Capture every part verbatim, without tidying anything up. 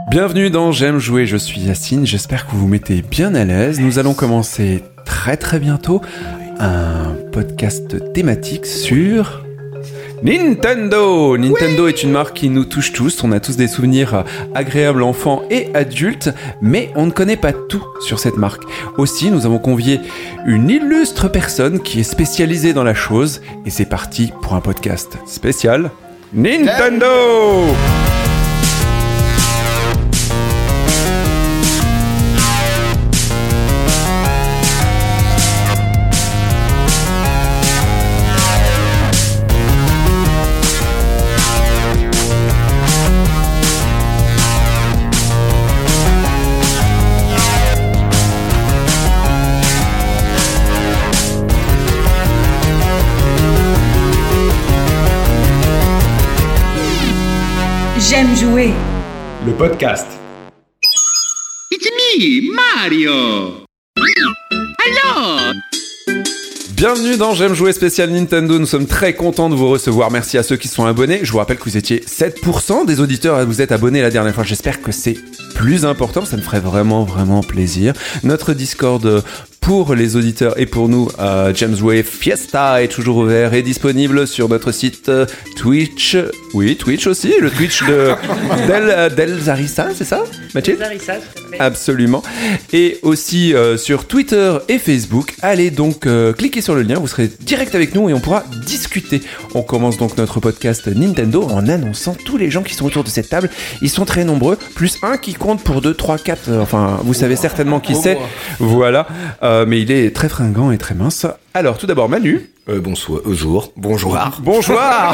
Bienvenue dans J'aime jouer, je suis Yacine, j'espère que vous vous mettez bien à l'aise. Nous allons commencer très très bientôt un podcast thématique sur Nintendo. Nintendo oui est une marque qui nous touche tous, on a tous des souvenirs agréables enfants et adultes, mais on ne connaît pas tout sur cette marque. Aussi, nous avons convié une illustre personne qui est spécialisée dans la chose, et c'est parti pour un podcast spécial Nintendo. J'aime jouer. Le podcast. It's me, Mario. Hello. Bienvenue dans J'aime jouer spécial Nintendo, nous sommes très contents de vous recevoir, merci à ceux qui sont abonnés. Je vous rappelle que vous étiez sept pour cent des auditeurs à vous être abonnés la dernière fois, j'espère que c'est plus important, ça me ferait vraiment vraiment plaisir. Notre Discord pour les auditeurs et pour nous, euh, J'aime jouer Fiesta est toujours ouvert et disponible sur notre site euh, Twitch. Oui, Twitch aussi, le Twitch de Del, Del Zarissa, c'est ça, Mathilde ? Zarissa, absolument. Et aussi euh, sur Twitter et Facebook. Allez donc euh, cliquez sur le lien, vous serez direct avec nous et on pourra discuter. On commence donc notre podcast Nintendo en annonçant tous les gens qui sont autour de cette table. Ils sont très nombreux, plus un qui compte pour deux, trois, quatre. Euh, enfin, vous savez certainement qui c'est. Voilà. Euh, mais il est très fringant et très mince. Alors, tout d'abord, Manu. Euh, bonsoir, bonjour, bonjour. Bonjour.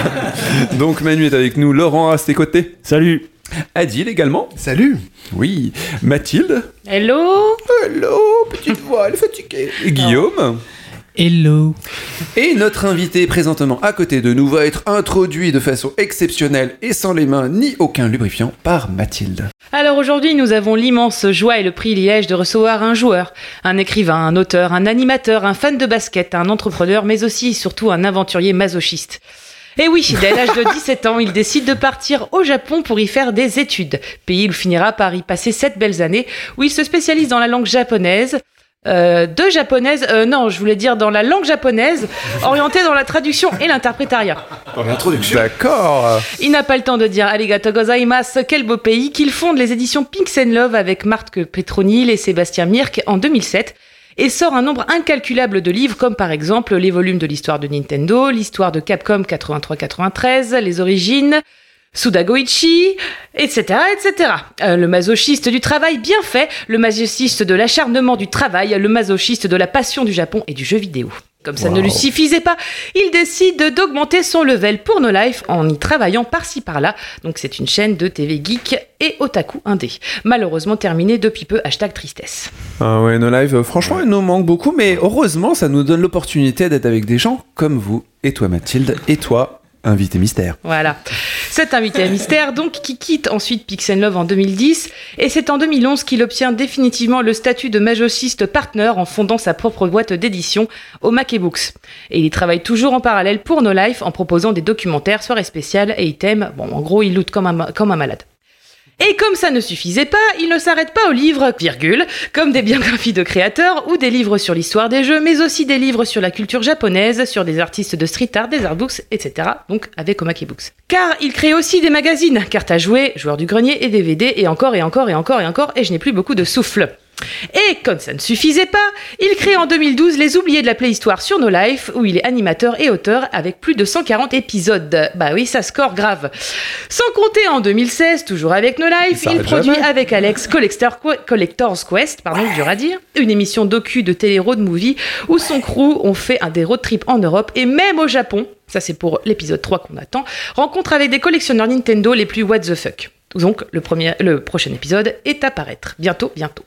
Donc, Manu est avec nous. Laurent à ses côtés. Salut. Adil également. Salut. Oui. Mathilde. Hello. Hello, petite voix, elle est fatiguée. Et Guillaume. Hello. Et notre invité présentement à côté de nous va être introduit de façon exceptionnelle et sans les mains ni aucun lubrifiant par Mathilde. Alors aujourd'hui, nous avons l'immense joie et le privilège de recevoir un joueur, un écrivain, un auteur, un animateur, un fan de basket, un entrepreneur, mais aussi et surtout un aventurier masochiste. Et oui, dès l'âge de dix-sept ans, il décide de partir au Japon pour y faire des études, pays où il finira par y passer sept belles années, où il se spécialise dans la langue japonaise, Euh, de japonaise, euh, non, je voulais dire dans la langue japonaise, orientée dans la traduction et l'interprétariat. Dans l'introduction. D'accord. Il n'a pas le temps de dire arigato gozaimasu, quel beau pays, qu'il fonde les éditions Pinks and Love avec Marc Petronil et Sébastien Mirk en deux mille sept et sort un nombre incalculable de livres comme par exemple les volumes de l'histoire de Nintendo, l'histoire de Capcom quatre-vingt-trois quatre-vingt-treize, les origines, Sudagoichi, et cetera, et cetera. Euh, le masochiste du travail bien fait, le masochiste de l'acharnement du travail, le masochiste de la passion du Japon et du jeu vidéo. Comme ça wow. ne lui suffisait pas, il décide d'augmenter son level pour No Life en y travaillant par-ci par-là. Donc c'est une chaîne de T V geek et otaku indé. Malheureusement terminée depuis peu, hashtag tristesse. Ah ouais, No Life, franchement, il nous manque beaucoup, mais heureusement, ça nous donne l'opportunité d'être avec des gens comme vous, et toi Mathilde, et toi, invité mystère. Voilà. Cet invité mystère, donc, qui quitte ensuite Pinks and Love en deux mille dix, et c'est en deux mille onze qu'il obtient définitivement le statut de masochiste partner en fondant sa propre boîte d'édition, Omake Books. Et il y travaille toujours en parallèle pour No Life en proposant des documentaires, soirées spéciales et items. Bon, en gros, il loot comme un, comme un malade. Et comme ça ne suffisait pas, il ne s'arrête pas aux livres, virgule, comme des biographies de créateurs ou des livres sur l'histoire des jeux, mais aussi des livres sur la culture japonaise, sur des artistes de street art, des artbooks, et cetera. Donc avec Omake Books. Car il crée aussi des magazines, cartes à jouer, joueurs du grenier et D V D, et encore et encore et encore et encore, et je n'ai plus beaucoup de souffle. Et comme ça ne suffisait pas, il crée en deux mille douze Les Oubliés de la Playhistoire sur No Life, où il est animateur et auteur avec plus de cent quarante épisodes. Bah oui, ça score grave. Sans compter en deux mille seize, toujours avec No Life, il, il produit jamais. avec Alex Collector, Collector's Quest, pardon, dur à dire, une émission docu de télé road movie où son crew ont fait un des road trips en Europe et même au Japon, ça c'est pour l'épisode trois qu'on attend, rencontre avec des collectionneurs Nintendo les plus what the fuck. Donc le, premier, le prochain épisode est à paraître. Bientôt, bientôt.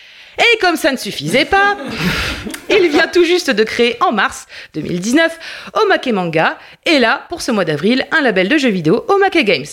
Et comme ça ne suffisait pas, il vient tout juste de créer en mars deux mille dix-neuf Omake Manga, et là, pour ce mois d'avril, un label de jeux vidéo, Omake Games.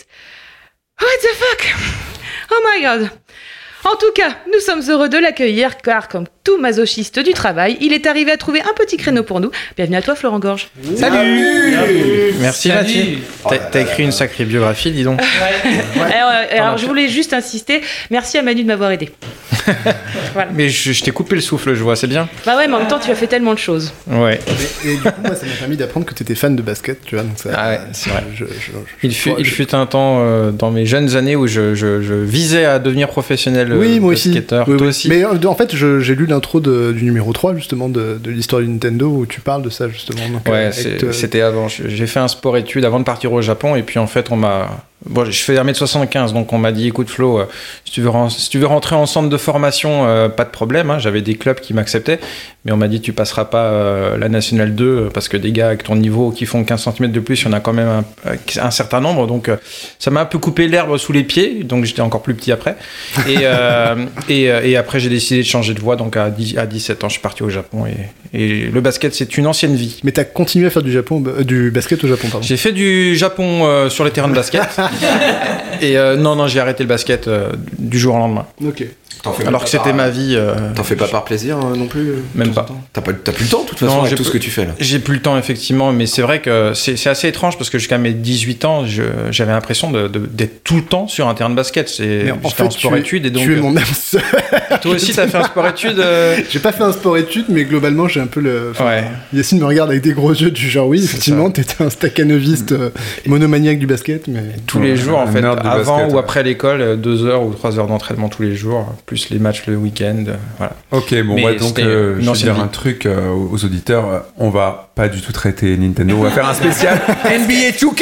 What the fuck? Oh my god! En tout cas, nous sommes heureux de l'accueillir car, comme tout masochiste du travail, il est arrivé à trouver un petit créneau pour nous. Bienvenue à toi, Florent Gorge. Salut. Merci Mathieu. T'as, t'as écrit une sacrée biographie, dis donc. Ouais. Alors, euh, alors je voulais juste insister, merci à Manu de m'avoir aidé. Voilà. Mais je, je t'ai coupé le souffle, je vois, c'est bien. Bah ouais, mais en même temps, tu as fait tellement de choses. Ouais. Et, et du coup, moi, ça m'a permis d'apprendre que tu étais fan de basket, tu vois. Donc ça, Ah ouais, c'est vrai. Je, je, je, Il fut, je- il fut un temps euh, dans mes jeunes années où je, je, je visais à devenir professionnel euh, Oui, moi aussi. basketteur. Oui, Toi oui. aussi. Mais euh, en fait, je- j'ai lu l'intro de- du numéro trois, justement, de, de l'histoire du Nintendo, où tu parles de ça, justement. Donc, euh, Ouais, avec c'est- te- c'était avant. Je- J'ai fait un sport-études avant de partir au Japon, et puis en fait, on m'a. Bon, je fais un mètre soixante-quinze, donc on m'a dit écoute, Flo, euh, si, tu veux ren- si tu veux rentrer en centre de formation, euh, pas de problème. Hein, j'avais des clubs qui m'acceptaient, mais on m'a dit tu passeras pas euh, la Nationale deux, euh, parce que des gars avec ton niveau qui font quinze centimètres de plus, il y en a quand même un, un certain nombre. Donc euh, ça m'a un peu coupé l'herbe sous les pieds, donc j'étais encore plus petit après. Et, euh, et, euh, et après, j'ai décidé de changer de voie, donc à, dix, à dix-sept ans, je suis parti au Japon. Et, et le basket, c'est une ancienne vie. Mais t'as continué à faire du, Japon, euh, du basket au Japon, pardon. J'ai fait du Japon euh, sur les terrains de basket. Et euh, non, non, j'ai arrêté le basket euh, du jour au lendemain. Ok. T'en fais Alors que c'était ma vie. euh, T'en fais pas par plaisir euh, non plus euh, Même de temps pas. en temps T'as pas, t'as plus le temps de toute façon Non, avec j'ai tout ce peu- que tu fais là. J'ai plus le temps, effectivement, mais c'est vrai que c'est, c'est assez étrange parce que jusqu'à mes dix-huit ans, je, j'avais l'impression de, de- d'être tout le temps sur un terrain de basket. C'est, Mais en j'étais fait, en tu es- sport-études et donc. tu es euh, mon âme sœur. Toi aussi, t'as fait un sport-études euh, J'ai pas fait un sport-études, mais globalement, j'ai un peu le. enfin, Ouais. Yacine me regarde avec des gros yeux du genre, oui, C'est effectivement, t'étais un staccanoviste euh, monomaniaque du basket, mais. Tous les Ouais, jours, en un fait, nerd de avant basket, ou ouais. après l'école, euh, deux heures ou trois heures d'entraînement tous les jours, plus les matchs le week-end. euh, Voilà. Ok, bon, Mais moi donc, c'était euh, une je vais ancienne dire vie. un truc euh, aux aux auditeurs. euh, On va pas du tout traiter Nintendo. On va faire un spécial N B A deux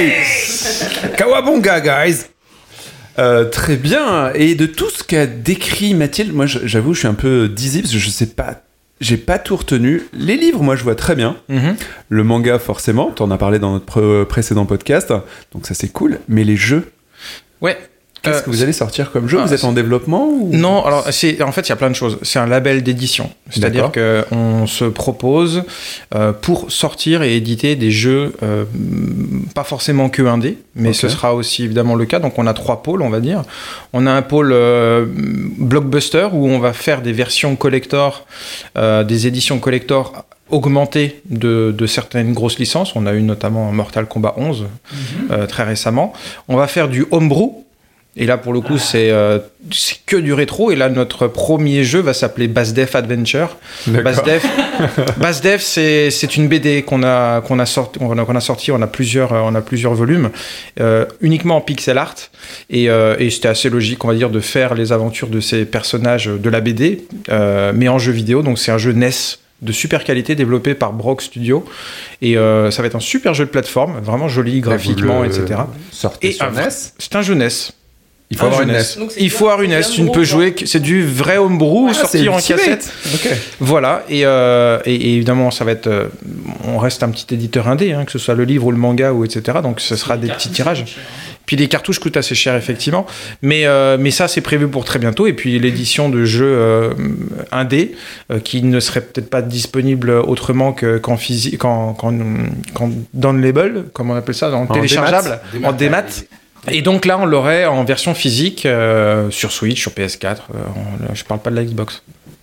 K. Kawabunga, guys. Euh, très bien. Et de tout ce qu'a décrit Mathilde, moi, je- j'avoue, je suis un peu dizzy parce que je sais pas. J'ai pas tout retenu. Les livres, moi, je vois très bien. Mhm. Le manga, forcément. T'en as parlé dans notre pré- précédent podcast. Donc ça, c'est cool. Mais les jeux, Ouais. qu'est-ce Euh, que vous allez sortir comme jeu? ah, Vous êtes en développement ou... Non, alors c'est en fait il y a plein de choses. C'est un label d'édition, c'est-à-dire que on se propose euh, pour sortir et éditer des jeux euh, pas forcément que indé, mais Ok. ce sera aussi évidemment le cas. Donc on a trois pôles, on va dire. On a un pôle euh, blockbuster où on va faire des versions collector, euh, des éditions collector augmentées de, de certaines grosses licences. On a eu notamment Mortal Kombat onze euh, très récemment. On va faire du homebrew. Et là, pour le coup, c'est, euh, c'est que du rétro. Et là, notre premier jeu va s'appeler Basdef Adventure. Basdef, Basdef c'est, c'est une B D qu'on a, qu'on, a sorti, qu'on, a, qu'on a sorti. On a plusieurs, euh, on a plusieurs volumes, euh, uniquement en pixel art. Et, euh, et c'était assez logique, on va dire, de faire les aventures de ces personnages de la B D, euh, mais en jeu vidéo. Donc, c'est un jeu N E S de super qualité développé par Brock Studio. Et euh, ça va être un super jeu de plateforme, vraiment joli graphiquement, Vous le et cetera. Sortez Et sur un N E vrai- S. c'est un jeu N E S. Il faut Un avoir jeu une N E N E S. S. Donc, c'est Il quoi, faut avoir une c'est N E S. du Tu ne peux homebrew, jouer que c'est du vrai homebrew Ah, sorti c'est en ultimate. cassette. Ok. Voilà. Et, euh, et, et évidemment, ça va être. euh, on reste un petit éditeur indé, hein, que ce soit le livre ou le manga ou et cetera. Donc, ce sera des petits tirages. Puis les cartouches coûtent assez cher, effectivement. Mais, euh, mais ça, c'est prévu pour très bientôt. Et puis l'édition de jeux euh, indé, euh, qui ne serait peut-être pas disponible autrement que, qu'en physique, qu'en, qu'en, qu'en downloadable, comme on appelle ça, en, téléchargeable, en démat. Et donc là, on l'aurait en version physique euh, sur Switch, sur P S quatre. Euh, on- je parle pas de la Xbox.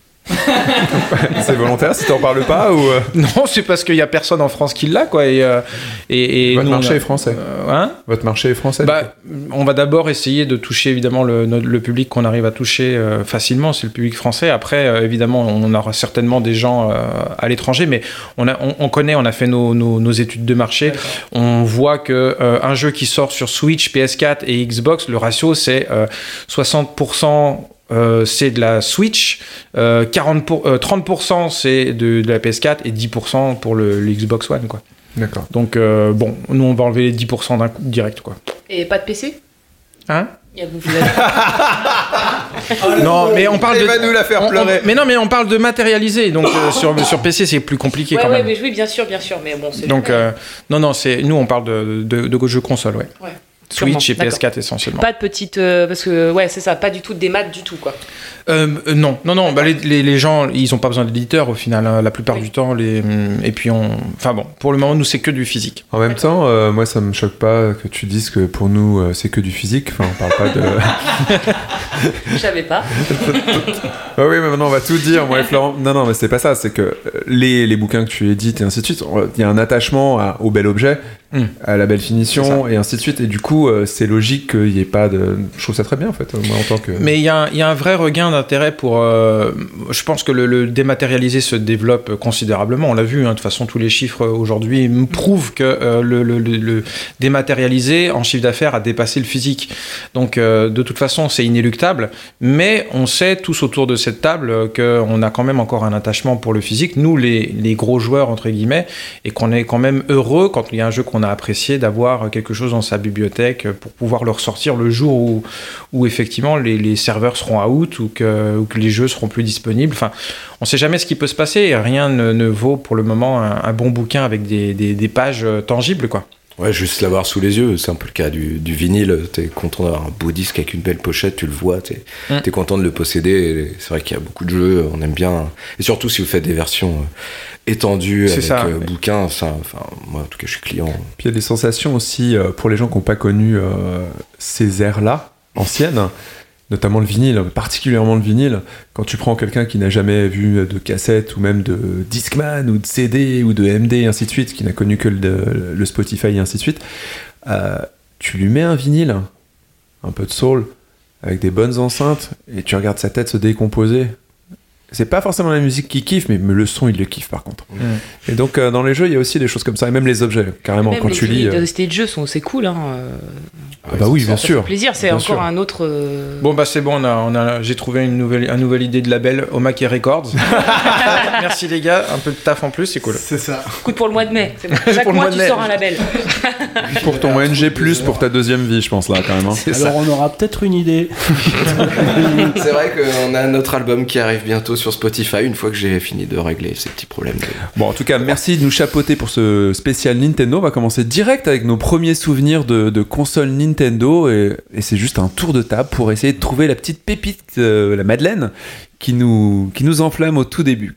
C'est volontaire si t'en parles pas ou euh, Non, c'est parce qu'il y a personne en France qui l'a, quoi. Et, euh, et, et votre nous, on marché a- est français. Euh, hein Votre marché est français. Bah, on va d'abord essayer de toucher évidemment le, notre- le public qu'on arrive à toucher euh, facilement, c'est le public français. Après, euh, évidemment, on aura certainement des gens euh, à l'étranger, mais on, a, on, on connaît, on a fait nos, nos, nos études de marché. On voit que euh, un jeu qui sort sur Switch, P S quatre et Xbox, le ratio c'est euh, soixante pour cent. Euh, c'est de la Switch, euh, quarante pour, euh, trente pour cent c'est de, de la P S quatre et dix pour cent pour le, le Xbox One, quoi. D'accord. Donc euh, bon, nous on va enlever les dix pour cent d'un coup direct, quoi. Et pas de P C? Hein? Il y a- vous avez- Non, mais on parle Il de. va nous la faire on- on- pleurer. mais non, mais on parle de matérialiser. Donc euh, sur, sur P C, c'est plus compliqué Ouais, quand ouais, même. mais oui, bien sûr, bien sûr. Mais bon, c'est Donc euh, non, non, c'est nous on parle de, de, de jeux console, ouais. Ouais. Switch et D'accord. P S quatre essentiellement. Pas de petite. euh, parce que, ouais, c'est ça, pas du tout des maths du tout, quoi. Euh, euh, non, non, non. Bah, les, les, les gens, ils ont pas besoin d'éditeur au final, hein, la plupart Oui. du temps. Les, et puis on. Enfin bon, pour le moment, nous, c'est que du physique. En même temps, euh, moi, ça me choque pas que tu dises que pour nous, euh, c'est que du physique. Enfin, on parle pas de. Je savais pas. Ah oui, mais maintenant on va tout dire, moi et Florent. Non, non, mais c'est pas ça. C'est que les, les bouquins que tu édites et ainsi de suite, il y a un attachement à- au bel objet, Mm. à la belle C'est finition et ainsi de suite. Et du coup, euh, c'est logique qu'il y ait pas de. Je trouve ça très bien en fait, moi en tant que. Mais il y, a un- il y a un vrai regain d'intérêt pour. euh, je pense que le, le dématérialisé se développe considérablement. On l'a vu, hein, de toute façon, tous les chiffres aujourd'hui me prouvent que euh, le, le, le, le dématérialisé en chiffre d'affaires a dépassé le physique. Donc, euh, de toute façon, c'est inéluctable. Mais on sait tous autour de cette table euh, qu'on a quand même encore un attachement pour le physique. Nous, les, les gros joueurs, entre guillemets, et qu'on est quand même heureux quand il y a un jeu qu'on a apprécié d'avoir quelque chose dans sa bibliothèque pour pouvoir le ressortir le jour où, où effectivement les, les serveurs seront out ou que, ou que les jeux seront plus disponibles. Enfin, on ne sait jamais ce qui peut se passer et rien ne, ne vaut pour le moment un, un bon bouquin avec des, des, des pages tangibles, quoi. Ouais, juste l'avoir sous les yeux, c'est un peu le cas du, du vinyle. T'es content d'avoir un beau disque avec une belle pochette, tu le vois, t'es Mm. t'es content de le posséder. Et c'est vrai qu'il y a beaucoup de jeux, on aime bien. Et surtout si vous faites des versions euh, étendues C'est avec ça, euh, ouais. bouquins, ça, enfin, moi en tout cas je suis client. Puis il y a des sensations aussi euh, pour les gens qui n'ont pas connu euh, ces ères-là, anciennes, notamment le vinyle, particulièrement le vinyle. Quand tu prends quelqu'un qui n'a jamais vu de cassette ou même de Discman ou de C D ou de M D et ainsi de suite, qui n'a connu que le, le Spotify et ainsi de suite, euh, tu lui mets un vinyle, un peu de soul, avec des bonnes enceintes, et tu regardes sa tête se décomposer. C'est pas forcément la musique qu'il kiffe, mais, mais le son, il le kiffe par contre. Mm. Et donc, euh, dans les jeux, il y a aussi des choses comme ça, et même les objets, carrément, Même quand les tu lis. idées euh, de stage jeux sont c'est cool, hein. euh, Ah bah oui, bien ça sûr. fait plaisir, c'est Bien encore sûr. un autre. euh, Bon, bah c'est bon, on a, on a, j'ai trouvé une nouvelle, une nouvelle idée de label, Omake Records. Merci les gars, un peu de taf en plus, c'est cool. C'est ça. Coup pour le mois de mai. C'est bon. Chaque Pour le mois, mois de tu mai. sors un label. Pour ton N G plus, pour ta deuxième vie, je pense, là, quand même. hein. C'est Alors ça. on aura peut-être une idée. C'est vrai qu'on a notre album qui arrive bientôt sur Spotify une fois que j'ai fini de régler ces petits problèmes. de- Bon, en tout cas, merci de nous chapeauter pour ce spécial Nintendo. On va commencer direct avec nos premiers souvenirs de, de console Nintendo. Et, et c'est juste un tour de table pour essayer de trouver la petite pépite, euh, la Madeleine, qui nous, qui nous enflamme au tout début.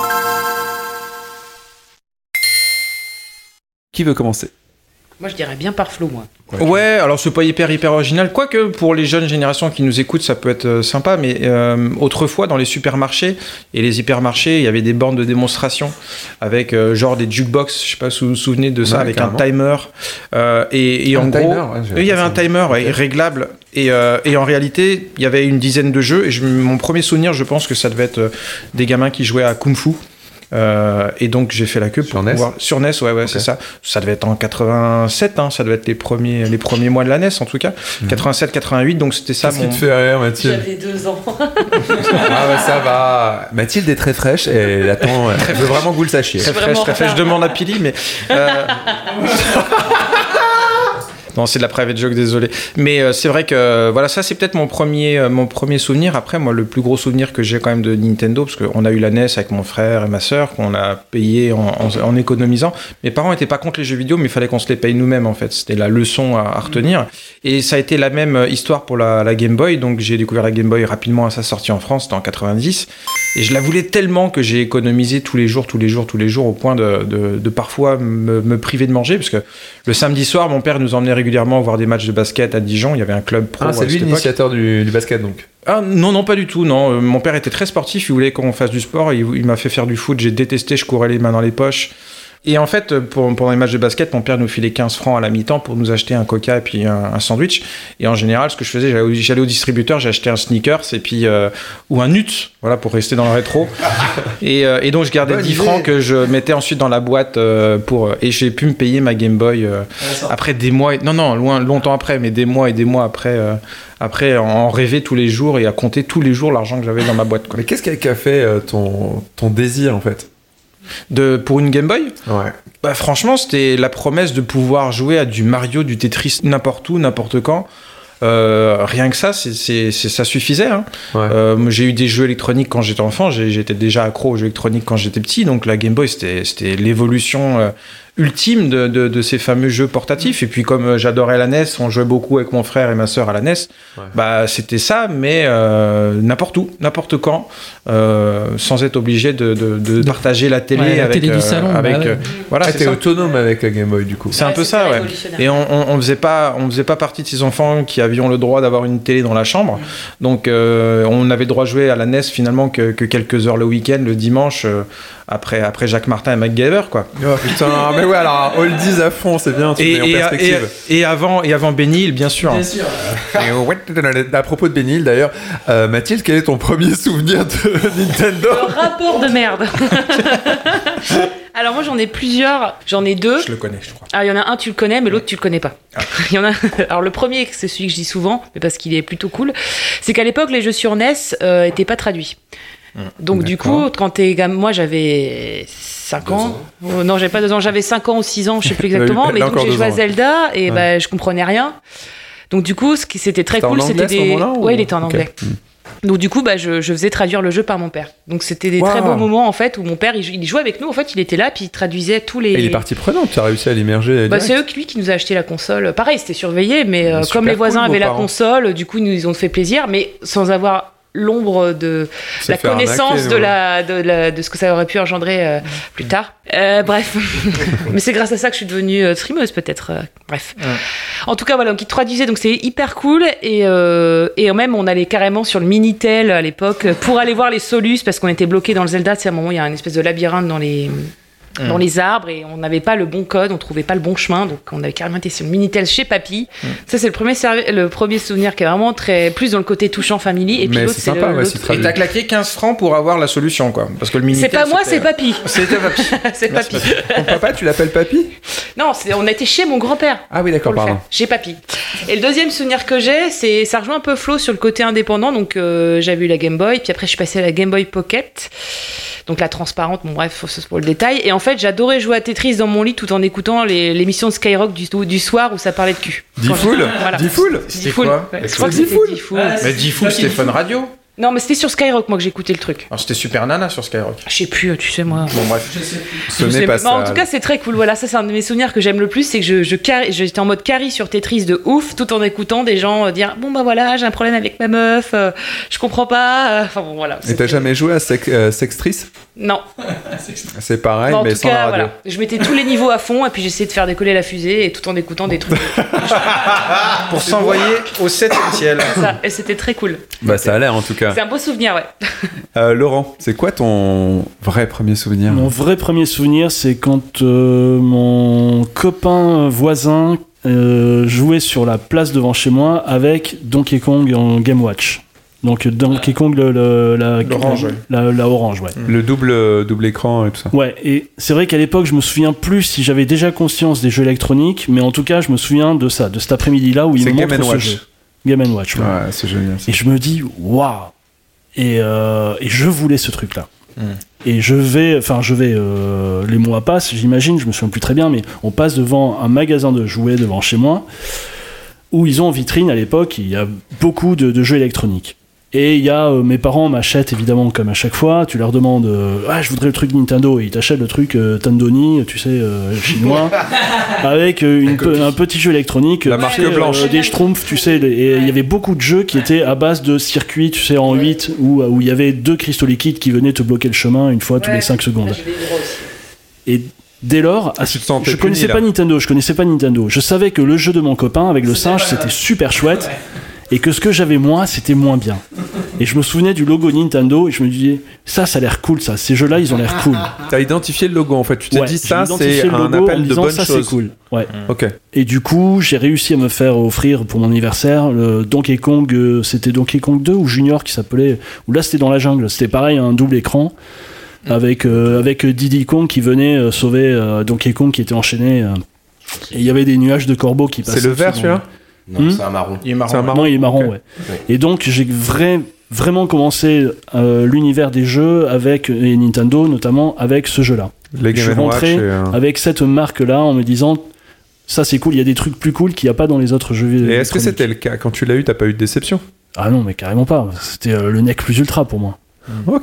Qui veut commencer? Moi, je dirais bien par Flo, moi. Ouais, alors c'est pas hyper hyper original, quoique pour les jeunes générations qui nous écoutent, ça peut être euh, sympa, mais euh, autrefois dans les supermarchés et les hypermarchés, il y avait des bornes de démonstration avec euh, genre des jukebox, je sais pas si vous vous souvenez de ça, Ouais, avec carrément. un timer, euh, et, et Un en timer, gros, ouais, j'ai oui, il y avait un appris ça. timer ouais, Ok. réglable, et, euh, et en réalité, il y avait une dizaine de jeux, et je, mon premier souvenir, je pense que ça devait être euh, des gamins qui jouaient à Kung Fu. Euh, et donc j'ai fait la queue Sur pour N E S? pouvoir sur N E S, ouais ouais Ok. c'est ça. Ça devait être en quatre-vingt-sept, hein, ça devait être les premiers les premiers mois de la N E S en tout cas. quatre-vingt-sept quatre-vingt-huit, donc c'était ça Qu'est-ce qui mon. te fait rire, Mathilde? J'avais deux ans. Ah ouais, ça va. Mathilde est très fraîche et elle attend. Elle veut vraiment que vous le sachiez. Très suis fraîche, vraiment très fraîche. Je retard. demande à Pili, mais. euh, Non, c'est de la private joke, désolé. Mais euh, c'est vrai que euh, voilà, ça c'est peut-être mon premier, euh, mon premier souvenir. Après, moi, le plus gros souvenir que j'ai quand même de Nintendo, parce qu'on a eu la N E S avec mon frère et ma sœur, qu'on a payé en, en, en économisant. Mes parents n'étaient pas contre les jeux vidéo, mais il fallait qu'on se les paye nous-mêmes en fait. C'était la leçon à, à retenir. Et ça a été la même histoire pour la, la Game Boy. Donc j'ai découvert la Game Boy rapidement à sa sortie en France, c'était en quatre-vingt-dix. Et je la voulais tellement que j'ai économisé tous les jours, tous les jours, tous les jours, au point de, de, de parfois me, me priver de manger, parce que le samedi soir, mon père nous emmenait régulièrement voir des matchs de basket à Dijon. Il y avait un club pro. Ah, à c'est lui cette époque. l'initiateur du, du basket donc. Ah non, non, pas du tout. Non, Euh, mon père était très sportif. Il voulait qu'on fasse du sport. Il, il m'a fait faire du foot. J'ai détesté. Je courais les mains dans les poches. Et en fait, pour, pendant les matchs de basket, mon père nous filait quinze francs à la mi-temps pour nous acheter un coca et puis un, un sandwich. Et en général, ce que je faisais, j'allais au, j'allais au distributeur, j'achetais un sneakers et puis euh, ou un nut, voilà, pour rester dans le rétro. et, euh, et donc je gardais Bonne dix idée. francs que je mettais ensuite dans la boîte euh, pour et j'ai pu me payer ma Game Boy euh, après des mois. Et, non, non, loin, longtemps après, mais des mois et des mois après. Euh, après, en rêver tous les jours et à compter tous les jours l'argent que j'avais dans ma boîte. Quoi. Mais qu'est-ce qui a- qui a fait euh, ton, ton désir en fait? De, pour une Game Boy. Ouais. Bah, franchement, c'était la promesse de pouvoir jouer à du Mario, du Tetris, n'importe où, n'importe quand. Euh, rien que ça, c'est, c'est, c'est- ça suffisait. Hein. Ouais. Euh, moi, j'ai eu des jeux électroniques quand j'étais enfant. J'ai, j'étais déjà accro aux jeux électroniques quand j'étais petit. Donc la Game Boy, c'était, c'était l'évolution euh, ultime de, de, de ces fameux jeux portatifs. Et puis comme euh, j'adorais la N E S, on jouait beaucoup avec mon frère et ma sœur à la N E S, ouais. bah, c'était ça, mais euh, n'importe où, n'importe quand, euh, sans être obligé de, de, de partager la télé ouais, la avec... télé du salon, euh, avec bah ouais. euh, voilà, ah, c'est t'es ça. autonome avec la Game Boy du coup. C'est un ouais, peu ça, ouais. Et on, on, on faisait pas, on faisait pas partie de ces enfants qui avions le droit d'avoir une télé dans la chambre. Donc euh, on avait le droit de jouer à la N E S finalement que, que quelques heures le week-end, le dimanche, euh, après, après Jacques Martin et MacGyver, quoi. Oh putain, mais ouais, alors oldies à fond, c'est bien, tu et, mets en et, perspective. Et, et avant, et avant Benny Hill, bien sûr. Bien sûr. Et ouais, à propos de Benny Hill d'ailleurs, euh, Mathilde, quel est ton premier souvenir de Nintendo? Le rapport de merde. Alors moi j'en ai plusieurs, j'en ai deux. Je le connais, je crois. Ah, il y en a un tu le connais, mais l'autre tu le connais pas. Ah. Il y en a. Alors le premier, c'est celui que je dis souvent, mais parce qu'il est plutôt cool, c'est qu'à l'époque les jeux sur N E S euh, étaient pas traduits. Donc du coup, quand t'es gamin, moi j'avais cinq ans. Oh, non, j'avais pas deux ans, j'avais cinq ans ou six ans, je sais plus exactement. Mais donc j'ai joué à Zelda et ouais. bah, je comprenais rien. Donc du coup, ce qui c'était très c'était cool, en c'était des. Ou... Ouais, il était en anglais. Okay. Donc du coup, bah, je, je faisais traduire le jeu par mon père. Donc c'était des wow. très beaux moments en fait où mon père il, il jouait avec nous. En fait, il était là puis il traduisait tous les. Et il est partie prenante. Tu as réussi à l'immerger. Bah, c'est eux lui qui nous a acheté la console. Pareil, c'était surveillé, mais euh, comme les voisins cool, avaient la parents. console, du coup ils nous ont fait plaisir, mais sans avoir l'ombre de la connaissance arnaquer, de, la, de, la, de ce que ça aurait pu engendrer euh, plus tard. Euh, bref. Mais c'est grâce à ça que je suis devenue euh, streameuse, peut-être. Euh, bref. Ouais. En tout cas, voilà, donc ils traduisaient, donc c'est hyper cool. Et, euh, et même, on allait carrément sur le Minitel à l'époque pour aller voir les Solus, parce qu'on était bloqués dans le Zelda. C'est à un moment, il y a une espèce de labyrinthe dans les... Mmh. dans les arbres et on n'avait pas le bon code, on trouvait pas le bon chemin, donc on avait carrément été sur le Minitel chez Papy. Mmh. Ça c'est le premier servi- le premier souvenir qui est vraiment très plus dans le côté touchant famille. Et puis mais l'autre c'est, c'est sympa, le, ouais, c'est et t'as claqué quinze francs pour avoir la solution, quoi. Parce que le Minitel. C'est pas moi, c'était... c'est Papy. C'était Papy. c'est Papy. Ton papa, tu l'appelles Papy? Non, c'est, on a été chez mon grand-père. Ah oui, d'accord, pardon. Chez Papy. Et le deuxième souvenir que j'ai, c'est ça rejoint un peu Flo sur le côté indépendant. Donc euh, j'avais eu la Game Boy, puis après je suis passée à la Game Boy Pocket. Donc la transparente, bon bref, c'est pour le détail. Et en fait, j'adorais jouer à Tetris dans mon lit tout en écoutant les, l'émission de Skyrock du, du soir où ça parlait de cul. D-Fool voilà. D-Fool C'était quoi ouais. Je crois que c'était D-Fool. Ah, mais D-Fool, c'était Fun Radio. Non, mais c'était sur Skyrock, moi, que j'écoutais le truc. Alors, c'était Super Nana sur Skyrock. Je sais plus, tu sais, moi. Bon, bref. Je sais plus. Ce n'est pas ça. En tout cas, c'est très cool. Voilà, ça, c'est un de mes souvenirs que j'aime le plus. C'est que je, je carry, j'étais en mode carry sur Tetris de ouf, tout en écoutant des gens dire bon, bah voilà, j'ai un problème avec ma meuf, euh, je comprends pas. Enfin, bon, voilà. Et t'as jamais joué à Sex, euh, Sextris? Non. C'est pareil, bon, mais tout sans cas, la radio. Voilà. Je mettais tous les niveaux à fond et puis j'essayais de faire décoller la fusée et tout en écoutant des trucs. Pour s'envoyer au septième ciel. Ça, et c'était très cool. Bah, ça a l'air en tout cas. C'est un beau souvenir, ouais. Euh, Laurent, c'est quoi ton vrai premier souvenir? Mon vrai premier souvenir, c'est quand euh, mon copain voisin euh, jouait sur la place devant chez moi avec Donkey Kong en Game Watch. Donc Donkey Kong, le, le, la, L'orange, ouais. la, la orange, ouais. Le double, double écran et tout ça. Ouais, et c'est vrai qu'à l'époque, je me souviens plus si j'avais déjà conscience des jeux électroniques, mais en tout cas, je me souviens de ça, de cet après-midi-là où il c'est me Game montre and ce Watch. jeu. Game and Watch, ouais. Ouais, c'est génial. Ça. Et je me dis, waouh! Et, euh, et je voulais ce truc-là. Mm. Et je vais, enfin, je vais, euh, les mois passent, j'imagine, je me souviens plus très bien, mais on passe devant un magasin de jouets devant chez moi, où ils ont en vitrine, à l'époque, il y a beaucoup de, de jeux électroniques. Et il y a, euh, mes parents m'achètent évidemment comme à chaque fois, tu leur demandes euh, ah je voudrais le truc Nintendo, et ils t'achètent le truc euh, Tandoni, tu sais, euh, chinois, avec euh, une pe- un petit jeu électronique, la marque sais, blanche, euh, des schtroumpfs, tu sais, et il y avait beaucoup de jeux qui étaient à base de circuits, tu sais, en huit, où où il y avait deux cristaux liquides qui venaient te bloquer le chemin une fois ouais, tous les cinq secondes. Et dès lors, ah, je connaissais pas Nintendo, je connaissais pas Nintendo. Je savais que le jeu de mon copain avec le singe, c'était super chouette. Et que ce que j'avais moi, c'était moins bien. Et je me souvenais du logo Nintendo et je me disais, ça, ça a l'air cool, ça. Ces jeux-là, ils ont l'air cool. T'as identifié le logo, en fait. Tu t'es ouais, dit, ça, c'est un appel de bonne chose. Ça, c'est cool. Ouais. Mmh. Ok. Et du coup, j'ai réussi à me faire offrir pour mon anniversaire le Donkey Kong, euh, c'était Donkey Kong deux ou Junior qui s'appelait, ou là, c'était dans la jungle. C'était pareil, un double écran. Avec, euh, avec Diddy Kong qui venait euh, sauver euh, Donkey Kong qui était enchaîné. Euh, et il y avait des nuages de corbeaux qui passaient. C'est le vert, celui-là? Non, hmm c'est un marron. Il est marron. C'est un marron. Non, il est marron, okay. ouais. ouais. Et donc, j'ai vrai, vraiment commencé euh, l'univers des jeux avec, et Nintendo notamment, avec ce jeu-là. Les je suis rentré et, euh... avec cette marque-là en me disant, ça c'est cool, il y a des trucs plus cool qu'il n'y a pas dans les autres jeux vidéo. Et est-ce que c'était le cas? Quand tu l'as eu, t'as pas eu de déception? Ah non, mais carrément pas. C'était euh, le nec plus ultra pour moi. Ok.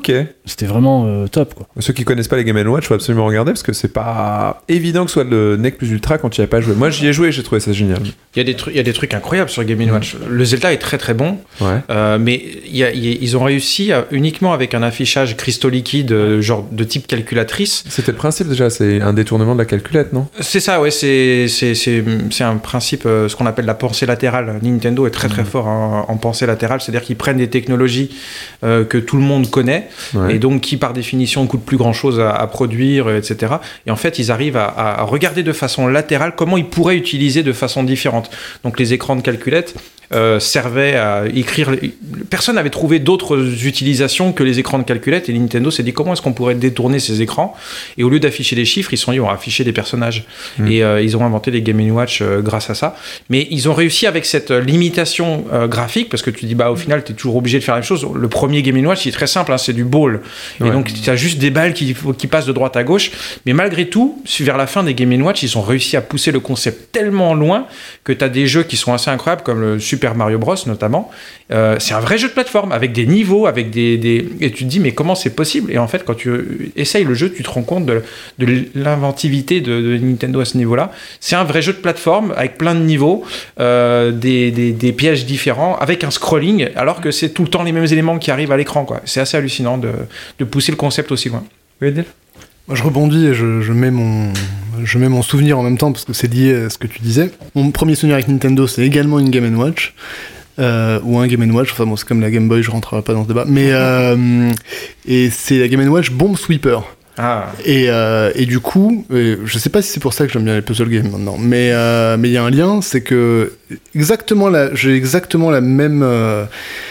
c'était vraiment euh, top, quoi. Ceux qui connaissent pas les Game and Watch, faut absolument regarder parce que c'est pas évident que ce soit le N E C plus Ultra quand tu y as pas joué. Moi, j'y ai joué, j'ai trouvé ça génial. Il y a des trucs, il y a des trucs incroyables sur Game and Watch. Le Zelda est très très bon, Ouais. euh, mais il y a, il y a- ils ont réussi à, uniquement avec un affichage cristaux liquides, euh, genre de type calculatrice. C'était le principe déjà, c'est un détournement de la calculette, non? C'est ça, ouais, c'est, c'est, c'est, c'est un principe, euh, ce qu'on appelle la pensée latérale. Nintendo est très très fort en, en pensée latérale, c'est-à-dire qu'ils prennent des technologies euh, que tout le monde connaît, Ouais. et donc qui par définition coûtent plus grand-chose à, à produire, et cetera. Et en fait, ils arrivent à, à regarder de façon latérale comment ils pourraient utiliser de façon différente. Donc les écrans de calculette euh, servaient à écrire... Personne n'avait trouvé d'autres utilisations que les écrans de calculette, et Nintendo s'est dit comment est-ce qu'on pourrait détourner ces écrans, et au lieu d'afficher des chiffres, ils se sont dit on va afficher des personnages. Mm. Et euh, ils ont inventé les Game and Watch euh, grâce à ça. Mais ils ont réussi avec cette euh, limitation euh, graphique, parce que tu dis bah au final t'es toujours obligé de faire la même chose. Le premier Game and Watch il est très simple, hein, c'est du ball, et Ouais. donc tu as juste des balles qui, qui passent de droite à gauche. Mais malgré tout, vers la fin des Game and Watch, ils ont réussi à pousser le concept tellement loin que tu as des jeux qui sont assez incroyables, comme le Super Mario Bros notamment. Euh, c'est un vrai jeu de plateforme avec des niveaux, avec des, des... et tu te dis mais comment c'est possible? Et en fait quand tu essayes le jeu, tu te rends compte de, de l'inventivité de, de Nintendo à ce niveau-là. C'est un vrai jeu de plateforme avec plein de niveaux, euh, des, des, des pièges différents, avec un scrolling, alors que c'est tout le temps les mêmes éléments qui arrivent à l'écran, quoi. C'est assez hallucinant de, de pousser le concept aussi loin. Oui, Adil. Moi, je rebondis et je, je, mets mon, je mets mon souvenir en même temps parce que c'est lié à ce que tu disais. Mon premier souvenir avec Nintendo, c'est également une Game and Watch. Euh, ou un Game and Watch, enfin bon, c'est comme la Game Boy, je rentrerai pas dans ce débat. Mais, euh, et c'est la Game and Watch Bomb Sweeper. Ah. Et, euh, et du coup, euh, je sais pas si c'est pour ça que j'aime bien les puzzle games maintenant, mais euh, mais il y a un lien, c'est que exactement la, j'ai exactement la même euh,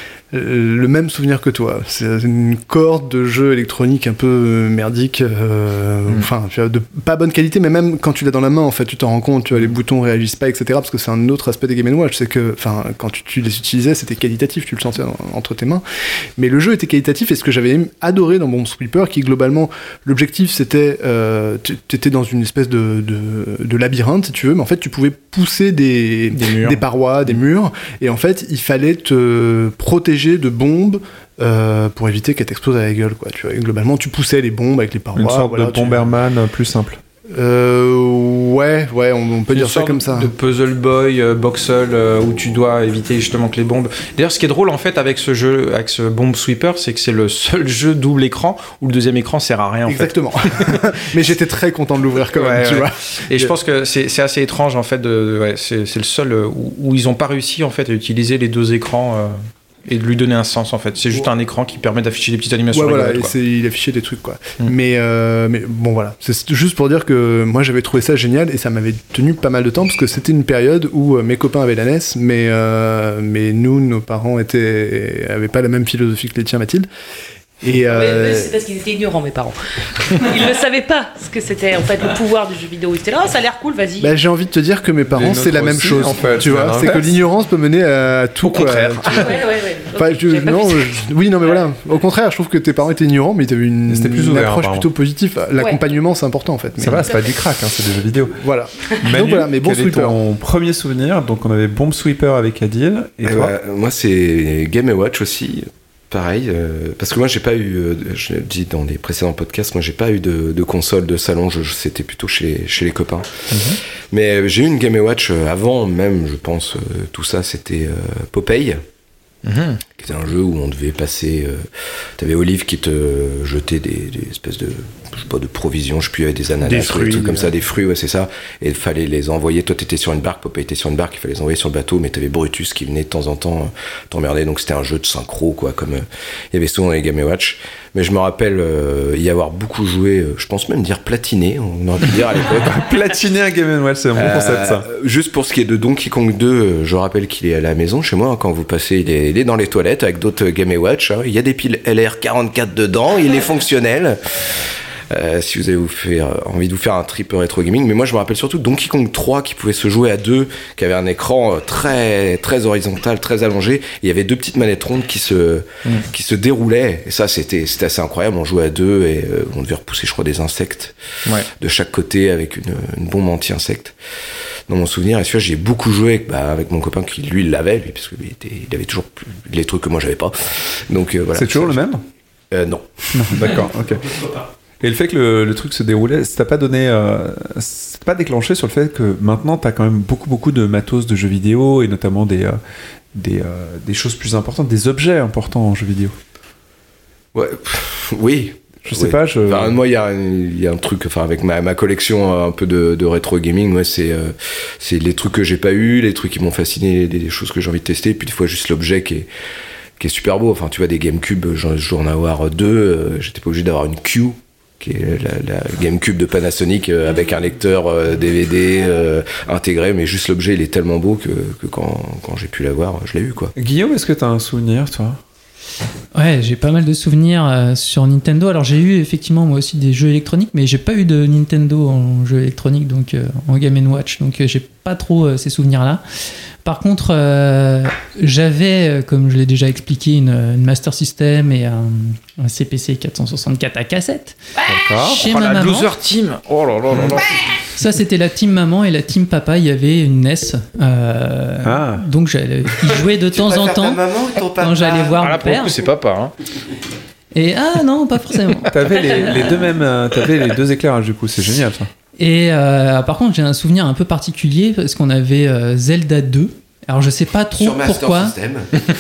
le même souvenir que toi. C'est une corde de jeu électronique un peu merdique, euh, Mm. enfin tu vois, de pas bonne qualité, mais même quand tu l'as dans la main, en fait, tu t'en rends compte, tu vois, les boutons réagissent pas, et cetera. Parce que c'est un autre aspect des Game and Watch, c'est que, enfin, quand tu, tu les utilisais, c'était qualitatif, tu le sentais en- entre tes mains. Mais le jeu était qualitatif, et ce que j'avais adoré dans Bomb Sweeper, qui globalement, l'objectif c'était, euh, tu étais dans une espèce de, de, de labyrinthe, si tu veux, mais en fait, tu pouvais pousser des, Des murs. des parois, des murs, et en fait, il fallait te protéger de bombes euh, pour éviter qu'elles t'explosent à la gueule, quoi. Tu vois, et globalement, tu poussais les bombes avec les parois. Une sorte voilà, de tu- Bomberman euh, plus simple. Euh, ouais, ouais, on, on peut Une dire ça sorte comme ça. de puzzle boy, euh, boxel, euh, où tu dois éviter justement que les bombes. D'ailleurs, ce qui est drôle en fait avec ce jeu, avec ce Bomb Sweeper, c'est que c'est le seul jeu double écran où le deuxième écran sert à rien en Exactement. Mais j'étais très content de l'ouvrir quand même, Ouais, tu ouais. vois. fait. Et je pense que c'est c'est assez étrange en fait. De, de- ouais, c'est c'est le seul euh, où, où ils n'ont pas réussi en fait à utiliser les deux écrans. euh, Et de lui donner un sens en fait. C'est juste un écran qui permet d'afficher des petites animations. Ouais, voilà, rigolotes, et quoi. c'est, il affichait des trucs, quoi. Mm. Mais, euh, mais bon, voilà. C'est juste pour dire que moi, j'avais trouvé ça génial et ça m'avait tenu pas mal de temps parce que c'était une période où euh, mes copains avaient la N E S, mais, euh, mais nous, nos parents étaient, avaient pas la même philosophie que les tiens, Mathilde. Et, Mais- euh, mais c'est parce qu'ils étaient ignorants, mes parents. Ils ne savaient pas ce que c'était en fait le pouvoir du jeu vidéo. Ils étaient là, ah, ça a l'air cool, vas-y. bah, j'ai envie de te dire que mes parents, Les c'est la nôtres même aussi, chose. en fait, tu c'est vois, c'est que l'inverse. l'ignorance peut mener à tout. Au contraire. quoi. ouais, ouais, ouais. Enfin, Ok, je- j'avais pas non, vu ça. je- oui, non, mais voilà. Au contraire, je trouve que tes parents étaient ignorants, mais ils avaient une, C'était plus une ouvert, approche apparemment. plutôt positive. L'accompagnement, c'est important en fait. Mais- Ça va, c'est pas du crack, hein, c'est des jeux vidéo. Voilà. Manu, Donc voilà, mais Bomb quel Sweeper. est ton premier souvenir? Donc on avait Bomb Sweeper avec Adil. Et Eh toi bah, moi, c'est Game and Watch aussi. Pareil, euh, parce que moi j'ai pas eu, euh, je l'ai dit dans les précédents podcasts, moi j'ai pas eu de, de console, de salon, je, je- c'était plutôt chez, chez les copains. Mais euh, j'ai eu une Game and Watch euh, avant même, je pense, euh, tout ça, c'était euh, Popeye, Mhm. qui était un jeu où on devait passer. Euh, T'avais Olive qui te jetait des, des espèces de, je sais pas, de provisions, je sais plus, il y avait des ananas, Des des fruits, trucs comme ouais. ça, des fruits, ouais, c'est ça. Et il fallait les envoyer. Toi, t'étais sur une barque, Popeye était sur une barque, il fallait les envoyer sur le bateau, mais t'avais Brutus qui venait de temps en temps euh, t'emmerder. Donc c'était un jeu de synchro, quoi, comme euh, il y avait souvent dans les Game and Watch. Mais je me rappelle euh, y avoir beaucoup joué, euh, je pense même dire platiné, on aurait pu dire à l'époque. Platiner un Game and Watch, c'est un bon Euh, concept ça. Juste pour ce qui est de Donkey Kong deux, euh, je rappelle qu'il est à la maison chez moi. hein, Quand vous passez, il est, il est dans les toilettes avec d'autres Game and Watch. hein. Il y a des piles L R quarante-quatre dedans, il est fonctionnel. Euh, si vous avez vous faire, envie de vous faire un trip rétro gaming. Mais moi, je me rappelle surtout Donkey Kong trois qui pouvait se jouer à deux, qui avait un écran euh, très, très horizontal, très allongé. Et il y avait deux petites manettes rondes qui se, Mm. qui se déroulaient. Et ça, c'était, c'était assez incroyable. On jouait à deux et euh, on devait repousser, je crois, des insectes Ouais. de chaque côté avec une, une bombe anti-insecte. Dans mon souvenir, et celui-là, j'ai beaucoup joué avec, bah, avec mon copain qui, lui, l'avait, lui, parce qu'il était, il avait toujours plus, les trucs que moi, j'avais pas. Donc, euh, voilà. C'est toujours le même? Euh, non. Non, d'accord, ok. Et le fait que le, le truc se déroulait, ça t'a pas donné, euh, ça t'a pas déclenché sur le fait que maintenant t'as quand même beaucoup beaucoup de matos de jeux vidéo et notamment des euh, des, euh, des choses plus importantes, des objets importants en jeux vidéo. Ouais, pff, oui. Je sais oui. pas, je. Enfin, moi, il y, y a un truc, enfin, avec ma, ma collection un peu de, de rétro gaming, ouais, c'est euh, c'est les trucs que j'ai pas eu, les trucs qui m'ont fasciné, les, les choses que j'ai envie de tester, et puis des fois juste l'objet qui est qui est super beau. Enfin, tu vois, des GameCube, j'en je dois en avoir deux. Euh, j'étais pas obligé d'avoir une Q, qui est la, la GameCube de Panasonic euh, avec un lecteur euh, D V D euh, intégré, mais juste l'objet, il est tellement beau que, que quand, quand j'ai pu l'avoir, je l'ai eu, quoi. Guillaume, est-ce que t'as un souvenir, toi? Ouais, j'ai pas mal de souvenirs euh, sur Nintendo. Alors j'ai eu effectivement moi aussi des jeux électroniques, mais j'ai pas eu de Nintendo en jeu électronique, donc euh, en Game and Watch, donc euh, j'ai pas trop euh, ces souvenirs-là. Par contre, euh, j'avais, euh, comme je l'ai déjà expliqué, une, une Master System et un, un C P C quatre cent soixante-quatre à cassette. D'accord. Chez Oh, ma la maman. loser team. Oh là là là là. Ça, c'était la team maman, et la team papa, il y avait une N E S. Euh, Ah. Donc j'allais y jouer de temps en temps quand j'allais voir Ah là, mon pour le père. coup, c'est papa. Hein. Et ah non, pas forcément. T'avais les, les deux mêmes, euh, t'avais les deux éclairages du coup, c'est génial ça. Et euh, par contre, j'ai un souvenir un peu particulier parce qu'on avait euh, Zelda deux. Alors je sais pas trop Sur Master pourquoi. System.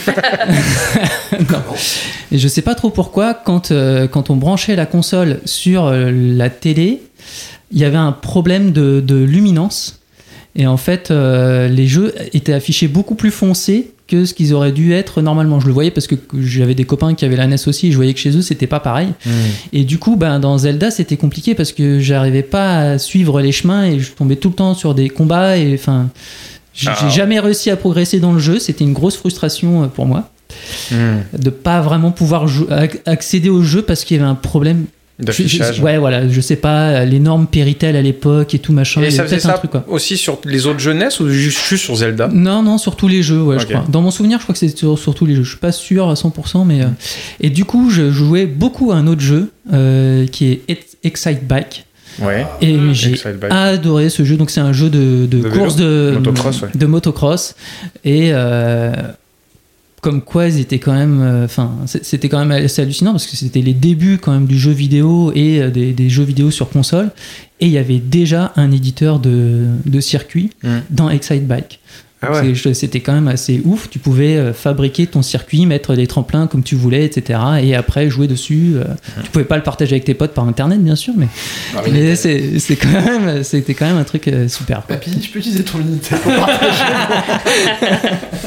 Non. Et je sais pas trop pourquoi quand euh, quand on branchait la console sur euh, la télé, il y avait un problème de, de luminance. Et en fait, euh, les jeux étaient affichés beaucoup plus foncés que ce qu'ils auraient dû être normalement. Je le voyais parce que j'avais des copains qui avaient la N E S aussi, et je voyais que chez eux c'était pas pareil. Mmh. Et du coup, ben, dans Zelda, c'était compliqué parce que j'arrivais pas à suivre les chemins et je tombais tout le temps sur des combats. Et enfin, j'ai Ah. j'ai jamais réussi à progresser dans le jeu. C'était une grosse frustration pour moi Mmh. de pas vraiment pouvoir jou- ac- accéder au jeu parce qu'il y avait un problème. D'affichage. Je- je- ouais, voilà, je sais pas, les normes Péritel à l'époque et tout machin. Et il y ça avait faisait peut-être un ça truc, quoi. aussi sur les autres jeux N E S ou juste juste sur Zelda? Non, non, sur tous les jeux, ouais, je Ok. crois. Dans mon souvenir, je crois que c'est sur, sur tous les jeux. Je suis pas sûr à cent pour cent, mais. euh, Et du coup, je jouais beaucoup à un autre jeu euh, qui est Ex- Excite Bike. Ouais. Et j'ai Excite Bike. adoré ce jeu. Donc, c'est un jeu de, de, De course vélo de Motocross, ouais. de motocross. Et. euh, Comme quoi, ils étaient quand même, euh, enfin, c'est- c'était quand même assez hallucinant parce que c'était les débuts quand même du jeu vidéo et euh, des, des jeux vidéo sur console. Et il y avait déjà un éditeur de, de circuit Mm. dans Excite Bike. Ah ouais. C'est- C'était quand même assez ouf. Tu pouvais euh, fabriquer ton circuit, mettre des tremplins comme tu voulais, et cetera. Et après jouer dessus. euh, Tu pouvais pas le partager avec tes potes par internet, bien sûr, mais, mais c'est c'est quand même, c'était quand même un truc euh, super, quoi. Papy, tu peux utiliser ton Minitel pour partager.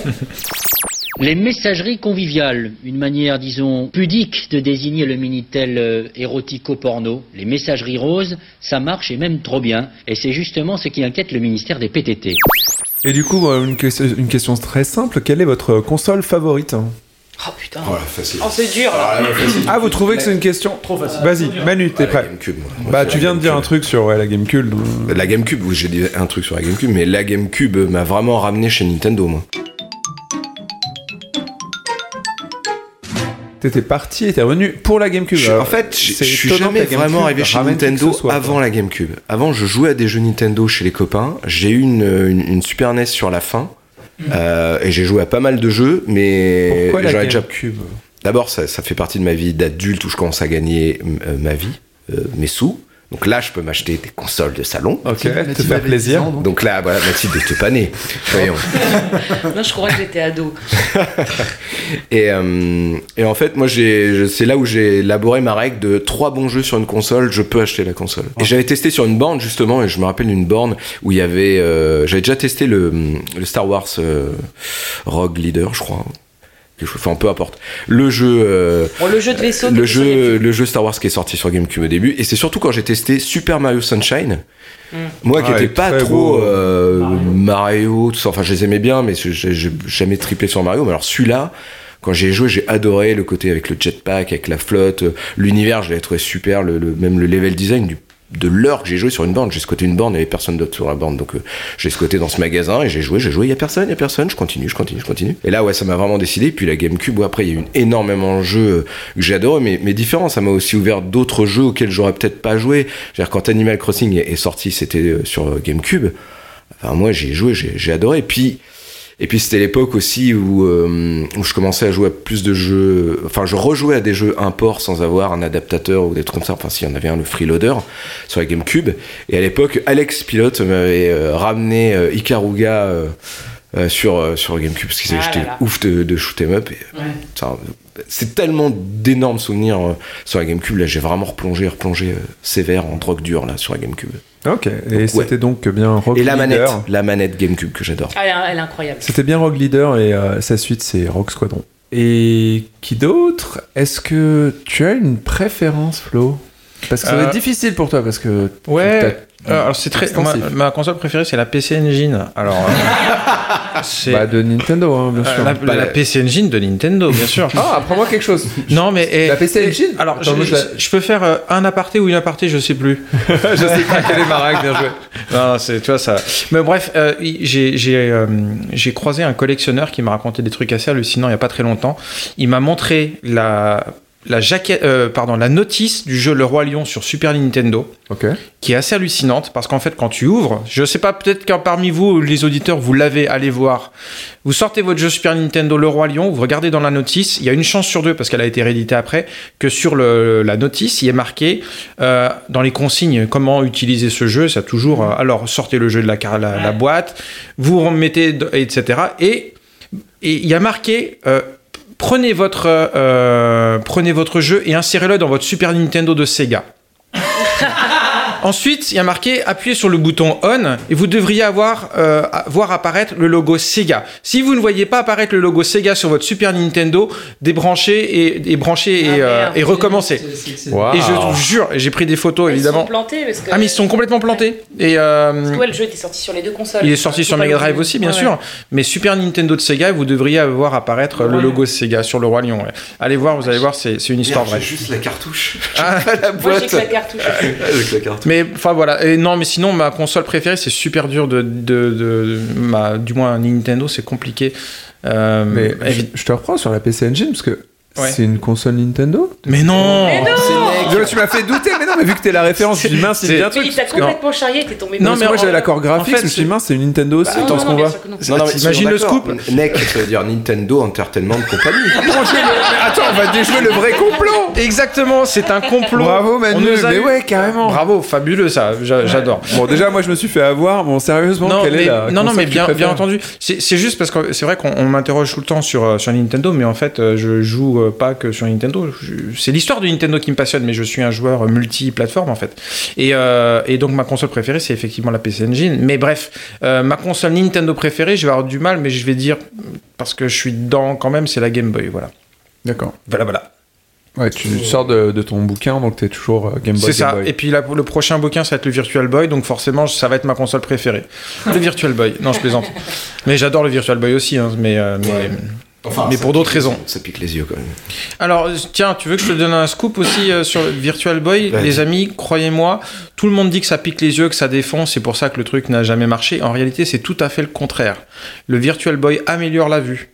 Les messageries conviviales, une manière, disons, pudique de désigner le Minitel euh, érotico-porno. Les messageries roses, ça marche et même trop bien. Et c'est justement ce qui inquiète le ministère des P T T. Et du coup, euh, une, question, une question très simple, quelle est votre console favorite? Oh putain. Voilà, facile. Oh, c'est dur là. Ah, là, facile. Ah, vous trouvez que c'est une question trop facile? Vas-y, Manu, t'es Ah, la prêt? GameCube, moi. Moi, Bah, c'est tu la viens de dire un GameCube. truc sur ouais, la GameCube. La GameCube, oui, j'ai dit un truc sur la GameCube, mais la GameCube m'a vraiment ramené chez Nintendo, moi. T'étais parti et t'es revenu pour la GameCube. Je- Alors, en fait, je c'est je suis étonnant jamais que la vraiment GameCube arrivé chez ramène qui que Nintendo ce soit, avant quoi. la GameCube. Avant, je jouais à des jeux Nintendo chez les copains. J'ai eu une, une, une Super N E S sur la fin. Euh, et j'ai joué à pas mal de jeux, mais Pourquoi la j'aurais déjà- GameCube? D'abord, ça, ça fait partie de ma vie d'adulte où je commence à gagner euh, ma vie, euh, mes sous. Donc là, je peux m'acheter des consoles de salon. Ok, te Mathilde faire avait plaisir. dix ans, donc. Donc là, voilà, Mathilde était pas née. Voyons. Non, je crois que j'étais ado. Et, euh, et en fait, moi, j'ai, je- c'est là où j'ai élaboré ma règle de trois bons jeux sur une console, je peux acheter la console. Et j'avais testé sur une borne, justement, et je me rappelle d'une borne où il y avait... euh, j'avais déjà testé le, le Star Wars euh, Rogue Leader, je crois. Quelque chose, enfin, peu importe. Le jeu... euh, Bon, le jeu de vaisseau. le qui était sur jeu, GameCube. le jeu Star Wars qui est sorti sur GameCube au début, et c'est surtout quand j'ai testé Super Mario Sunshine, moi qui Ah, étais il est pas très trop beau. euh, Mario, tout ça, enfin je les aimais bien, mais j'ai j'ai jamais triplé sur Mario. Mais alors celui-là, quand j'ai joué, j'ai adoré le côté avec le jetpack, avec la flotte, l'univers, je l'avais trouvé super, le, le- même le level design du de l'heure que j'ai joué sur une borne. J'ai squatté une borne, il n'y avait personne d'autre sur la borne, donc euh, j'ai squatté dans ce magasin et j'ai joué, j'ai joué, il n'y a personne, il n'y a personne, je continue, je continue, je continue. Et là, ouais, ça m'a vraiment décidé. Puis la GameCube, ouais, après, il y a eu énormément de jeux euh, que j'ai adoré, mais, mais différents. Ça m'a aussi ouvert d'autres jeux auxquels j'aurais peut-être pas joué. C'est-à-dire, quand Animal Crossing est, est sorti, c'était euh, sur euh, GameCube. Enfin, moi, j'ai joué, j'ai, j'ai adoré. Et puis, Et puis c'était l'époque aussi où, euh, où je commençais à jouer à plus de jeux, enfin je rejouais à des jeux import sans avoir un adaptateur ou des trucs comme ça, enfin s'il y en avait un, le Freeloader, sur la GameCube. Et à l'époque, Alex Pilote m'avait euh, ramené euh, Ikaruga euh, euh, sur, euh, sur GameCube, parce que ah j'étais ouf de, de shoot 'em up. Et, ouais. ça, c'est tellement d'énormes souvenirs euh, sur la GameCube, là j'ai vraiment replongé, replongé euh, sévère en drogue dure là sur la GameCube. Ok, et donc, c'était ouais. donc bien Rogue Leader. Et la manette, Leader. la manette GameCube que j'adore. Ah, elle, est, elle est incroyable. C'était bien Rogue Leader et euh, sa suite c'est Rogue Squadron. Et qui d'autre? Est-ce que tu as une préférence, Flo? Parce que ça va euh... être difficile pour toi parce que ouais. Euh, alors c'est très ma, ma console préférée c'est la P C Engine. Alors euh, c'est bah, de Nintendo hein, bien sûr. Euh, la, bah, la P C Engine de Nintendo bien sûr. Ah, apprends-moi quelque chose. Non mais et, la P C Engine. Et, alors Attends, je, je, je peux faire euh, un aparté ou une aparté, je sais plus. Je sais pas quelle est ma règle, bien joué. Non, c'est tu vois ça. Mais bref, euh, j'ai j'ai euh, j'ai croisé un collectionneur qui m'a raconté des trucs assez hallucinants il y a pas très longtemps. Il m'a montré la la jaquette, euh, pardon, la notice du jeu Le Roi Lion sur Super Nintendo, okay. qui est assez hallucinante parce qu'en fait, quand tu ouvres, je sais pas, peut-être que parmi vous, les auditeurs, vous l'avez, allez voir. Vous sortez votre jeu Super Nintendo Le Roi Lion, vous regardez dans la notice, il y a une chance sur deux parce qu'elle a été rééditée après, que sur le, la notice, il est marqué euh, dans les consignes comment utiliser ce jeu. Ça toujours, euh, alors sortez le jeu de la, la, la boîte, vous remettez, et cetera. Et il y a marqué. Euh, Prenez votre, euh, prenez votre jeu et insérez-le dans votre Super Nintendo de Sega. Ensuite, il y a marqué appuyez sur le bouton On et vous devriez avoir euh, voir apparaître le logo Sega. Si vous ne voyez pas apparaître le logo Sega sur votre Super Nintendo, débranchez et, et branchez ah, et, euh, et recommencez. C'est, c'est... Wow. Et je vous jure, j'ai pris des photos ils évidemment. Ils sont plantés parce que... Ah mais ils sont complètement plantés. Ouais. Et euh... parce que ouais, le jeu était sorti sur les deux consoles. Il est sorti euh, sur Mega Drive aussi, bien ouais, sûr. Ouais. Mais Super Nintendo de Sega, vous devriez voir apparaître ouais. le logo Sega sur le Roi Lion. Ouais. Allez voir, vous allez voir, c'est, c'est une histoire vraie. J'ai juste la cartouche. Ah, la boîte. Moi j'ai que la cartouche. Avec la cartouche. Mais enfin voilà. Et non, mais sinon, ma console préférée, c'est super dur de. de, de, de ma, du moins, Nintendo, c'est compliqué. Euh, mais je, je te reprends sur la P C Engine, parce que ouais. c'est une console Nintendo. Mais non, mais non c'est Tu m'as fait douter, mais non, mais vu que t'es la référence, je dis mince, c'est bien truc. Il t'a complètement charrié, t'es tombé. Non, non mais moi j'avais l'accord graphique, en fait, je me dis mince, c'est une Nintendo aussi, bah, tant ce qu'on voit. Non, non, mais imagine le scoop. N E C, ça veut dire Nintendo Entertainment Company. Attends, on va déjouer le vrai complot. Exactement, c'est un complot. Bravo Manu, mais ouais, carrément. Bravo, fabuleux ça, j'adore. Bon, déjà, moi je me suis fait avoir, bon, sérieusement, quelle est la. Non, non, mais bien entendu. C'est juste parce que c'est vrai qu'on m'interroge tout le temps sur Nintendo, mais en fait, je joue pas que sur Nintendo. C'est l'histoire de Nintendo qui me passionne, mais je suis un joueur multi-plateforme en fait. Et, euh, et donc ma console préférée, c'est effectivement la P C Engine. Mais bref, euh, ma console Nintendo préférée, je vais avoir du mal, mais je vais dire, parce que je suis dedans quand même, c'est la Game Boy. Voilà. D'accord. Voilà, voilà. Ouais, tu sors de, de ton bouquin, donc t'es toujours Game Boy. C'est ça. Game Boy. Et puis là, le prochain bouquin, ça va être le Virtual Boy, donc forcément, ça va être ma console préférée. Le Virtual Boy. Non, je plaisante. Mais j'adore le Virtual Boy aussi, hein, mais. Euh, mais... Ouais. Enfin, mais pour d'autres pique, raisons. Ça pique les yeux quand même. Alors, tiens, tu veux que je te donne un scoop aussi euh, sur le Virtual Boy? Ouais. Les amis, croyez-moi, tout le monde dit que ça pique les yeux, que ça défonce, c'est pour ça que le truc n'a jamais marché. En réalité, c'est tout à fait le contraire. Le Virtual Boy améliore la vue.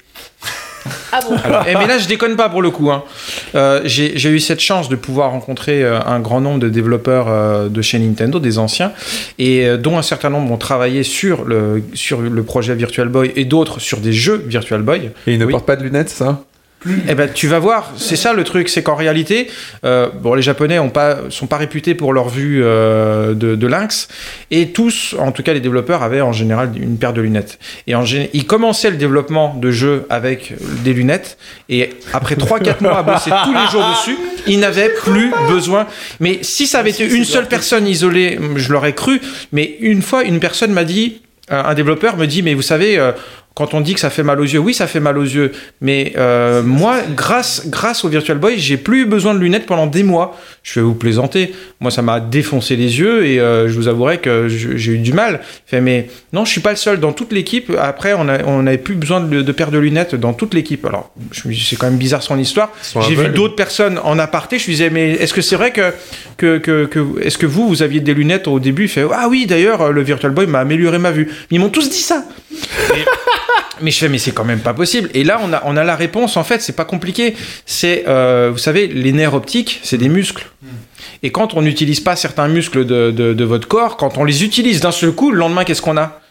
Ah bon? Alors, eh, mais là, je déconne pas pour le coup. Hein. Euh, j'ai, j'ai eu cette chance de pouvoir rencontrer euh, un grand nombre de développeurs euh, de chez Nintendo, des anciens, et euh, dont un certain nombre ont travaillé sur le, sur le projet Virtual Boy et d'autres sur des jeux Virtual Boy. Et ils ne oui. portent pas de lunettes, ça? Eh ben, tu vas voir, c'est ça le truc, c'est qu'en réalité, euh, bon, les Japonais ont pas, sont pas réputés pour leur vue euh, de, de lynx, et tous, en tout cas les développeurs, avaient en général une paire de lunettes. Et en gé... ils commençaient le développement de jeux avec des lunettes, et après trois quatre mois à bosser tous les jours dessus, ils n'avaient plus besoin. Mais si ça avait été une seule personne isolée, je l'aurais cru, mais une fois, une personne m'a dit, un développeur me dit, mais vous savez... Euh, quand on dit que ça fait mal aux yeux, oui, ça fait mal aux yeux. Mais euh, moi, grâce, grâce au Virtual Boy, j'ai plus eu besoin de lunettes pendant des mois. Je vais vous plaisanter. Moi, ça m'a défoncé les yeux et euh, je vous avouerai que j'ai eu du mal. Fait, mais non, je suis pas le seul. Dans toute l'équipe, après, on a, on n'avait plus besoin de, de paires de lunettes dans toute l'équipe. Alors, je me dis, c'est quand même bizarre son histoire. J'ai vu d'autres personnes en aparté. Je me disais, mais est-ce que c'est vrai que, que, que, que est-ce que vous, vous aviez des lunettes au début? Il fait, ah oui, d'ailleurs, le Virtual Boy m'a amélioré ma vue. Ils m'ont tous dit ça. Et, mais je fais, mais c'est quand même pas possible. Et là, on a, on a la réponse, en fait, c'est pas compliqué. C'est, euh, vous savez, les nerfs optiques, c'est des muscles. Et quand on n'utilise pas certains muscles de, de, de votre corps, quand on les utilise d'un seul coup, le lendemain, qu'est-ce qu'on a?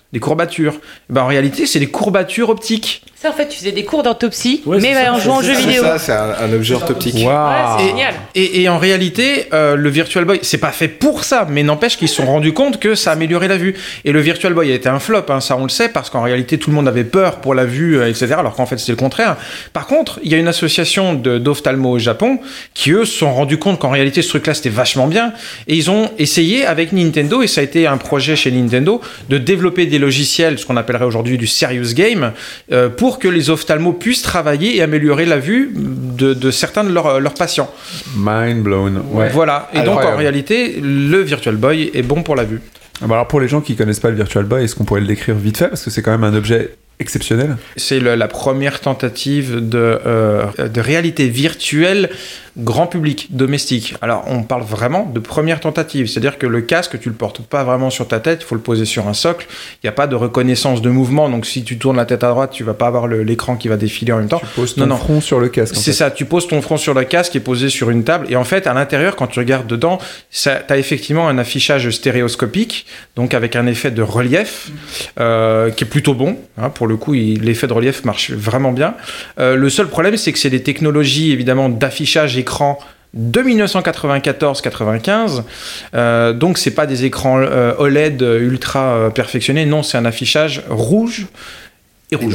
des courbatures. Et ben, en réalité, c'est des courbatures optiques. Ça, en fait, tu faisais des cours d'autopsie, Ouais, mais c'est ça, en jouant aux jeux C'est vidéo. ça, c'est un, un objet orthoptique. Ouais, c'est Et- génial. Et, et en réalité, euh, le Virtual Boy, c'est pas fait pour ça, mais n'empêche qu'ils se sont rendus compte que ça améliorait la vue. Et le Virtual Boy a été un flop, hein, ça on le sait, parce qu'en réalité tout le monde avait peur pour la vue, euh, et cetera. Alors qu'en fait c'était le contraire. Par contre, il y a une association de, d'ophtalmo au Japon qui eux se sont rendus compte qu'en réalité ce truc-là c'était vachement bien, et ils ont essayé avec Nintendo, et ça a été un projet chez Nintendo, de développer des logiciels, ce qu'on appellerait aujourd'hui du serious game, euh, pour que les ophtalmos puissent travailler et améliorer la vue de, de certains de leurs, leurs patients. Mind blown. Ouais. Voilà. Et donc, Incroyable. en réalité, le Virtual Boy est bon pour la vue. Ah bah alors pour les gens qui connaissent pas le Virtual Boy, est-ce qu'on pourrait le décrire vite fait parce que c'est quand même un objet exceptionnel. C'est le- la première tentative de, euh, de réalité virtuelle grand public, domestique. Alors, on parle vraiment de première tentative. C'est-à-dire que le casque, tu le portes pas vraiment sur ta tête, il faut le poser sur un socle. Il n'y a pas de reconnaissance de mouvement, donc si tu tournes la tête à droite, tu vas pas avoir le- l'écran qui va défiler en même temps. Tu poses ton Non, non. front sur le casque. en C'est fait. ça, tu poses ton front sur le casque qui est posé sur une table, et en fait, à l'intérieur, quand tu regardes dedans, tu as effectivement un affichage stéréoscopique, donc avec un effet de relief, euh, qui est plutôt bon. Hein, pour le coup, il- l'effet de relief marche vraiment bien. Euh, le seul problème, c'est que c'est des technologies, évidemment, d'affichage écran de dix-neuf cent quatre-vingt-quatorze quatre-vingt-quinze, euh, donc c'est pas des écrans euh, O L E D ultra euh, perfectionnés, non, c'est un affichage rouge et rouge.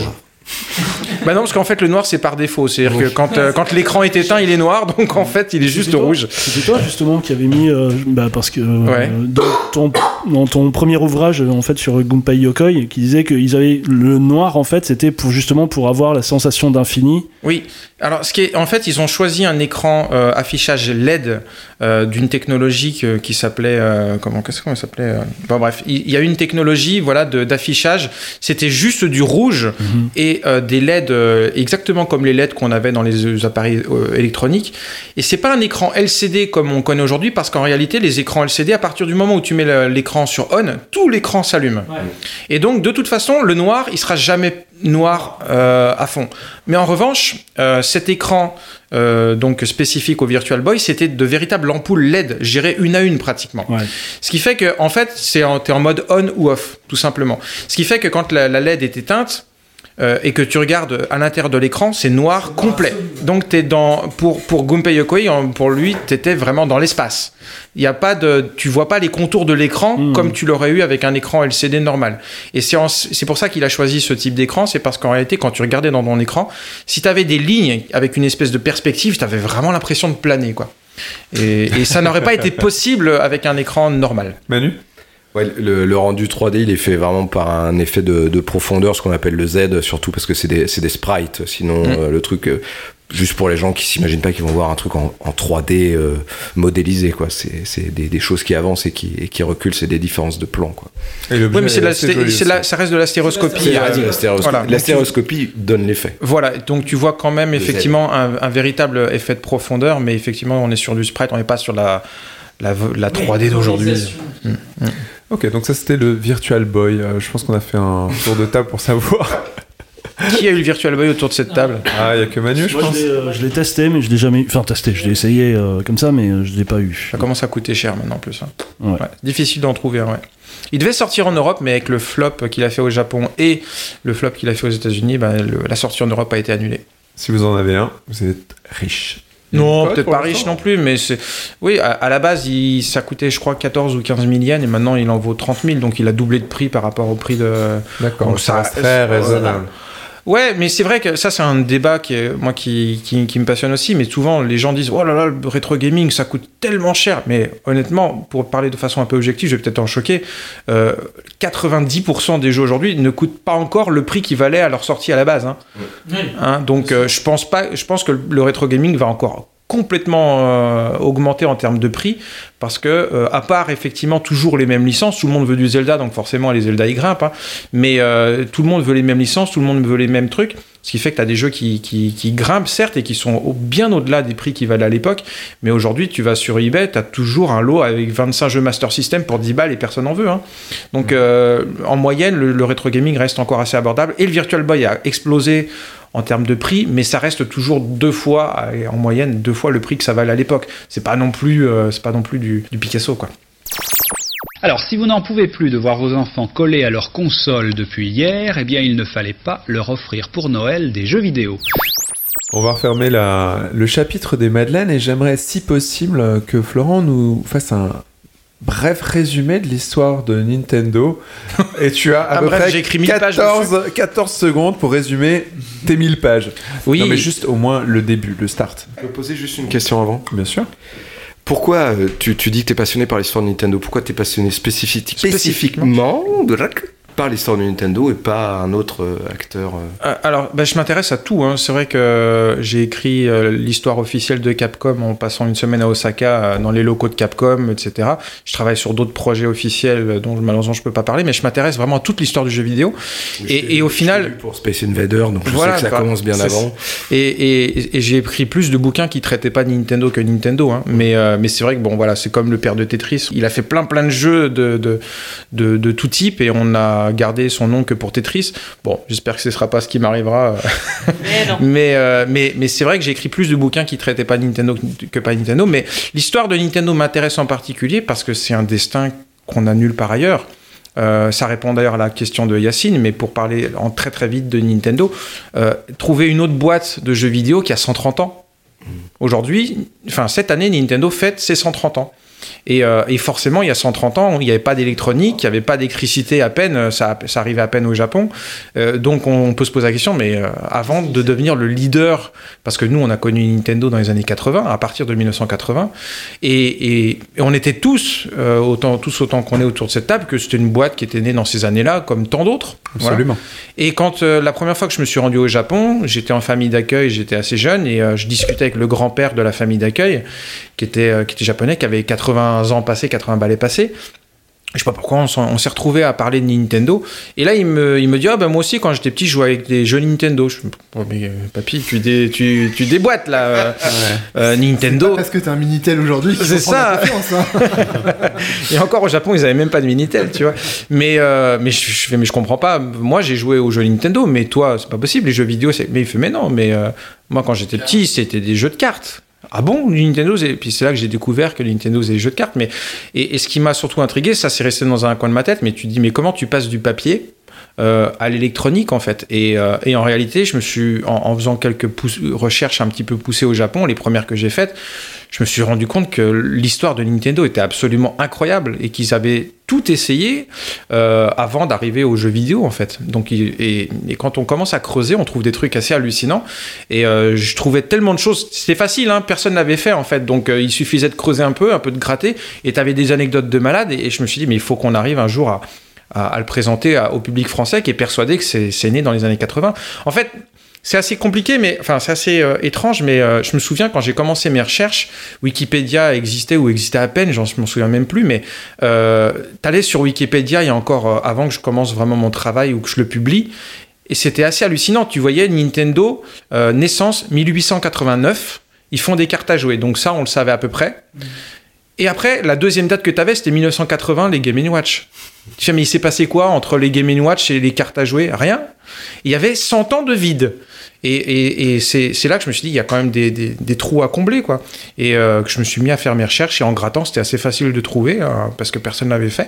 Bah non, parce qu'en fait le noir c'est par défaut, c'est-à-dire que quand, euh, quand l'écran est éteint il est noir, donc en fait il est juste C'était toi- rouge. C'était toi justement qui avait mis, euh, bah, parce que euh, Ouais. dans, ton, dans ton premier ouvrage en fait sur Gunpei Yokoi, qui disait qu'ils avaient le noir en fait, c'était pour justement pour avoir la sensation d'infini. Oui, alors ce qui est, en fait ils ont choisi un écran euh, affichage L E D euh, d'une technologie que- qui s'appelait, euh, comment, qu'est-ce qu'on s'appelait euh, bon, bref, il il y a une technologie voilà, de- d'affichage, c'était juste du rouge et euh, des L E D euh, exactement comme les L E D qu'on avait dans les euh, appareils euh, électroniques. Et c'est pas un écran L C D comme on connaît aujourd'hui, parce qu'en réalité, les écrans L C D, à partir du moment où tu mets le- l'écran sur on, tout l'écran s'allume. Et donc, de toute façon, le noir, il sera jamais noir euh, à fond. Mais en revanche, euh, cet écran euh, donc spécifique au Virtual Boy, c'était de véritables ampoules L E D, gérées une à une pratiquement. Ouais. Ce qui fait que, en fait, c'est en, t'es en mode on ou off, tout simplement. Ce qui fait que quand la, la L E D est éteinte, euh, et que tu regardes à l'intérieur de l'écran, c'est noir complet. Donc t'es dans, pour, pour Gunpei Yokoi, en- pour lui, t'étais vraiment dans l'espace. Il y a pas de, tu vois pas les contours de l'écran Mmh. comme tu l'aurais eu avec un écran L C D normal. Et c'est, en- c'est pour ça qu'il a choisi ce type d'écran, c'est parce qu'en réalité, quand tu regardais dans ton écran, si t'avais des lignes avec une espèce de perspective, t'avais vraiment l'impression de planer, quoi. Et, et ça n'aurait pas été possible avec un écran normal. Manu. Ouais, le, le rendu trois D, il est fait vraiment par un effet de, de profondeur, ce qu'on appelle le Z, surtout parce que c'est des, c'est des sprites. Sinon, Mm. euh, le truc, euh, juste pour les gens qui s'imaginent pas qu'ils vont voir un truc en, en trois D euh, modélisé, quoi. C'est, c'est des, des choses qui avancent et qui, et qui reculent, c'est des différences de plan, quoi. Et l'objet Oui, mais c'est de la, est assez c'est- joli c'est la- aussi. ça reste de la stéroscopie. C'est euh, la, stéréoscopie. voilà. La stéréoscopie donne l'effet. Voilà, donc tu vois quand même Le effectivement un, un véritable effet de profondeur, mais effectivement on est sur du sprite, on n'est pas sur la, la, la trois D d'aujourd'hui. Ok, donc ça c'était le Virtual Boy. Euh, je pense qu'on a fait un tour de table pour savoir. Qui a eu le Virtual Boy autour de cette table? Ah, il y a que Manu, je Moi, pense. je l'ai, euh, je l'ai testé, mais je l'ai jamais. Enfin, testé, je l'ai essayé euh, comme ça, mais euh, je l'ai pas eu. Ça commence à coûter cher maintenant en plus. hein. Ouais. Ouais, difficile d'en trouver un, ouais. Il devait sortir en Europe, mais avec le flop qu'il a fait au Japon et le flop qu'il a fait aux États-Unis, bah, le- la sortie en Europe a été annulée. Si vous en avez un, vous êtes riche. Non, Ouais, peut-être pour pas riche l'instant. non plus, mais c'est. Oui, à, à la base, il, ça coûtait, je crois, quatorze ou quinze mille yens, et maintenant il en vaut trente mille, donc il a doublé de prix par rapport au prix de. D'accord, Donc donc ça ça- reste très raisonnable. Ouais, mais c'est vrai que ça, c'est un débat qui est, moi, qui, qui, qui me passionne aussi, mais souvent, les gens disent, oh là là, le rétro gaming, ça coûte tellement cher. Mais honnêtement, pour parler de façon un peu objective, je vais peut-être en choquer, euh, quatre-vingt-dix pour cent des jeux aujourd'hui ne coûtent pas encore le prix qui valait à leur sortie à la base. Hein. Hein, donc, euh, je pense pas, je pense que le rétro gaming va encore complètement euh, augmenter en termes de prix, parce que euh, à part effectivement toujours les mêmes licences, tout le monde veut du Zelda, donc forcément les Zelda ils grimpent, hein, mais euh, tout le monde veut les mêmes licences, tout le monde veut les mêmes trucs, ce qui fait que tu as des jeux qui, qui, qui grimpent certes et qui sont au- bien au-delà des prix qui valaient à l'époque, mais aujourd'hui tu vas sur eBay, tu as toujours un lot avec vingt-cinq jeux Master System pour dix balles et personne n'en veut, hein. Donc euh, en moyenne le, le rétro gaming reste encore assez abordable, et le Virtual Boy a explosé en termes de prix, mais ça reste toujours deux fois, euh, en moyenne, deux fois le prix que ça valait à l'époque. C'est pas non plus, euh, c'est pas non plus du, du Picasso, quoi. Alors, si vous n'en pouvez plus de voir vos enfants collés à leur console depuis hier, eh bien, il ne fallait pas leur offrir pour Noël des jeux vidéo. On va refermer la, le chapitre des Madeleines et j'aimerais, si possible, que Florent nous fasse un bref résumé de l'histoire de Nintendo. Et tu as à ah, peu bref, près j'ai écrit mille quatorze, pages quatorze secondes pour résumer tes mille pages. Oui. Non, mais juste au moins le début, le start. Je peux poser juste une question avant ? Bien sûr. Pourquoi euh, tu, tu dis que t'es passionné par l'histoire de Nintendo ? Pourquoi t'es passionné spécifique, spécifiquement par l'histoire de Nintendo et pas un autre euh, acteur euh... Alors, bah, je m'intéresse à tout. Hein. C'est vrai que j'ai écrit euh, l'histoire officielle de Capcom en passant une semaine à Osaka euh, dans les locaux de Capcom, et cetera. Je travaille sur d'autres projets officiels dont malheureusement je peux pas parler, mais je m'intéresse vraiment à toute l'histoire du jeu vidéo. Et, et au final, pour Space Invader, donc je voilà, sais que ça bah, commence bien avant. Et, et, et j'ai écrit plus de bouquins qui traitaient pas de Nintendo que Nintendo. Hein. Mais, euh, mais c'est vrai que bon, voilà, c'est comme le père de Tetris. Il a fait plein plein de jeux de de, de, de tout type et on a gardé son nom que pour Tetris. Bon, j'espère que ce sera pas ce qui m'arrivera. Mais non. mais, euh, mais, mais c'est vrai que j'ai écrit plus de bouquins qui traitaient pas Nintendo que pas Nintendo. Mais l'histoire de Nintendo m'intéresse en particulier parce que c'est un destin qu'on n'a nulle part ailleurs. Euh, ça répond d'ailleurs à la question de Yacine, mais pour parler en très très vite de Nintendo, euh, trouver une autre boîte de jeux vidéo qui a cent trente ans. Aujourd'hui, enfin cette année, Nintendo fête ses cent trente ans. Et, euh, et forcément, il y a cent trente ans, il n'y avait pas d'électronique, il n'y avait pas d'électricité à peine, ça, ça arrivait à peine au Japon. Euh, donc on peut se poser la question, mais euh, avant de devenir le leader, parce que nous on a connu Nintendo dans les années quatre-vingts, à partir de mille neuf cent quatre-vingts, et, et, et on était tous, euh, autant, tous autant qu'on est autour de cette table, que c'était une boîte qui était née dans ces années-là, comme tant d'autres. Absolument. Voilà. Et quand euh, la première fois que je me suis rendu au Japon, j'étais en famille d'accueil, j'étais assez jeune, et euh, je discutais avec le grand-père de la famille d'accueil, qui était, euh, qui était japonais, qui avait quatre-vingts ans passés, quatre-vingts balais passés. Je sais pas pourquoi on, on s'est retrouvé à parler de Nintendo. Et là, il me, il me dit, ah ben moi aussi, quand j'étais petit, je jouais avec des jeux Nintendo. Je me dis, oh, mais euh, papy, tu, dé, tu, tu déboîtes là. Euh, ouais. euh, Nintendo. C'est pas parce que t'as un Minitel aujourd'hui. C'est ça. Hein. Et encore au Japon, ils avaient même pas de Minitel, tu vois. Mais, euh, mais, je, je fais, mais je comprends pas. Moi, j'ai joué aux jeux Nintendo, mais toi, c'est pas possible. Les jeux vidéo, c'est. Mais il fait, mais non, mais euh, moi, quand j'étais petit, c'était des jeux de cartes. Ah bon, Nintendo, et puis c'est là que j'ai découvert que Nintendo c'est des jeux de cartes. Mais et, et ce qui m'a surtout intrigué, ça s'est resté dans un coin de ma tête. Mais tu te dis, mais comment tu passes du papier euh, à l'électronique en fait? Et, euh, et en réalité, je me suis, en, en faisant quelques pousse, recherches un petit peu poussées au Japon, les premières que j'ai faites, je me suis rendu compte que l'histoire de Nintendo était absolument incroyable et qu'ils avaient tout essayé euh, avant d'arriver aux jeux vidéo en fait. Donc, et, et quand on commence à creuser, on trouve des trucs assez hallucinants. Et euh, je trouvais tellement de choses. C'était facile, hein, personne n'avait fait en fait. Donc euh, il suffisait de creuser un peu, un peu de gratter. Et tu avais des anecdotes de malades. Et, et je me suis dit, mais il faut qu'on arrive un jour à, à, à le présenter à, au public français qui est persuadé que c'est, c'est né dans les années quatre-vingts. En fait, c'est assez compliqué, mais enfin c'est assez euh, étrange, mais euh, je me souviens quand j'ai commencé mes recherches, Wikipédia existait ou existait à peine, j'en m'en souviens même plus, mais euh, t'allais sur Wikipédia il y a encore euh, avant que je commence vraiment mon travail ou que je le publie, et c'était assez hallucinant. Tu voyais Nintendo euh, naissance mille huit cent quatre-vingt-neuf, ils font des cartes à jouer, donc ça on le savait à peu près. Mmh. Et après, la deuxième date que tu avais, c'était mille neuf cent quatre-vingts, les Game and Watch. Tu sais, mais il s'est passé quoi entre les Game and Watch et les cartes à jouer? Rien. Il y avait cent ans de vide. Et, et, et c'est, c'est là que je me suis dit, il y a quand même des, des, des trous à combler, quoi. Et euh, que je me suis mis à faire mes recherches, et en grattant, c'était assez facile de trouver, euh, parce que personne ne l'avait fait.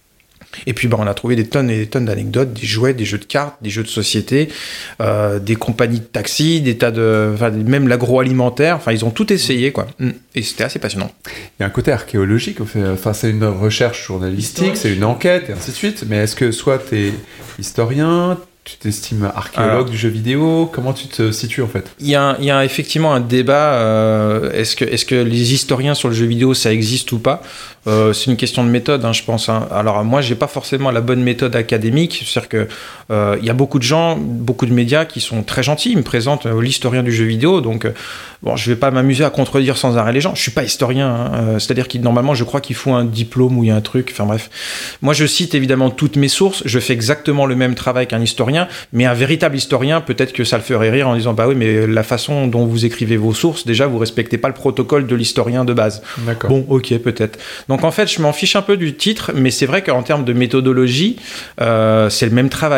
Et puis bah, on a trouvé des tonnes et des tonnes d'anecdotes, des jouets, des jeux de cartes, des jeux de société, euh, des compagnies de taxi, des tas de, enfin, même l'agroalimentaire. Enfin, ils ont tout essayé, quoi. Et c'était assez passionnant. Il y a un côté archéologique. Enfin, c'est une recherche journalistique, c'est une enquête et ainsi de suite. Mais est-ce que soit t'es historien, tu t'estimes archéologue Alors, du jeu vidéo? Comment tu te situes en fait? Il y a, il y a effectivement un débat. Euh, est-ce que, est-ce que les historiens sur le jeu vidéo, ça existe ou pas? Euh, c'est une question de méthode, hein, je pense. Hein. Alors moi, j'ai pas forcément la bonne méthode académique. C'est-à-dire que euh, il y a beaucoup de gens, beaucoup de médias qui sont très gentils. Ils me présentent euh, l'historien du jeu vidéo. Donc, euh, bon, je vais pas m'amuser à contredire sans arrêt les gens. Je suis pas historien. Hein. Euh, c'est-à-dire qu'il normalement, je crois qu'il faut un diplôme ou il y a un truc. Enfin bref. Moi, je cite évidemment toutes mes sources. Je fais exactement le même travail qu'un historien, mais un véritable historien, peut-être que ça le ferait rire en disant bah oui, mais la façon dont vous écrivez vos sources, déjà, vous respectez pas le protocole de l'historien de base. D'accord. Bon, ok, peut-être. Donc en fait, je m'en fiche un peu du titre, mais c'est vrai qu'en termes de méthodologie, euh, c'est le même travail.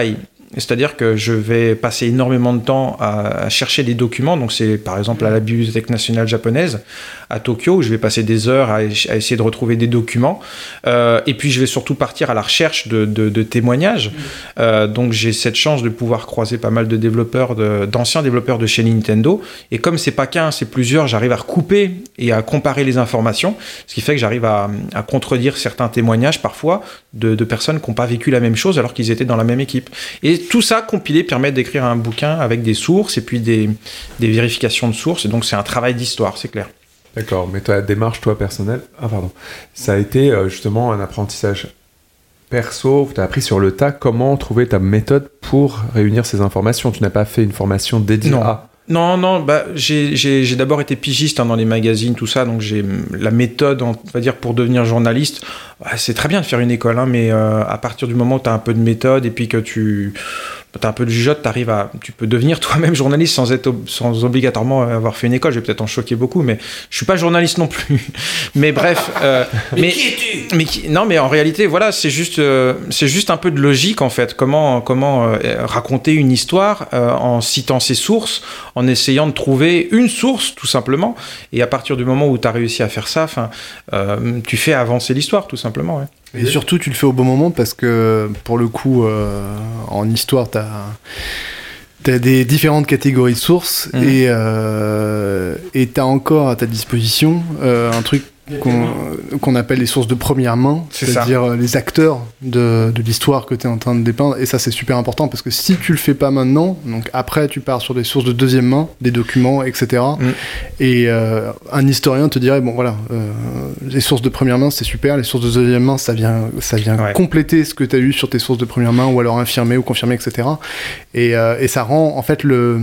C'est-à-dire que je vais passer énormément de temps à, à chercher des documents. Donc c'est par exemple à la Bibliothèque nationale japonaise à Tokyo où je vais passer des heures à, à essayer de retrouver des documents. Euh, et puis je vais surtout partir à la recherche de, de, de témoignages. Euh, donc j'ai cette chance de pouvoir croiser pas mal de développeurs, de, d'anciens développeurs de chez Nintendo. Et comme c'est pas qu'un, c'est plusieurs, j'arrive à recouper et à comparer les informations. Ce qui fait que j'arrive à, à contredire certains témoignages parfois de, de personnes qui n'ont pas vécu la même chose alors qu'ils étaient dans la même équipe. Et tout ça compilé permet d'écrire un bouquin avec des sources et puis des, des vérifications de sources. Et donc c'est un travail d'histoire, c'est clair. D'accord, mais ta démarche, toi, personnelle, ah pardon, ça a été euh, justement un apprentissage perso, tu as appris sur le tas comment trouver ta méthode pour réunir ces informations. Tu n'as pas fait une formation dédiée non. à... Non, non, bah, j'ai, j'ai, j'ai d'abord été pigiste hein, dans les magazines, tout ça, donc j'ai la méthode, on va dire, pour devenir journaliste. Bah, c'est très bien de faire une école, hein, mais euh, à partir du moment où tu as un peu de méthode et puis que tu as un peu de jugeote, t'arrives à, tu peux devenir toi-même journaliste sans, être, sans obligatoirement avoir fait une école. Je vais peut-être en choquer beaucoup, mais je suis pas journaliste non plus. Mais bref. Euh, mais, mais qui es-tu ? mais qui, non, mais en réalité, voilà, c'est juste, euh, c'est juste un peu de logique en fait. Comment, comment euh, raconter une histoire euh, en citant ses sources, en essayant de trouver une source tout simplement. Et à partir du moment où tu as réussi à faire ça, euh, tu fais avancer l'histoire tout simplement. Ouais. Et surtout, tu le fais au bon moment parce que, pour le coup, euh, en histoire, t'as, t'as des différentes catégories de sources mmh. et euh, et t'as encore à ta disposition euh, un truc qu'on, qu'on appelle les sources de première main, c'est c'est-à-dire ça. les acteurs de, de l'histoire que tu es en train de dépeindre. Et ça, c'est super important parce que si tu le fais pas maintenant, donc après, tu pars sur des sources de deuxième main, des documents, et cetera. Mm. Et euh, un historien te dirait, bon voilà, euh, les sources de première main, c'est super, les sources de deuxième main, ça vient, ça vient ouais. compléter ce que tu as eu sur tes sources de première main ou alors infirmer ou confirmer, et cetera. Et, euh, et ça rend, en fait, le,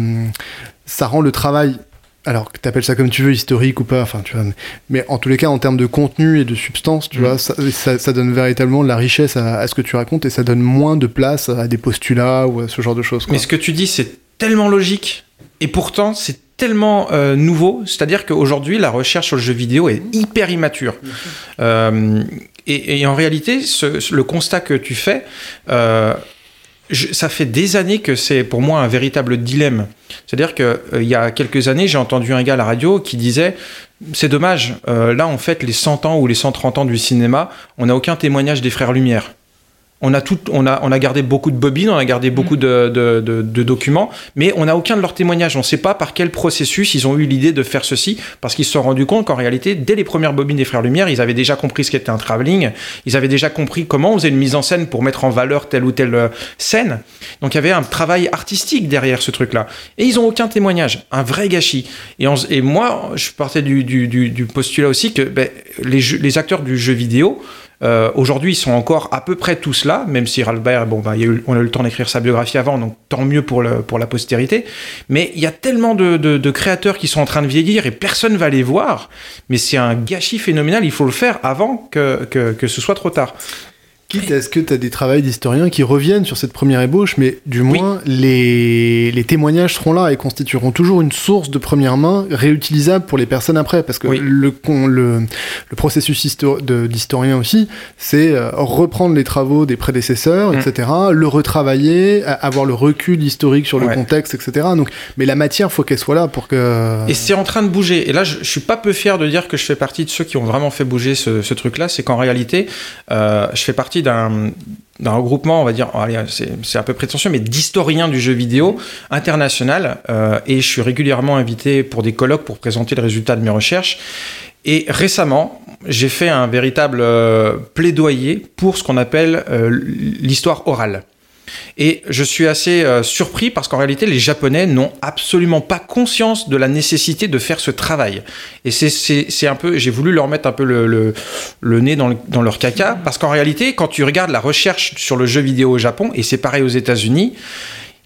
ça rend le travail... Alors, que t'appelles ça comme tu veux, historique ou pas, enfin, tu vois, mais en tous les cas, en termes de contenu et de substance, tu mmh. vois, ça, ça, ça donne véritablement de la richesse à, à ce que tu racontes et ça donne moins de place à des postulats ou à ce genre de choses, quoi. Mais ce que tu dis, c'est tellement logique et pourtant, c'est tellement euh, nouveau, c'est-à-dire qu'aujourd'hui, la recherche sur le jeu vidéo est hyper immature. Mmh. Euh, et, et en réalité, ce, le constat que tu fais... Euh, Je, ça fait des années que c'est pour moi un véritable dilemme. C'est-à-dire qu'il euh, y a quelques années, j'ai entendu un gars à la radio qui disait « C'est dommage, euh, là, en fait, les cent ans ou les cent trente ans du cinéma, on n'a aucun témoignage des Frères Lumière. » On a, tout, on, a, on a gardé beaucoup de bobines, on a gardé beaucoup de, de, de, de documents, mais on n'a aucun de leurs témoignages. On ne sait pas par quel processus ils ont eu l'idée de faire ceci, parce qu'ils se sont rendus compte qu'en réalité, dès les premières bobines des Frères Lumière, ils avaient déjà compris ce qu'était un travelling, ils avaient déjà compris comment on faisait une mise en scène pour mettre en valeur telle ou telle scène. Donc il y avait un travail artistique derrière ce truc-là. Et ils n'ont aucun témoignage, un vrai gâchis. Et, on, et moi, je partais du, du, du, du postulat aussi que ben, les, jeux, les acteurs du jeu vidéo, Euh, aujourd'hui, ils sont encore à peu près tous là, même si Ralph Baer, bon, bah, y a eu, on a eu le temps d'écrire sa biographie avant, donc tant mieux pour, le, pour la postérité. Mais il y a tellement de, de, de créateurs qui sont en train de vieillir et personne va les voir. Mais c'est un gâchis phénoménal, il faut le faire avant que, que, que ce soit trop tard. Quitte à ce que tu as des travails d'historiens qui reviennent sur cette première ébauche, mais du moins, oui. les, les témoignages seront là et constitueront toujours une source de première main réutilisable pour les personnes après. Parce que oui. le, le, le processus histo- de, d'historien aussi, c'est euh, reprendre les travaux des prédécesseurs, mmh. et cetera, le retravailler, avoir le recul historique sur le ouais. contexte, et cetera. Donc, mais la matière, il faut qu'elle soit là pour que... Et c'est en train de bouger. Et là, je, je suis pas peu fier de dire que je fais partie de ceux qui ont vraiment fait bouger ce, ce truc-là. C'est qu'en réalité, euh, je fais partie d'un, d'un regroupement, on va dire, allez, c'est, c'est un peu prétentieux, mais d'historiens du jeu vidéo international. Euh, et je suis régulièrement invité pour des colloques pour présenter le résultat de mes recherches. Et récemment, j'ai fait un véritable euh, plaidoyer pour ce qu'on appelle euh, l'histoire orale. Et je suis assez euh, surpris parce qu'en réalité, les Japonais n'ont absolument pas conscience de la nécessité de faire ce travail. Et c'est, c'est, c'est un peu, j'ai voulu leur mettre un peu le, le, le nez dans, le, dans leur caca parce qu'en réalité, quand tu regardes la recherche sur le jeu vidéo au Japon, et c'est pareil aux États-Unis,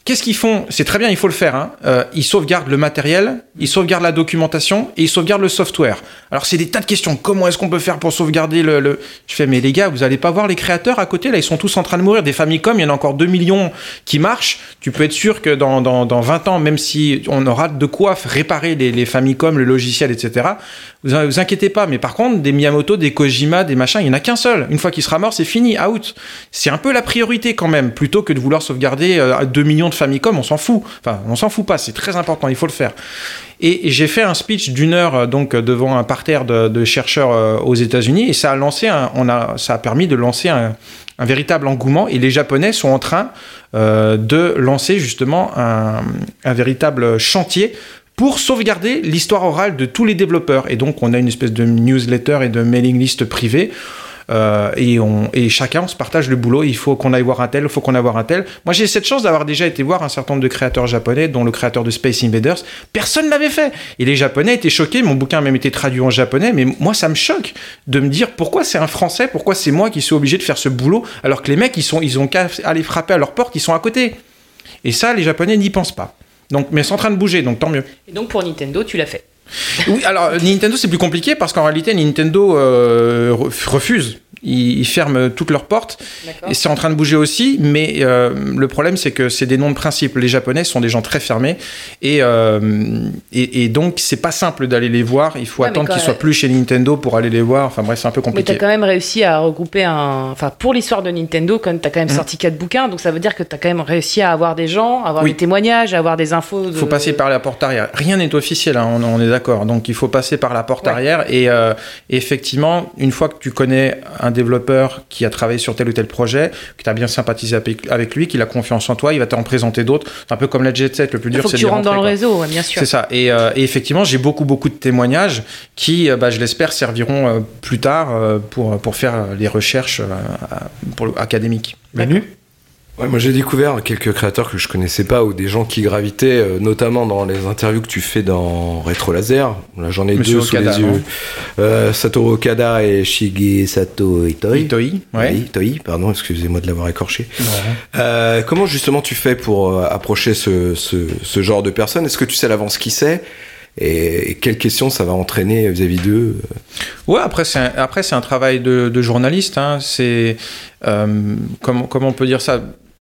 qu'est-ce qu'ils font? C'est très bien, il faut le faire. Hein. Euh, ils sauvegardent le matériel, ils sauvegardent la documentation et ils sauvegardent le software. Alors, c'est des tas de questions. Comment est-ce qu'on peut faire pour sauvegarder le... le... Je fais, mais les gars, vous allez pas voir les créateurs à côté, là, ils sont tous en train de mourir. Des Famicom, il y en a encore deux millions qui marchent. Tu peux être sûr que dans, dans, dans vingt ans, même si on aura de quoi réparer les, les Famicom, le logiciel, et cetera, vous, vous inquiétez pas. Mais par contre, des Miyamoto, des Kojima, des machins, il y en a qu'un seul. Une fois qu'il sera mort, c'est fini, out. C'est un peu la priorité quand même, plutôt que de vouloir sauvegarder euh, deux millions de Famicom, on s'en fout. Enfin, on s'en fout pas, c'est très important, il faut le faire. Et, et j'ai fait un speech d'une heure euh, donc devant un parterre de, de chercheurs euh, aux États-Unis, et ça a lancé, un, on a, ça a permis de lancer un, un véritable engouement. Et les Japonais sont en train euh, de lancer justement un, un véritable chantier pour sauvegarder l'histoire orale de tous les développeurs. Et donc, on a une espèce de newsletter et de mailing list privé. Euh, et, on, et chacun, on se partage le boulot. Il faut qu'on aille voir un tel, il faut qu'on aille voir un tel. Moi, j'ai cette chance d'avoir déjà été voir un certain nombre de créateurs japonais, dont le créateur de Space Invaders. Personne ne l'avait fait. Et les Japonais étaient choqués. Mon bouquin a même été traduit en japonais. Mais moi, ça me choque de me dire pourquoi c'est un Français, pourquoi c'est moi qui suis obligé de faire ce boulot, alors que les mecs, ils, sont, ils ont qu'à aller frapper à leur porte, ils sont à côté. Et ça, les Japonais n'y pensent pas. Donc, mais c'est en train de bouger, donc tant mieux. Et donc, pour Nintendo, tu l'as fait. Oui, alors Nintendo, c'est plus compliqué parce qu'en réalité, Nintendo euh, refuse. Ils, ils ferment toutes leurs portes. D'accord. Et c'est en train de bouger aussi, mais euh, le problème, c'est que c'est des noms de principe. Les Japonais sont des gens très fermés et, euh, et, et donc c'est pas simple d'aller les voir. Il faut ouais, attendre qu'ils même... soient plus chez Nintendo pour aller les voir. Enfin bref, c'est un peu compliqué. Mais t'as quand même réussi à regrouper un... Enfin, pour l'histoire de Nintendo, quand t'as quand même mmh. sorti quatre bouquins, donc ça veut dire que t'as quand même réussi à avoir des gens, à avoir oui. des témoignages, à avoir des infos. Il de... faut passer par la porte arrière. Rien n'est officiel, hein, on, on est d'accord. Donc il faut passer par la porte ouais. arrière et, euh, et effectivement, une fois que tu connais un développeur qui a travaillé sur tel ou tel projet, que tu as bien sympathisé avec lui, qu'il a confiance en toi, il va t'en présenter d'autres. C'est un peu comme la Jet Set, le plus dur, c'est de tu rentres rentrer, dans quoi. le réseau, ouais, bien sûr. C'est ça. Et, euh, et effectivement, j'ai beaucoup, beaucoup de témoignages qui, bah, je l'espère, serviront euh, plus tard euh, pour, pour faire les recherches euh, pour, académiques. Manu ? Ouais, moi j'ai découvert quelques créateurs que je connaissais pas ou des gens qui gravitaient, euh, notamment dans les interviews que tu fais dans Retro Laser. Là j'en ai Monsieur deux Okada, sous les yeux. Euh, Satoru Okada et Shigesato Itoi. Itoi, ouais. Oui, Itoi, pardon, excusez-moi de l'avoir écorché. Ouais. Euh, comment justement tu fais pour euh, approcher ce, ce, ce genre de personnes ? Est-ce que tu sais à l'avance qui c'est ? Et, et quelles questions ça va entraîner vis-à-vis d'eux ? Ouais, après c'est un, après c'est un travail de, de journaliste. Hein. C'est euh, comment comment on peut dire ça ?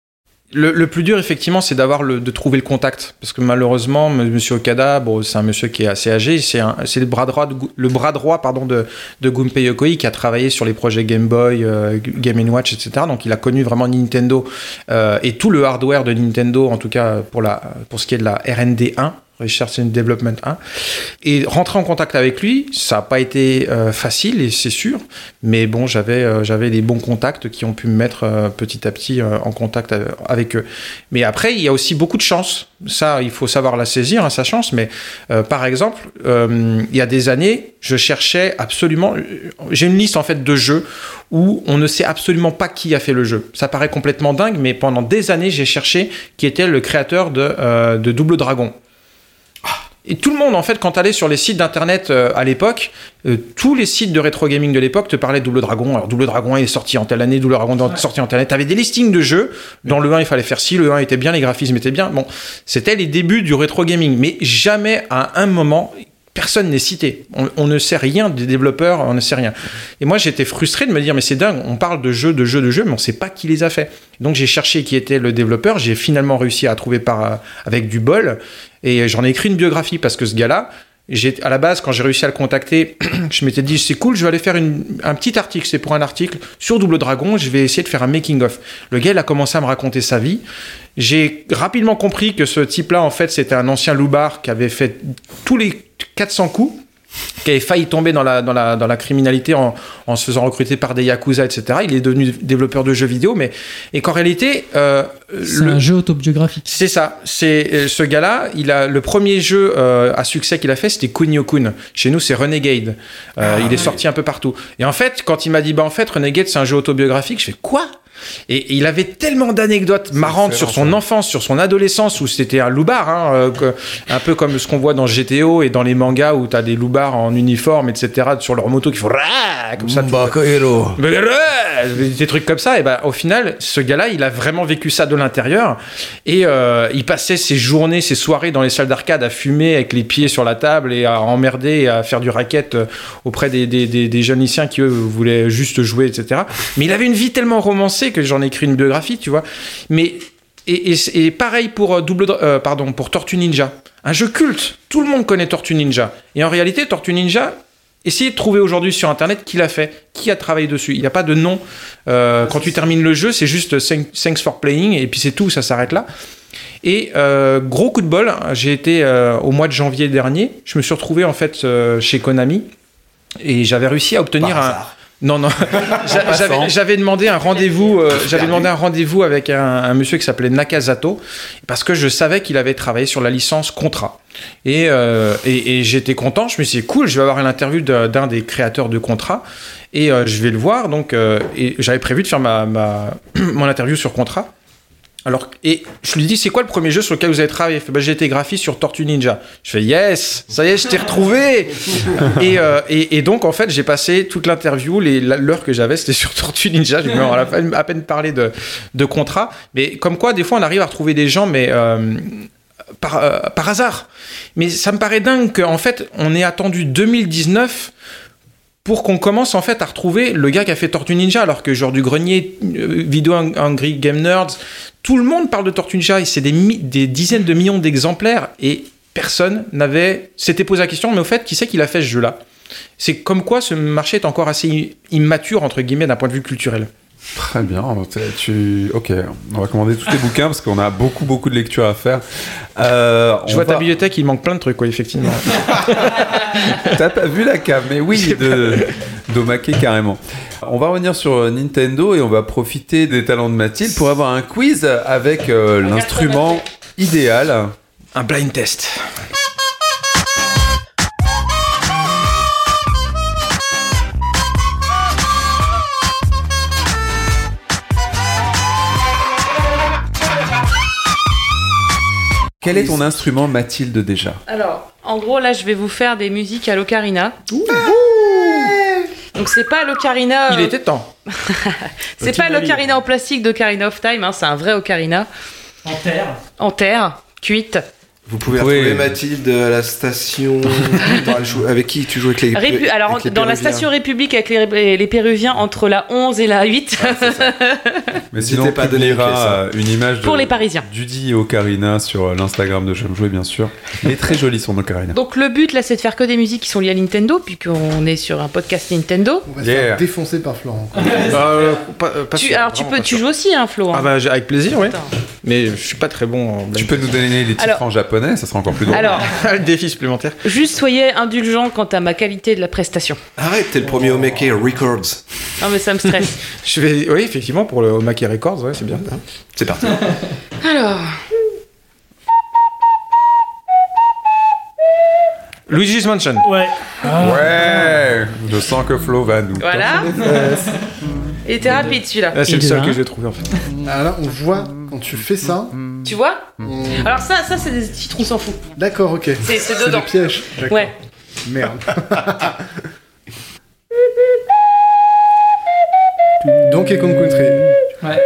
Le, le plus dur, effectivement, c'est d'avoir le, de trouver le contact. Parce que malheureusement, M. Okada, bon, c'est un monsieur qui est assez âgé. C'est, un, c'est le bras droit, de, le bras droit pardon, de, de Gunpei Yokoi qui a travaillé sur les projets Game Boy, euh, Game and Watch, et cetera. Donc, il a connu vraiment Nintendo euh, et tout le hardware de Nintendo, en tout cas pour, la, pour ce qui est de la R and D un. Research and Development un. Et rentrer en contact avec lui, ça n'a pas été euh, facile, et c'est sûr. Mais bon, j'avais, euh, j'avais les bons contacts qui ont pu me mettre euh, petit à petit euh, en contact avec eux. Mais après, il y a aussi beaucoup de chance. Ça, il faut savoir la saisir, hein, sa chance. Mais euh, par exemple, euh, il y a des années, je cherchais absolument... J'ai une liste en fait de jeux où on ne sait absolument pas qui a fait le jeu. Ça paraît complètement dingue, mais pendant des années, j'ai cherché qui était le créateur de, euh, de Double Dragon. Et tout le monde, en fait, quand tu allais sur les sites d'internet euh, à l'époque, euh, tous les sites de rétro gaming de l'époque te parlaient de Double Dragon. Alors, Double Dragon est sorti en telle année, Double Dragon est sorti en telle année. Tu avais des listings de jeux. Dans le un, il fallait faire ci, le un était bien, les graphismes étaient bien. Bon, c'était les débuts du rétro gaming. Mais jamais, à un moment, personne n'est cité. On, on ne sait rien des développeurs, on ne sait rien. Et moi, j'étais frustré de me dire, mais c'est dingue, on parle de jeux, de jeux, de jeux, mais on ne sait pas qui les a fait. Donc, j'ai cherché qui était le développeur. J'ai finalement réussi à trouver par, avec du bol. Et j'en ai écrit une biographie parce que ce gars-là, j'ai, à la base, quand j'ai réussi à le contacter, je m'étais dit, c'est cool, je vais aller faire une, un petit article. C'est pour un article sur Double Dragon. Je vais essayer de faire un making-of. Le gars, il a commencé à me raconter sa vie. J'ai rapidement compris que ce type-là, en fait, c'était un ancien loupard qui avait fait tous les quatre cents coups, qui avait failli tomber dans la, dans la, dans la criminalité en, en se faisant recruter par des Yakuza, et cetera. Il est devenu développeur de jeux vidéo, mais et qu'en réalité... Euh, c'est le, un jeu autobiographique. C'est ça. C'est, euh, ce gars-là, il a, le premier jeu euh, à succès qu'il a fait, c'était Kunio-kun. Chez nous, c'est Renegade. Euh, ah, il est ouais. sorti un peu partout. Et en fait, quand il m'a dit, bah, en fait, Renegade, c'est un jeu autobiographique, je fais, quoi ? Et, et il avait tellement d'anecdotes marrantes sur son ça. enfance, sur son adolescence, où c'était un loupard, hein, euh, que, un peu comme ce qu'on voit dans G T O et dans les mangas où t'as des loupards en uniforme, et cetera, sur leur moto qui font Rah comme ça. Des trucs comme ça. Et ben, au final, ce gars-là, il a vraiment vécu ça de l'intérieur. Et euh, il passait ses journées, ses soirées dans les salles d'arcade à fumer avec les pieds sur la table et à emmerder et à faire du racket auprès des, des, des, des jeunes lycéens qui, eux, voulaient juste jouer, et cetera. Mais il avait une vie tellement romancée que j'en ai écrit une biographie, tu vois. Mais, et, et, et pareil pour, double, euh, pardon, pour Tortue Ninja. Un jeu culte. Tout le monde connaît Tortue Ninja. Et en réalité, Tortue Ninja, essayez de trouver aujourd'hui sur Internet qui l'a fait, qui a travaillé dessus. Il n'y a pas de nom. Euh, quand tu termines le jeu, c'est juste thanks for playing, et puis c'est tout, ça s'arrête là. Et euh, gros coup de bol, j'ai été euh, au mois de janvier dernier, je me suis retrouvé en fait euh, chez Konami, et j'avais réussi à obtenir un... Non, non, j'avais, j'avais demandé un rendez-vous, euh, j'avais demandé un rendez-vous avec un, un monsieur qui s'appelait Nakazato, parce que je savais qu'il avait travaillé sur la licence Contra. Et, euh, et, et j'étais content, je me suis dit, cool, je vais avoir une interview de, d'un des créateurs de Contra, et euh, je vais le voir, donc, euh, et j'avais prévu de faire ma, ma, mon interview sur Contra. Alors, et je lui dis, c'est quoi le premier jeu sur lequel vous avez travaillé ? Il fait, bah, j'ai été graphiste sur Tortue Ninja. Je fais, yes, ça y est, je t'ai retrouvé. et, euh, et, et donc, en fait, j'ai passé toute l'interview, les, l'heure que j'avais, c'était sur Tortue Ninja. Je vais à peine, à peine parler de, de Contra. Mais comme quoi, des fois, on arrive à retrouver des gens, mais euh, par, euh, par hasard. Mais ça me paraît dingue qu'en fait, on ait attendu deux mille dix-neuf pour qu'on commence en fait à retrouver le gars qui a fait Tortue Ninja, alors que genre du grenier, euh, Video Hungry Game Nerds, tout le monde parle de Tortue Ninja et c'est des, mi- des dizaines de millions d'exemplaires et personne n'avait s'était posé la question, mais au fait, qui c'est qui l'a fait ce jeu-là ? C'est comme quoi ce marché est encore assez immature entre guillemets d'un point de vue culturel. Très bien. Tu... Ok, on va commander tous tes bouquins parce qu'on a beaucoup, beaucoup de lectures à faire. Euh, Je vois va... ta bibliothèque, il manque plein de trucs, quoi, effectivement. T'as pas vu la cave, mais oui, de d'Omake carrément. On va revenir sur Nintendo et on va profiter des talents de Mathilde pour avoir un quiz avec euh, l'instrument idéal. Un blind test. Quel est ton instrument, Mathilde, déjà ? Alors, en gros, là, je vais vous faire des musiques à l'ocarina. Ouh. Donc, c'est pas l'ocarina... Il était temps. C'est pas l'ocarina en plastique d'Ocarina of Time, hein, c'est un vrai ocarina. En terre. En terre, cuite. Vous pouvez Oui. retrouver Mathilde à la station. Dans- elle joue- avec qui tu joues avec les Répu- Alors, avec les dans la Péruviens. station République avec les, les Péruviens, entre la onze et la huit. Mais N'hésitez sinon, on pas à donner les clés, publiera ça. euh, une image de Pour les Parisiens. Dudi et Ocarina sur euh, l'Instagram de J'aime jouer, bien sûr. Il est très joli son Ocarina. Donc, le but, là, c'est de faire que des musiques qui sont liées à Nintendo, puisqu'on est sur un podcast Nintendo. On va se Yeah. faire défoncer par Florent. quoi. Euh, pas, euh, pas Tu- sûr, alors, tu, vraiment peux, pas tu sûr. joues aussi, hein, Flo. hein. Ah bah, j'ai- avec plaisir, oui. Attends. Mais je suis pas très bon en blind Tu peux nous donner les titres Alors- en japonais, ça sera encore plus drôle. Alors, Le défi supplémentaire. juste soyez indulgents quant à ma qualité de la prestation. Arrête, t'es le premier au Omake Records. Non, mais ça me stresse. Je vais, oui, effectivement, pour le Omake Records, ouais, c'est bien. C'est parti. Alors, Luigi's Mansion. Ouais. Ouais, je sens que Flo va nous. voilà. Il était rapide celui-là. Ah, c'est Et le de seul un. que j'ai trouvé en fait. Alors là, on voit quand tu fais ça. Tu vois on- Alors ça, ça c'est des titres, on s'en fout. D'accord, ok. C'est- c'est C'est dedans. des pièges. D'accord. Ouais. Merde. Donkey Kong Country. Ouais.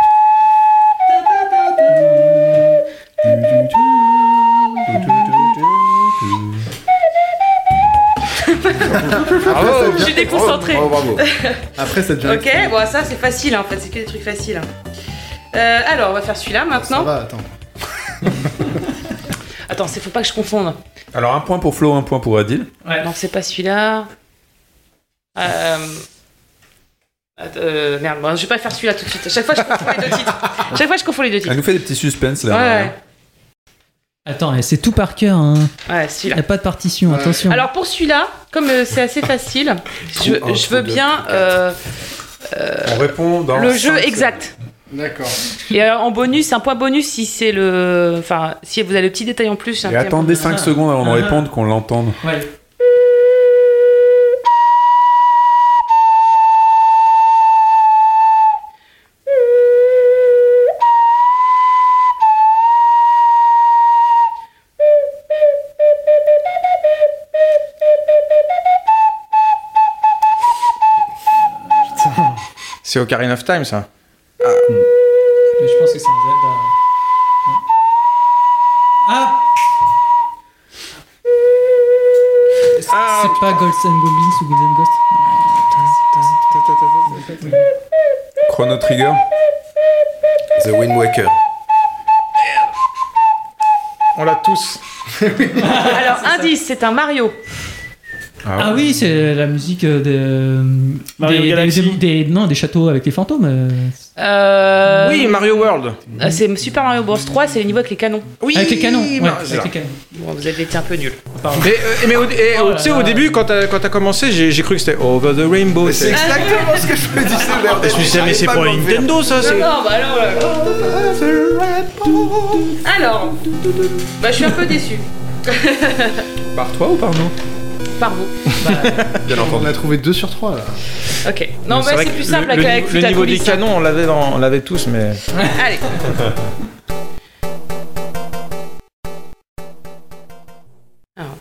Bravo. Je suis déconcentrée. Bravo, bravo. Après, ça devient. Ok, bon ça c'est facile en fait, c'est que des trucs faciles. hein. Euh, alors on va faire celui-là Ça maintenant. va, attends. Attends, c'est faut pas que je confonde. Alors, un point pour Flo, un point pour Adil. Non, c'est pas celui-là. Euh... att- euh, merde, bon, je vais pas faire celui-là tout de suite. À chaque fois je confonds les deux titres. À chaque fois je confonds les deux Elle titres. nous fait des petits suspens là. Ouais, Attends, eh, c'est tout par cœur. Hein. ouais, Y celui-là. a pas de partition, Ouais. attention. Alors pour celui-là, comme euh, c'est assez facile, je, Trou un, je trou veux deux, bien trou euh, On répond dans le jeu cinq exact. D'accord. Et euh, en bonus, un point bonus si c'est le. Enfin, si vous avez le petit détail en plus. Et attendez cinq secondes avant de répondre, qu'on l'entende. Ouais. C'est Ocarina of Time, ça. Je pense que c'est un Zelda. Ah Ah, c'est pas Ghosts and Goblins ou Golden Ghost. Chrono Trigger. The Wind Waker. on l'a tous. Alors, indice, c'est un Mario. Ah oui, c'est la musique de Mario des, Galaxy. des, des- non, des châteaux avec les fantômes. euh. Euh... Oui, Mario World. Euh, C'est Super Mario Bros trois, c'est les niveaux avec les canons. Oui, Avec les canons. Ouais, Mar- c'est avec ça. les canons. Bon, vous avez été un peu nuls. Mais, euh, mais au, et, Oh au- là tu sais, là. au début, quand t'as, quand t'as commencé, j'ai, j'ai cru que c'était Over the Rainbow. C'est exactement ce que je me disais, bordel. Je me suis dit, mais c'est pour Nintendo, ça. C'est... Non, bah alors... là. Alors, bah je suis un peu déçu. Par toi ou par nous? Par vous. Bien On entendu. a trouvé deux sur trois là. Ok. Non, bah vrai c'est que plus le- simple le, avec le, Futa niveau des Coulisse. canons, on l'avait, dans, on l'avait tous, mais... Allez. Alors.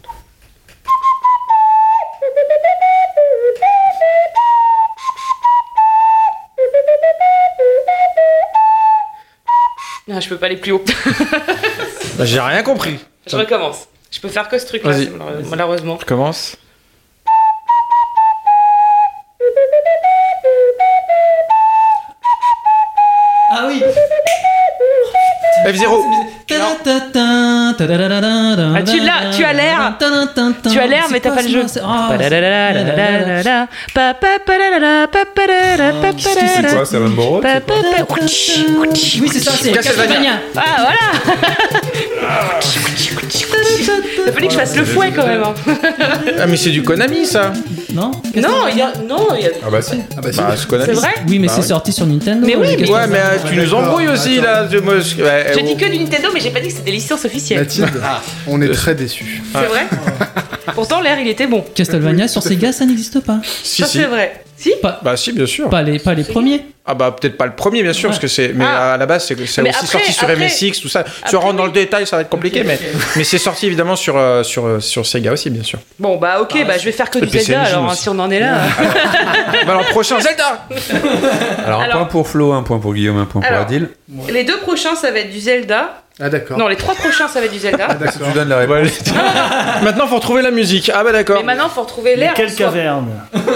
Non, je peux pas aller plus haut. Bah, j'ai rien compris. Je recommence. Je peux faire que ce truc-là, Vas-y. c'est malheure- malheureusement. Je commence. Ah oui. F zéro. Ah, tu l'as, tu as l'air. Tu as l'air, mais t'as pas le jeu. C'est C'est quoi? C'est Rainbow Road? c'est quoi Oui, c'est ça, c'est Castlevania. Castlevania. Ah, voilà. Il a fallu que je fasse le fouet quand même. hein. Ah, mais c'est du Konami, ça. Non Non, il y a. Non, il y a. Ah bah si. Ah bah si. Bah, c'est Konami. C'est vrai? Oui, mais Bah c'est oui. sorti sur Nintendo. Mais oui, les mais- Castlevania. Ouais, mais euh, tu nous embrouilles aussi, là. Je- moi, je- ouais, J'ai oh. dit que du Nintendo, mais j'ai pas dit que c'était des licences officielles. Mathilde, on est très déçus. C'est vrai? Pourtant, l'air, il était bon. Castlevania sur Sega, ça n'existe pas. Si, Ça, si. c'est vrai. Si? Pas, Bah, si, bien sûr. pas, les, pas les premiers. Ah bah peut-être pas le premier bien sûr Ouais. parce que c'est mais Ah. à la base c'est, c'est Mais aussi après- sorti sur après- M S X tout ça. Si après, on rentre dans oui. le détail ça va être compliqué mais mais c'est sorti évidemment sur euh, sur euh, sur Sega aussi bien sûr. Bon, bah, ok, bah, je vais faire que Et du P C Zelda Engine alors, hein, aussi. si on en est là. Bah alors prochain Zelda. Alors un Alors- point pour Flo, un point pour Guillaume, un point pour Alors. Adil. Les deux prochains, ça va être du Zelda. Ah d'accord. Non, les trois prochains, ça va être du Zelda. Ah, Tu d'accord. donnes la réponse. Maintenant faut retrouver la musique. Ah bah d'accord. Mais maintenant, faut retrouver l'air. Quelle en soi. caverne.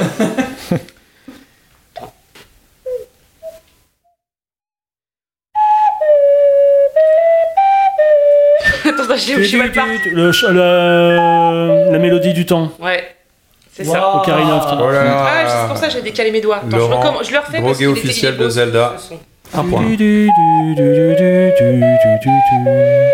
Attends, attends, je je suis mal parti. Le ch- le- La mélodie du temps. Ouais, c'est ça. Ocarina of Time. Oh là là. Ah, c'est pour ça que j'ai décalé mes doigts. Attends, je, Laurent, recommence- je le refais parce drogué qu'il était- officiel il est beau, de Zelda. ce son. Un point. Du- du- du- du- du- du- du- du- du-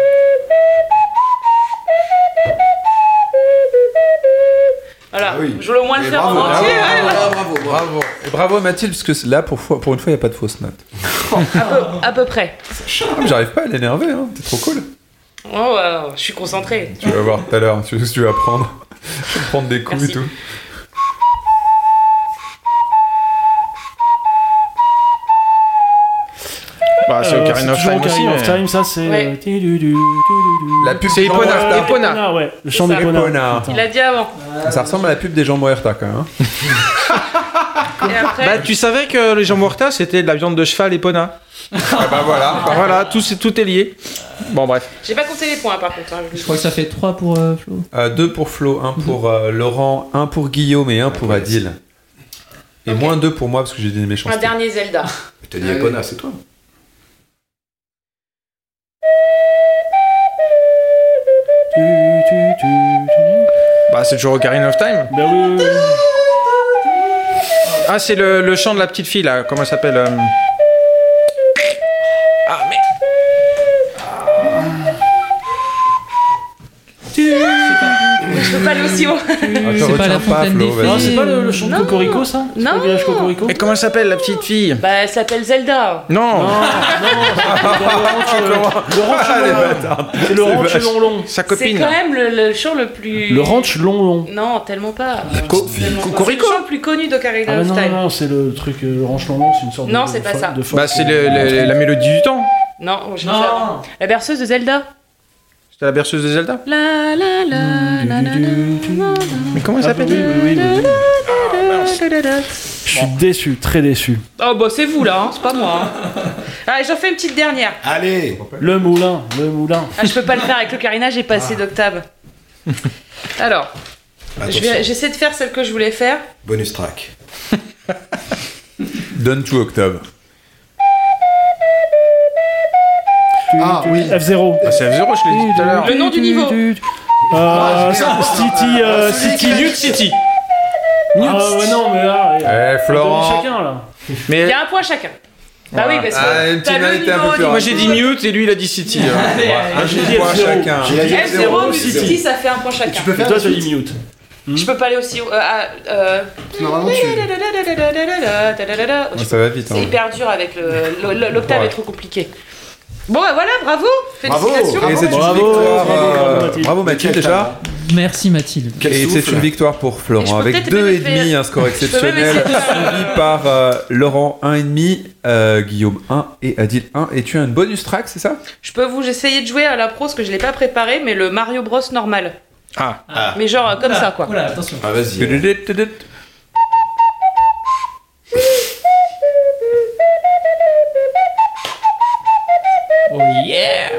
Voilà, Ah oui. je voulais au moins le Et faire en bravo, entier. bravo, ouais, bravo, ouais. Bravo, bravo. Bravo. Et bravo à Mathilde, parce que là, pour, fois- pour une fois, il n'y a pas de fausse note. À peu, à peu près. Ah, mais J'arrive pas à l'énerver, hein. T'es trop cool. Oh, ouais, je suis concentré. Tu vas voir tout à l'heure, tu sais ce que tu vas prendre. Tu vas prendre des coups Merci. et tout. Bah c'est Euh, Ocarina of toujours Time aussi. Ocarina of mais- Time, ça c'est. Ouais. euh, du- du- du- du- La pub C'est des gens Epona, Muerta. Epona. Ah ouais, le chant C'est des ça. Epona. Epona. Il l'a dit avant. Ça ressemble à la pub des gens Muerta quand même. hein. Et après, Bah tu savais que les gens Muerta c'était de la viande de cheval Epona. Ah bah voilà. Bah, voilà tout c'est tout est lié. Bon bref. j'ai pas compté les points par contre. hein, je Je crois que ça fait trois pour euh, Flo. Euh, deux pour Flo, un pour euh, Laurent, un pour Guillaume et un pour Adil. Et Ok. moins deux pour moi parce que j'ai des Un méchancetés. dernier Zelda. Je te dis Epona, c'est toi. Du- du- du- du- Bah c'est toujours Ocarina of Time. Bah oui, oui, oui. Ah c'est le, le chant de la petite fille là comment elle s'appelle euh... Ah mais Je peux pas aller aussi haut. Ah, te C'est pas la retiens fontaine Flo, des vas-y. Non, fées. c'est pas le, le chant de Non. Cocorico ça C'est pas Non. le village Cocorico mais comment elle s'appelle la petite fille? Bah, elle s'appelle Zelda. Non, Non, non, c'est le ranch, le ranch Ah, les long bâtards. long. C'est le ranch vache. long long. sa C'est copine. quand même le, le chant le plus. Le ranch long long. Non, tellement pas. Co- Tellement pas. C'est Cocorico. le chant le plus connu Ah d'Ocarina bah of non, Time. non, non, c'est le truc, euh, le ranch long long, c'est une sorte Non, de. c'est de pas fo- ça. de force. Bah c'est le- le- la mélodie du temps. Non, je Non. sais pas. La berceuse de Zelda. C'était la berceuse de Zelda. La la la la la la la. Mais comment elle Ah, s'appelle? oui, oui, oui, oui. Je suis déçu, très déçu. Oh bah c'est vous là, hein, c'est pas moi. Hein. Allez, j'en fais une petite dernière. Allez. Le moulin, le moulin. Ah, je peux pas le faire avec le Carina, j'ai pas assez d'octaves. Alors, je vais, j'essaie de faire celle que je voulais faire. Bonus track. Donne tout octave. Ah oui. F zéro. Ah, c'est F zéro, je l'ai dit tout à l'heure. Le nom du niveau. Euh, City, euh, City. Nude City. Ah ouais, non, mais là. Eh, Florent. Chacun, là. Mais Il y a un point chacun. Bah oui, parce que Ah, une t'as petite le manette un peu niveau plus du- moi j'ai dit Mute et lui il a dit City. hein. Allez, Un J'ai dit point F zéro. chacun. F zéro, City. City, ça fait un point chacun. Tu peux Et faire toi, la tu as dit suite Mute. Je peux pas aller aussi. Euh, à, euh... Normalement, tu. Oh, ça va vite. C'est Hein. hyper dur avec le. le- L'octave Ouais. est trop compliqué. Bon, bah voilà, bravo. Bravo. Félicitations. Et c'est une Bravo, victoire. bravo, euh, bravo, Mathilde. Bravo Mathilde déjà. Merci Mathilde. Quel Et souffle. c'est une victoire pour Et je Florent peux avec peut-être deux même et demi, faire- un score je peux même exceptionnel, essayer de faire- suivi par euh, Laurent un et demi, euh, Guillaume un et Adil un. Et tu as une bonus track, c'est ça? Je peux vous essayer de jouer à la pro, parce que je l'ai pas préparé, mais le Mario Bros normal. Ah. Ah. Mais genre euh, comme ça, quoi. Voilà, attention. Ah, vas-y. Oh yeah.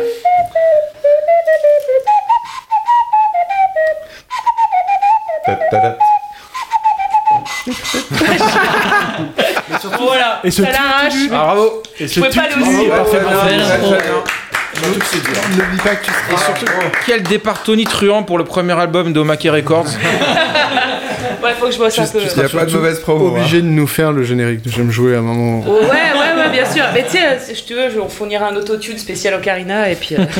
Voilà. Et ce ça l'arrache. Ah, bravo. Et Je pouvais pas aller aussi. est parfaitement Bravo. fait. Belle intro. N'oublie pas que tu Et surtout, quel départ tonitruant pour le premier album d'Omake Records. Ouais, faut que je bosse un peu. Il n'y a pas de mauvaise promo. hein. obligé de nous faire le générique de J'aime jouer à un moment. Oh, ouais, ouais, ouais, bien sûr. Mais tu sais, si je te veux, je- on fournira un autotune spécial Ocarina et puis. euh,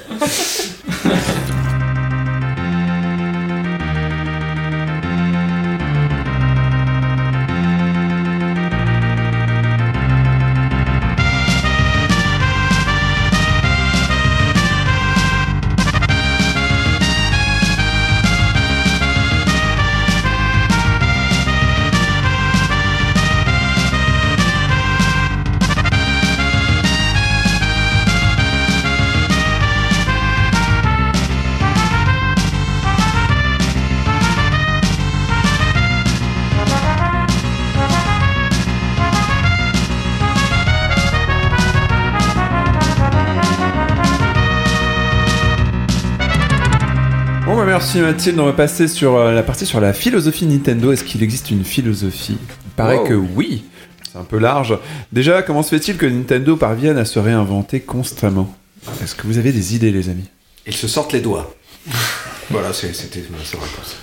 Bon, bah, merci Mathilde. On va passer sur euh, la partie sur la philosophie Nintendo. Est-ce qu'il existe une philosophie? Il paraît Wow. que oui. C'est un peu large. Déjà, comment se fait-il que Nintendo parvienne à se réinventer constamment? Est-ce que vous avez des idées, les amis? Ils se sortent les doigts. Voilà, c'est- c'était ma seule réponse.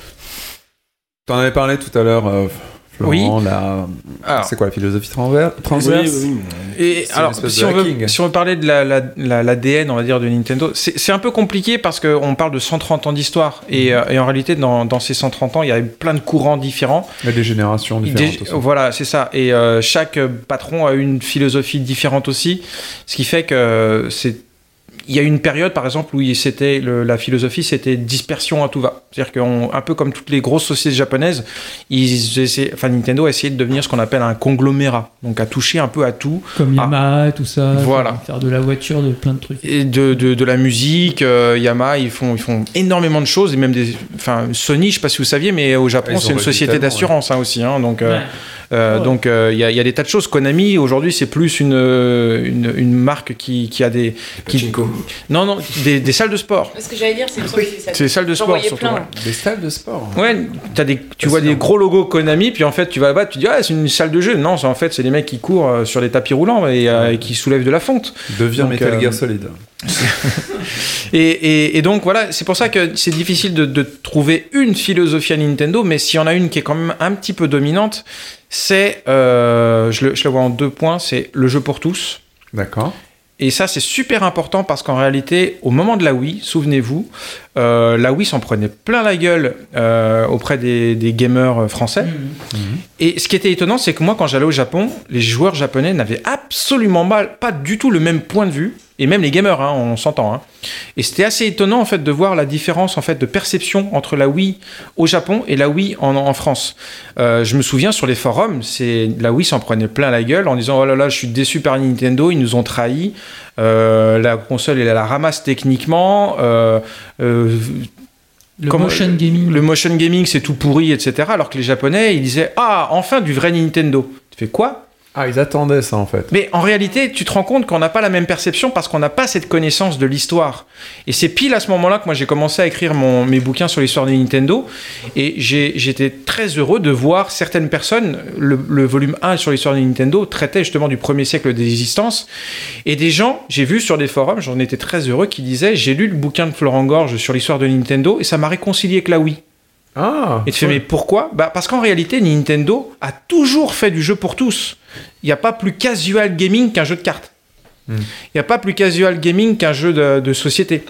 T'en avais parlé tout à l'heure, euh, Florent. La... Alors. C'est quoi la philosophie transver- transverse? Oui, oui, Et C'est une alors, espèce si de on, veut, hacking. si on veut parler de la, la, la, l'A D N, on va dire, de Nintendo, c'est c'est un peu compliqué parce qu'on parle de cent trente ans d'histoire. Et, euh, et en réalité, dans, dans ces cent trente ans, il y a eu plein de courants différents. Il y a des générations différentes Des- aussi. voilà, c'est ça. Et euh, chaque patron a une philosophie différente aussi. Ce qui fait que euh, c'est. Il y a eu une période, par exemple, où c'était le- la philosophie, c'était dispersion à tout va. C'est-à-dire qu'un peu comme toutes les grosses sociétés japonaises, ils essaient, enfin Nintendo a essayé de devenir ce qu'on appelle un conglomérat, donc à toucher un peu à tout. Comme Ah. Yamaha, tout ça. Voilà. Faire de la voiture, de plein de trucs. Et de, de, de la musique, euh, Yamaha, ils font, ils font énormément de choses, et même des. Enfin, Sony, je sais pas si vous saviez, mais au Japon, Ils ont c'est une réussi société tellement, d'assurance hein, aussi. Hein, donc, euh, Ouais. euh, Ouais. donc, euh, il y, a, il y a des tas de choses. Konami, aujourd'hui, c'est plus une, une, une marque qui, qui a des. Qui, Pachinko. non, non, des, des salles de sport. Ce que j'allais dire, c'est que C'est des salles de J'en sport, voyais surtout. plein. ouais. Des salles de sport. Ouais, t'as des, tu vois des gros logos Konami, puis en fait, tu vas là-bas, tu dis, ah, c'est une salle de jeu. Non, c'est- en fait, c'est des mecs qui courent euh, sur des tapis roulants et, euh, et qui soulèvent de la fonte. Devient Donc, Metal euh, Gear Solid. Et, et, et donc voilà, c'est pour ça que c'est difficile de, de trouver une philosophie à Nintendo, mais s'il y en a une qui est quand même un petit peu dominante, c'est, euh, je, le, je la vois en deux points, c'est le jeu pour tous. D'accord. Et ça, c'est super important parce qu'en réalité, au moment de la Wii, souvenez-vous, euh, la Wii s'en prenait plein la gueule euh, auprès des, des gamers français. Et ce qui était étonnant, c'est que moi, quand j'allais au Japon, les joueurs japonais n'avaient absolument mal, pas du tout le même point de vue. Et même les gamers, hein, on s'entend. Hein. Et c'était assez étonnant en fait de voir la différence en fait de perception entre la Wii au Japon et la Wii en, en France. Euh, je me souviens sur les forums, c'est la Wii s'en prenait plein la gueule en disant oh là là, je suis déçu par Nintendo, ils nous ont trahis. Euh, la console elle a la ramasse techniquement. Euh, euh, Le motion gaming. Le motion gaming, c'est tout pourri, et cetera. Alors que les Japonais, ils disaient « Ah, enfin du vrai Nintendo !» Tu fais quoi ? Ah, ils attendaient ça en fait. Mais en réalité, tu te rends compte qu'on n'a pas la même perception parce qu'on n'a pas cette connaissance de l'histoire. Et c'est pile à ce moment-là que moi j'ai commencé à écrire mon, mes bouquins sur l'histoire de Nintendo. Et j'ai, j'étais très heureux de voir certaines personnes, le, le volume un sur l'histoire de Nintendo traitait justement du premier siècle d'existence. Et des gens, j'ai vu sur des forums, j'en étais très heureux, qui disaient « J'ai lu le bouquin de Florent Gorge sur l'histoire de Nintendo et ça m'a réconcilié avec la Wii ». Ah, et tu fais, mais pourquoi ? Bah, parce qu'en réalité, Nintendo a toujours fait du jeu pour tous. Il n'y a pas plus casual gaming qu'un jeu de cartes. Il mm. n'y a pas plus casual gaming qu'un jeu de, de société.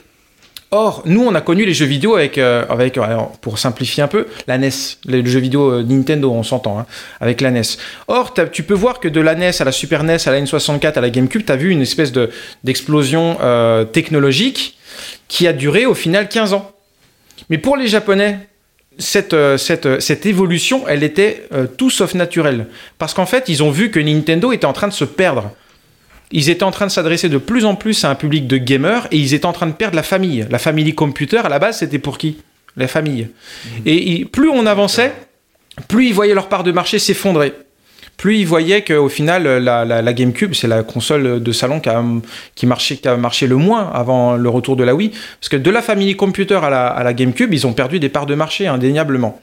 Or, nous, on a connu les jeux vidéo avec, euh, avec alors, pour simplifier un peu, la N E S. Les jeux vidéo euh, Nintendo, on s'entend, hein, avec la N E S. Or, tu peux voir que de la N E S à la Super N E S, à la N soixante-quatre, à la GameCube, tu as vu une espèce de, d'explosion euh, technologique qui a duré au final quinze ans. Mais pour les Japonais, Cette, cette, cette évolution, elle était euh, tout sauf naturelle. Parce qu'en fait, ils ont vu que Nintendo était en train de se perdre. Ils étaient en train de s'adresser de plus en plus à un public de gamers et ils étaient en train de perdre la famille. La family computer, à la base, c'était pour qui ? La famille. Mmh. Et, et plus on avançait, plus ils voyaient leur part de marché s'effondrer. Plus ils voyaient qu'au final, la, la, la GameCube, c'est la console de salon qui a, qui, marchait, qui a marché le moins avant le retour de la Wii. Parce que de la Family Computer à la, à la GameCube, ils ont perdu des parts de marché, indéniablement.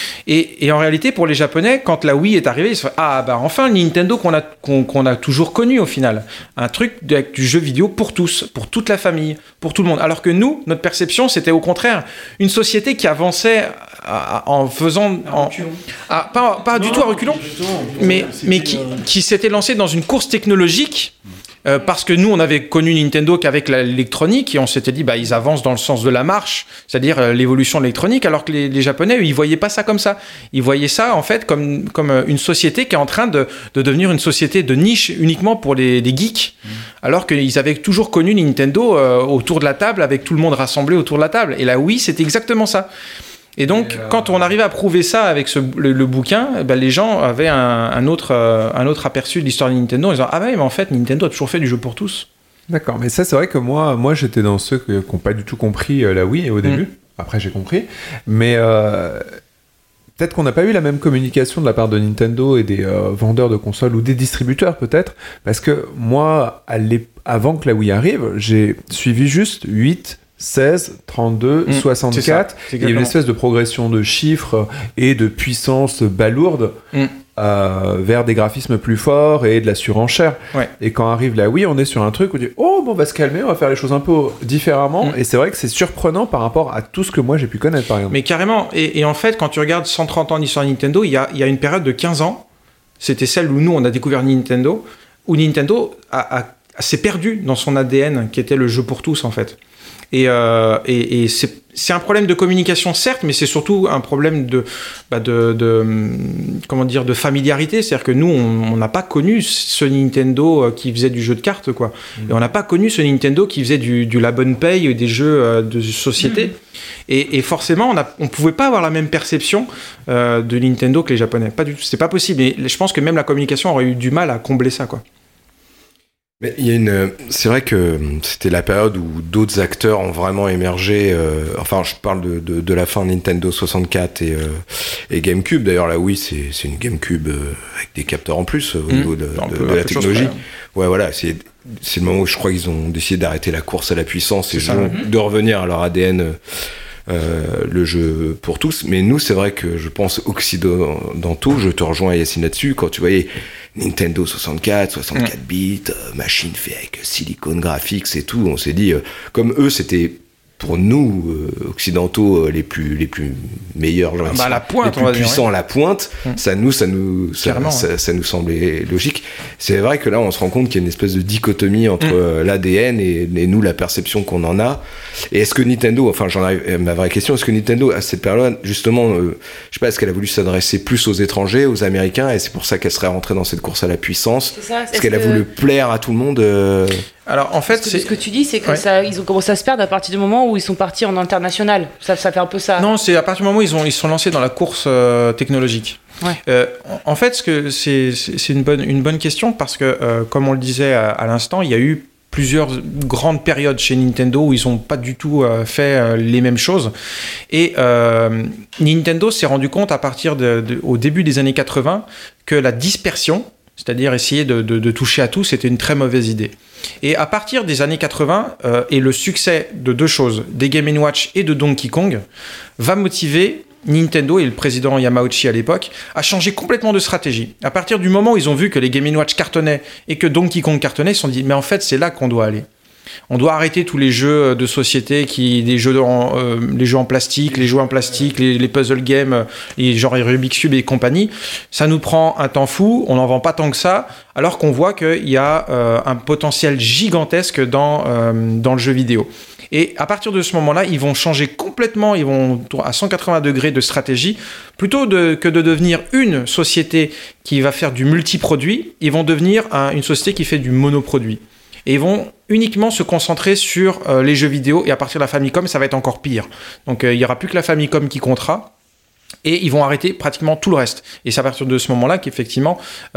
Et, et en réalité, pour les Japonais, quand la Wii est arrivée, ils se disent « Ah, bah enfin, le Nintendo qu'on a, qu'on, qu'on a toujours connu au final. Un truc de, avec du jeu vidéo pour tous, pour toute la famille, pour tout le monde. » Alors que nous, notre perception, c'était au contraire une société qui avançait à, en faisant... En, à, pas pas non, du tout à reculons, mais, mais qui, qui s'était lancée dans une course technologique. Euh, parce que nous, on avait connu Nintendo qu'avec l'électronique et on s'était dit, bah, ils avancent dans le sens de la marche, c'est-à-dire euh, l'évolution de l'électronique, alors que les, les Japonais, eux, ils voyaient pas ça comme ça. Ils voyaient ça, en fait, comme, comme une société qui est en train de, de devenir une société de niche uniquement pour les, les geeks, mmh. alors qu'ils avaient toujours connu Nintendo euh, autour de la table, avec tout le monde rassemblé autour de la table. Et là, oui, c'était exactement ça. Et donc, et euh... quand on arrivait à prouver ça avec ce, le, le bouquin, ben, les gens avaient un, un, autre, euh, un autre aperçu de l'histoire de Nintendo en disant « Ah ouais, mais en fait, Nintendo a toujours fait du jeu pour tous. » D'accord, mais ça, c'est vrai que moi, moi j'étais dans ceux qui n'ont pas du tout compris euh, la Wii au début. Mmh. Après, j'ai compris. Mais euh, peut-être qu'on n'a pas eu la même communication de la part de Nintendo et des euh, vendeurs de consoles ou des distributeurs, peut-être. Parce que moi, à avant que la Wii arrive, j'ai suivi juste huit... seize, trente-deux, mmh, soixante-quatre. C'est ça, il y a une espèce de progression de chiffres et de puissance balourde mmh. euh, vers des graphismes plus forts et de la surenchère. Ouais. Et quand arrive la Wii, on est sur un truc où on dit « Oh, bon, on va se calmer, on va faire les choses un peu différemment. Mmh. » Et c'est vrai que c'est surprenant par rapport à tout ce que moi j'ai pu connaître, par exemple. Mais carrément. Et, et en fait, quand tu regardes cent trente ans d'histoire de Nintendo, il y a, il y a une période de quinze ans, c'était celle où nous, on a découvert Nintendo, où Nintendo a, a, a, s'est perdu dans son A D N, qui était le jeu pour tous, en fait. Et, euh, et, et c'est, c'est un problème de communication, certes, mais c'est surtout un problème de, bah de, de, comment dire, de familiarité. C'est-à-dire que nous, on n'a pas connu ce Nintendo qui faisait du jeu de cartes, quoi. Mmh. Et on n'a pas connu ce Nintendo qui faisait du, du la bonne paye, des jeux de société. Mmh. Et, et forcément, on ne pouvait pas avoir la même perception euh, de Nintendo que les Japonais. Pas du tout. C'était pas possible. Et je pense que même la communication aurait eu du mal à combler ça, quoi. Mais il y a une, c'est vrai que c'était la période où d'autres acteurs ont vraiment émergé. Euh, enfin, je parle de, de, de la fin de Nintendo soixante-quatre et, euh, et GameCube. D'ailleurs, là, oui, c'est, c'est une GameCube euh, avec des capteurs en plus au mmh. niveau de, de, de la technologie. Près, hein. Ouais, voilà, c'est, c'est le moment où je crois qu'ils ont décidé d'arrêter la course à la puissance et ça, mmh. de revenir à leur A D N. Euh, le jeu pour tous, mais nous c'est vrai que je pense occidentaux, je te rejoins Yacine là-dessus, quand tu voyais Nintendo soixante-quatre, soixante-quatre bits, euh, machine fait avec Silicon Graphics et tout, on s'est dit, euh, comme eux c'était pour nous euh, occidentaux euh, les plus les plus meilleurs, genre, bah, la pointe, les plus puissants à la pointe, mmh. ça nous ça nous ça, ça, ça nous semblait logique. C'est vrai que là on se rend compte qu'il y a une espèce de dichotomie entre mmh. euh, l'A D N et, et nous la perception qu'on en a. Et est-ce que Nintendo, enfin j'en arrive à ma vraie question, est-ce que Nintendo à cette période justement, euh, je sais pas, est-ce qu'elle a voulu s'adresser plus aux étrangers, aux Américains, et c'est pour ça qu'elle serait rentrée dans cette course à la puissance? C'est ça, est-ce, est-ce qu'elle que... a voulu plaire à tout le monde euh... Alors en fait, c'est... ce que tu dis, c'est que ouais. ça, ils ont commencé à se perdre à partir du moment où ils sont partis en international. Ça, ça fait un peu ça. Non, c'est à partir du moment où ils ont ils sont lancés dans la course euh, technologique. Ouais. Euh, en fait, ce que c'est c'est une bonne une bonne question parce que euh, comme on le disait à, à l'instant, il y a eu plusieurs grandes périodes chez Nintendo où ils n'ont pas du tout euh, fait euh, les mêmes choses. Et euh, Nintendo s'est rendu compte à partir de, de, au début des années quatre-vingts que la dispersion, c'est-à-dire essayer de, de, de toucher à tout, c'était une très mauvaise idée. Et à partir des années quatre-vingts, euh, et le succès de deux choses, des Game and Watch et de Donkey Kong, va motiver Nintendo et le président Yamauchi à l'époque à changer complètement de stratégie. À partir du moment où ils ont vu que les Game and Watch cartonnaient et que Donkey Kong cartonnait, ils se sont dit mais en fait c'est là qu'on doit aller. On doit arrêter tous les jeux de société, qui, des jeux en, euh, les jeux en plastique, les jeux en plastique, les, les puzzle games, les, genre les Rubik's Cube et compagnie. Ça nous prend un temps fou, on n'en vend pas tant que ça, alors qu'on voit qu'il y a euh, un potentiel gigantesque dans, euh, dans le jeu vidéo. Et à partir de ce moment-là, ils vont changer complètement, ils vont à cent quatre-vingts degrés de stratégie. Plutôt de, que de devenir une société qui va faire du multiproduit, ils vont devenir un, une société qui fait du monoproduit. Et ils vont uniquement se concentrer sur euh, les jeux vidéo. Et à partir de la Famicom, ça va être encore pire. Donc euh, il n'y aura plus que la Famicom qui comptera. Et ils vont arrêter pratiquement tout le reste. Et c'est à partir de ce moment-là qu'effectivement,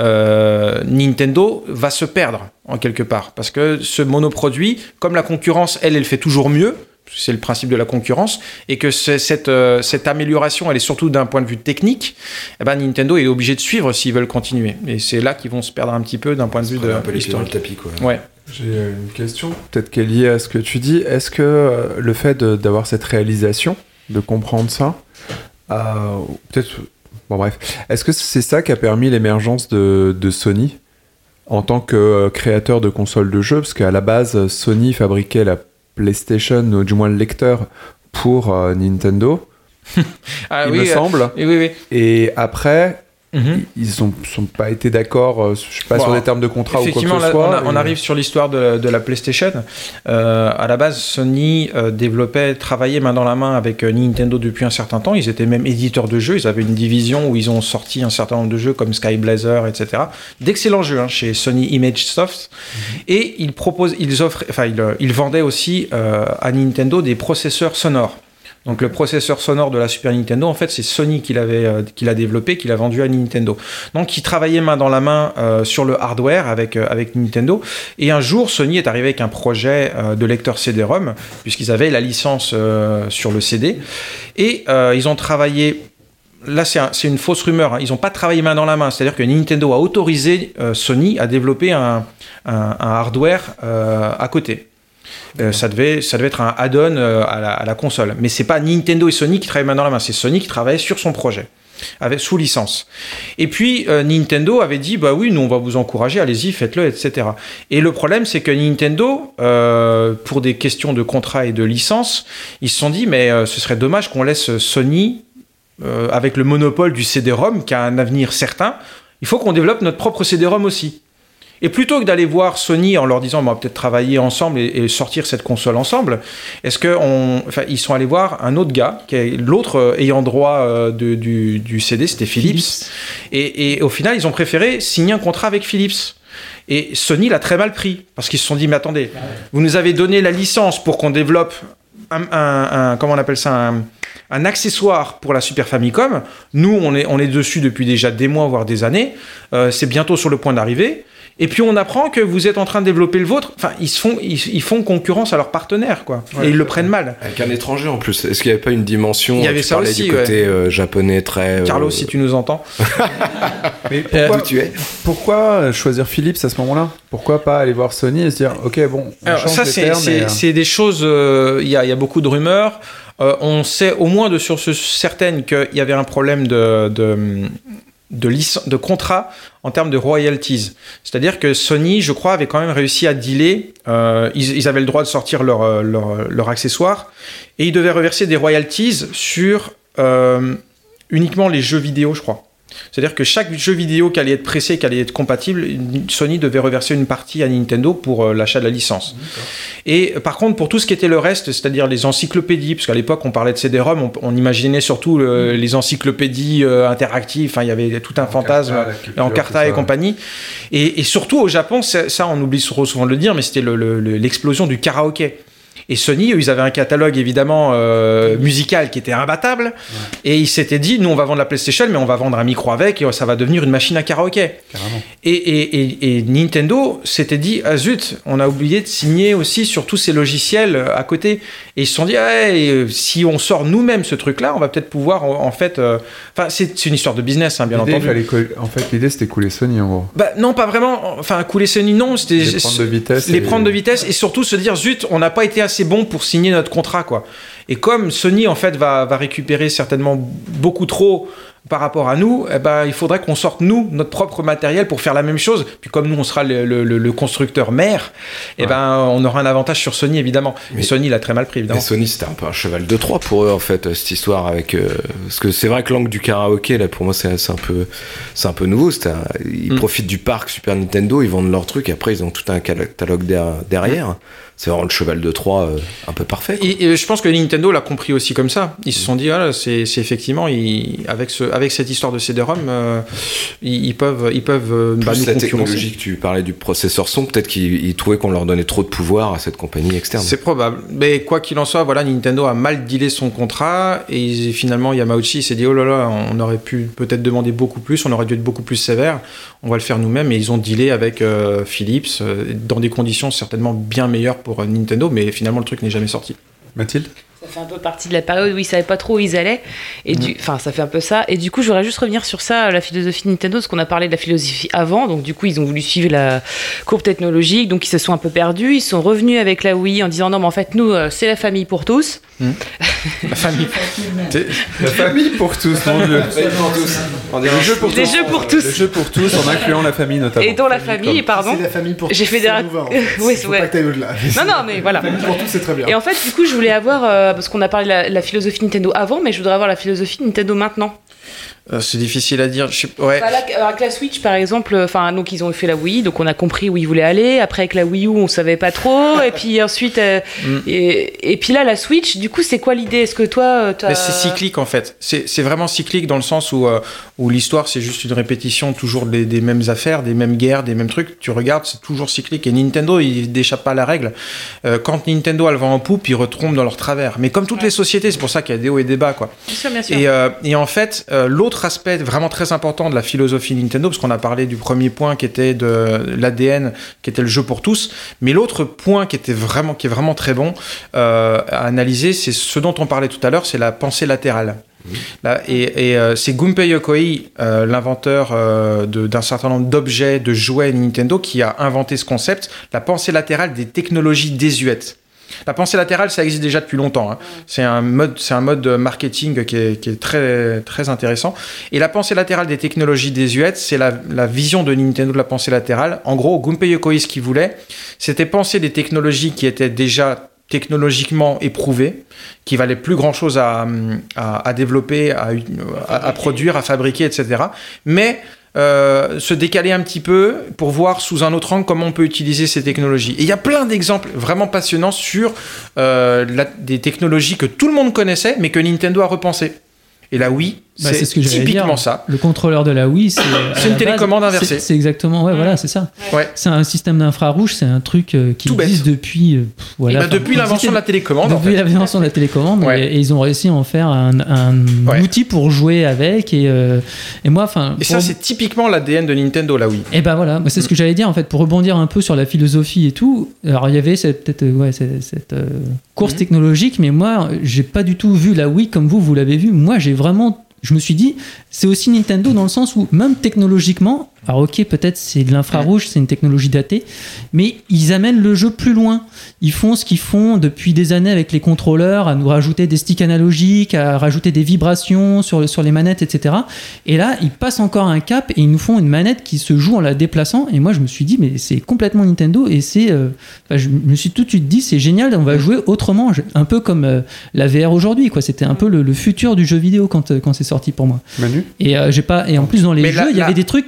euh, Nintendo va se perdre, en quelque part. Parce que ce monoproduit, comme la concurrence, elle, elle fait toujours mieux, c'est le principe de la concurrence, et que cette, euh, cette amélioration, elle est surtout d'un point de vue technique, eh ben, Nintendo est obligé de suivre s'ils veulent continuer. Et c'est là qu'ils vont se perdre un petit peu d'un point de vue de un peu les pieds dans le l'histoire. tapis, quoi. Ouais. J'ai une question, peut-être qu'elle est liée à ce que tu dis. Est-ce que euh, le fait de, d'avoir cette réalisation, de comprendre ça, euh, peut-être... Bon bref. Est-ce que c'est ça qui a permis l'émergence de, de Sony en tant que euh, créateur de consoles de jeux? Parce qu'à la base, Sony fabriquait la PlayStation, ou du moins le lecteur, pour euh, Nintendo, ah, il oui, me euh, semble. Oui, oui, oui. Et après... Mm-hmm. Ils n'ont sont pas été d'accord, euh, je sais pas, Bon, sur des termes de contrat ou quoi que ce effectivement, là, soit. on, a- on et- arrive sur l'histoire de, de la PlayStation. Euh, à la base, Sony euh, développait, travaillait main dans la main avec euh, Nintendo depuis un certain temps. Ils étaient même éditeurs de jeux. Ils avaient une division où ils ont sorti un certain nombre de jeux comme Sky Blazer, et cetera. D'excellents jeux hein, chez Sony Image Soft. Mm-hmm. Et ils proposent, ils offrent, enfin, ils, ils vendaient aussi euh, à Nintendo des processeurs sonores. Donc le processeur sonore de la Super Nintendo, en fait, c'est Sony qui l'avait, euh, qui l'a développé, qui l'a vendu à Nintendo. Donc ils travaillaient main dans la main euh, sur le hardware avec, euh, avec Nintendo. Et un jour, Sony est arrivé avec un projet euh, de lecteur C D-ROM, puisqu'ils avaient la licence euh, sur le C D. Et euh, ils ont travaillé... Là, c'est, un, c'est une fausse rumeur. Hein. Ils n'ont pas travaillé main dans la main. C'est-à-dire que Nintendo a autorisé euh, Sony à développer un, un, un hardware euh, à côté. Euh, ça, devait, ça devait être un add-on euh, à, la, à la console. Mais c'est pas Nintendo et Sony qui travaillaient main dans la main, c'est Sony qui travaillait sur son projet, avec, sous licence. Et puis euh, Nintendo avait dit, bah oui, nous on va vous encourager, allez-y, faites-le, et cetera. Et le problème, c'est que Nintendo, euh, pour des questions de contrat et de licence, ils se sont dit, mais euh, ce serait dommage qu'on laisse Sony, euh, avec le monopole du C D-ROM, qui a un avenir certain, il faut qu'on développe notre propre C D-ROM aussi. Et plutôt que d'aller voir Sony en leur disant on va peut-être travailler ensemble et, et sortir cette console ensemble, est-ce que on, enfin, ils sont allés voir un autre gars, qui est l'autre euh, ayant droit euh, de, du, du C D, c'était Philips. Philips. Et, et au final, ils ont préféré signer un contrat avec Philips. Et Sony l'a très mal pris, parce qu'ils se sont dit mais attendez, vous nous avez donné la licence pour qu'on développe un, un, un comment on appelle ça, un, un accessoire pour la Super Famicom. Nous, on est, on est dessus depuis déjà des mois, voire des années. Euh, c'est bientôt sur le point d'arriver. Et puis on apprend que vous êtes en train de développer le vôtre. Enfin, ils, se font, ils, ils font concurrence à leurs partenaires, quoi. Ouais, et ils le prennent mal. Avec un étranger en plus. Est-ce qu'il n'y avait pas une dimension? Il y avait tu ça parlais aussi, du côté ouais. euh, japonais très. Euh... Carlos, si tu nous entends. Mais pourquoi, D'où tu es pourquoi choisir Philips à ce moment-là? Pourquoi pas aller voir Sony et se dire, ok, bon, on Alors, change ça, les c'est, termes, c'est, et, euh... c'est des choses. Il euh, y, a, y a beaucoup de rumeurs. Euh, on sait au moins de sources certaines qu'il y avait un problème de. de De, lic- de contrat en termes de royalties. C'est-à-dire que Sony, je crois, avait quand même réussi à dealer. Euh, ils, ils avaient le droit de sortir leur, leur, leur accessoire et ils devaient reverser des royalties sur euh, uniquement les jeux vidéo, je crois. C'est-à-dire que chaque jeu vidéo qui allait être pressé, qui allait être compatible, Sony devait reverser une partie à Nintendo pour euh, l'achat de la licence. D'accord. Et par contre, pour tout ce qui était le reste, c'est-à-dire les encyclopédies, parce qu'à l'époque, on parlait de C D-ROM, on, on imaginait surtout le, les encyclopédies euh, interactives, enfin, il y avait tout un en fantasme en Carta et compagnie. Et, et surtout, au Japon, ça, on oublie souvent de le dire, mais c'était le, le, le, l'explosion du karaoké. Et Sony, eux, ils avaient un catalogue évidemment euh, musical qui était imbattable. Ouais. Et ils s'étaient dit, nous on va vendre la PlayStation, mais on va vendre un micro avec et ça va devenir une machine à karaoké. Et, et, et, et Nintendo s'était dit, ah zut, on a oublié de signer aussi sur tous ces logiciels à côté. Et ils se sont dit, ah, et si on sort nous-mêmes ce truc-là, on va peut-être pouvoir en, en fait. Enfin, euh, c'est, c'est une histoire de business, hein, bien l'idée, entendu. Fallait co- en fait, l'idée c'était couler Sony en gros. Bah non, pas vraiment. Enfin, couler Sony, non. C'était les prendre de vitesse. Les et... prendre de vitesse et surtout se dire, zut, on n'a pas été assez bon pour signer notre contrat, quoi. Et comme Sony en fait va, va récupérer certainement beaucoup trop par rapport à nous, eh ben, il faudrait qu'on sorte nous notre propre matériel pour faire la même chose. Puis comme nous on sera le, le, le constructeur mère, eh ouais. ben on aura un avantage sur Sony évidemment. Mais, mais Sony l'a très mal pris évidemment. Mais Sony c'était un peu un cheval de Troie pour eux en fait cette histoire avec euh, parce que c'est vrai que l'angle du karaoké là pour moi c'est, c'est un peu c'est un peu nouveau. C'est un, ils mm. profitent du parc Super Nintendo, ils vendent leurs trucs. Après ils ont tout un catalogue derrière. Mm. C'est vraiment le cheval de Troie euh, un peu parfait. Et, et je pense que Nintendo l'a compris aussi comme ça. Ils se sont dit, ah, c'est, c'est effectivement, ils, avec, ce, avec cette histoire de C D-ROM, euh, ils, ils peuvent, ils peuvent euh, bah, nous la technologie que tu parlais du processeur son, peut-être qu'ils ils trouvaient qu'on leur donnait trop de pouvoir à cette compagnie externe. C'est probable. Mais quoi qu'il en soit, voilà, Nintendo a mal dealé son contrat et ils, finalement Yamauchi s'est dit, oh là là, on aurait pu peut-être demander beaucoup plus, on aurait dû être beaucoup plus sévère, on va le faire nous-mêmes. Et ils ont dealé avec euh, Philips euh, dans des conditions certainement bien meilleures pour Nintendo, mais finalement le truc n'est jamais sorti. Mathilde ? Ça fait un peu partie de la période où ils savaient pas trop où ils allaient, et du, enfin ça fait un peu ça. Et du coup, je voudrais juste revenir sur ça, la philosophie Nintendo, parce qu'on a parlé de la philosophie avant. Donc du coup, ils ont voulu suivre la courbe technologique, donc ils se sont un peu perdus. Ils sont revenus avec la Wii en disant non, mais en fait nous, c'est la famille pour tous. Mmh. La famille. La famille pour tous, mon Dieu. Les jeux pour tous. Les jeux pour tous. Les jeux pour tous, en incluant la famille notamment. Et dont la famille, comme... pardon. C'est la famille pour tous. J'ai fait des. Rac... Oui, faut ouais. pas que t'ailles au-delà. Non, non, mais voilà. La famille pour tous, c'est très bien. Et en fait, du coup, je voulais avoir, euh, parce qu'on a parlé de la, la philosophie Nintendo avant, mais je voudrais avoir la philosophie Nintendo maintenant. Euh, c'est difficile à dire. Je sais... ouais. Bah, là, avec la Switch, par exemple, enfin, donc ils ont fait la Wii, donc on a compris où ils voulaient aller. Après, avec la Wii U, on savait pas trop. Et puis ensuite, euh, mm. et, et puis là, la Switch, du coup, c'est quoi l'idée ? Est-ce que toi, t'as... Mais c'est cyclique en fait. C'est, c'est vraiment cyclique dans le sens où, euh, où l'histoire, c'est juste une répétition toujours des, des mêmes affaires, des mêmes guerres, des mêmes trucs. Tu regardes, c'est toujours cyclique. Et Nintendo, ils n'échappent pas à la règle. Euh, quand Nintendo a le vent en poupe, ils retombent dans leur travers. Mais comme toutes ouais. les sociétés, c'est pour ça qu'il y a des hauts et des bas, quoi. Bien sûr, bien sûr. Et, euh, et en fait, euh, l'autre aspect vraiment très important de la philosophie Nintendo, parce qu'on a parlé du premier point qui était de l'A D N, qui était le jeu pour tous, mais l'autre point qui était vraiment, qui est vraiment très bon euh, à analyser, c'est ce dont on parlait tout à l'heure, c'est la pensée latérale. Mmh. Là, et et euh, c'est Gunpei Yokoi, euh, l'inventeur euh, de, d'un certain nombre d'objets, de jouets Nintendo, qui a inventé ce concept, la pensée latérale des technologies désuètes. La pensée latérale, ça existe déjà depuis longtemps. Hein. C'est un mode, c'est un mode marketing qui est, qui est très, très intéressant. Et la pensée latérale des technologies désuètes, c'est la, la vision de Nintendo de la pensée latérale. En gros, Gunpei Yokoi, ce qu'il voulait, c'était penser des technologies qui étaient déjà technologiquement éprouvées, qui valaient plus grand-chose à, à, à développer, à, à, à produire, à fabriquer, et cetera. Mais Euh, se décaler un petit peu pour voir sous un autre angle comment on peut utiliser ces technologies. Et il y a plein d'exemples vraiment passionnants sur euh, la, des technologies que tout le monde connaissait, mais que Nintendo a repensé. Et la Wii, bah, c'est, c'est ce que typiquement dire. Ça. Le contrôleur de la Wii, c'est, c'est une télécommande base, inversée. C'est, c'est exactement, ouais, mmh. voilà, c'est ça. Ouais. C'est un système d'infrarouge, c'est un truc euh, qui Tout existe bête. depuis. Euh, voilà, bah, depuis l'invention de la télécommande. Depuis en fait. l'invention de la télécommande, ouais. et, et ils ont réussi à en faire un, un ouais. outil pour jouer avec. Et, euh, et moi, enfin. Et ça, pour... c'est typiquement l'A D N de Nintendo, la Wii. Et ben voilà, moi, c'est mmh. ce que j'allais dire en fait, pour rebondir un peu sur la philosophie et tout. Alors il y avait cette, peut-être, ouais, cette, cette euh, course mmh. technologique, mais moi, j'ai pas du tout vu la Wii comme vous, vous l'avez vu. Moi, j'ai vraiment. Je me suis dit, c'est aussi Nintendo dans le sens où, même technologiquement, alors ok, peut-être c'est de l'infrarouge, c'est une technologie datée, mais ils amènent le jeu plus loin. Ils font ce qu'ils font depuis des années avec les contrôleurs, à nous rajouter des sticks analogiques, à rajouter des vibrations sur, sur les manettes, et cetera. Et là, ils passent encore un cap et ils nous font une manette qui se joue en la déplaçant. Et moi, je me suis dit, mais c'est complètement Nintendo. Et c'est, euh, enfin, je me suis tout de suite dit, c'est génial, on va jouer autrement, un peu comme euh, la V R aujourd'hui, quoi. C'était un peu le, le futur du jeu vidéo quand, quand c'est sorti pour moi. Manu ? Et, euh, j'ai pas, et en plus, dans les mais jeux, là, il y là, avait des trucs qui étaient, là, qui étaient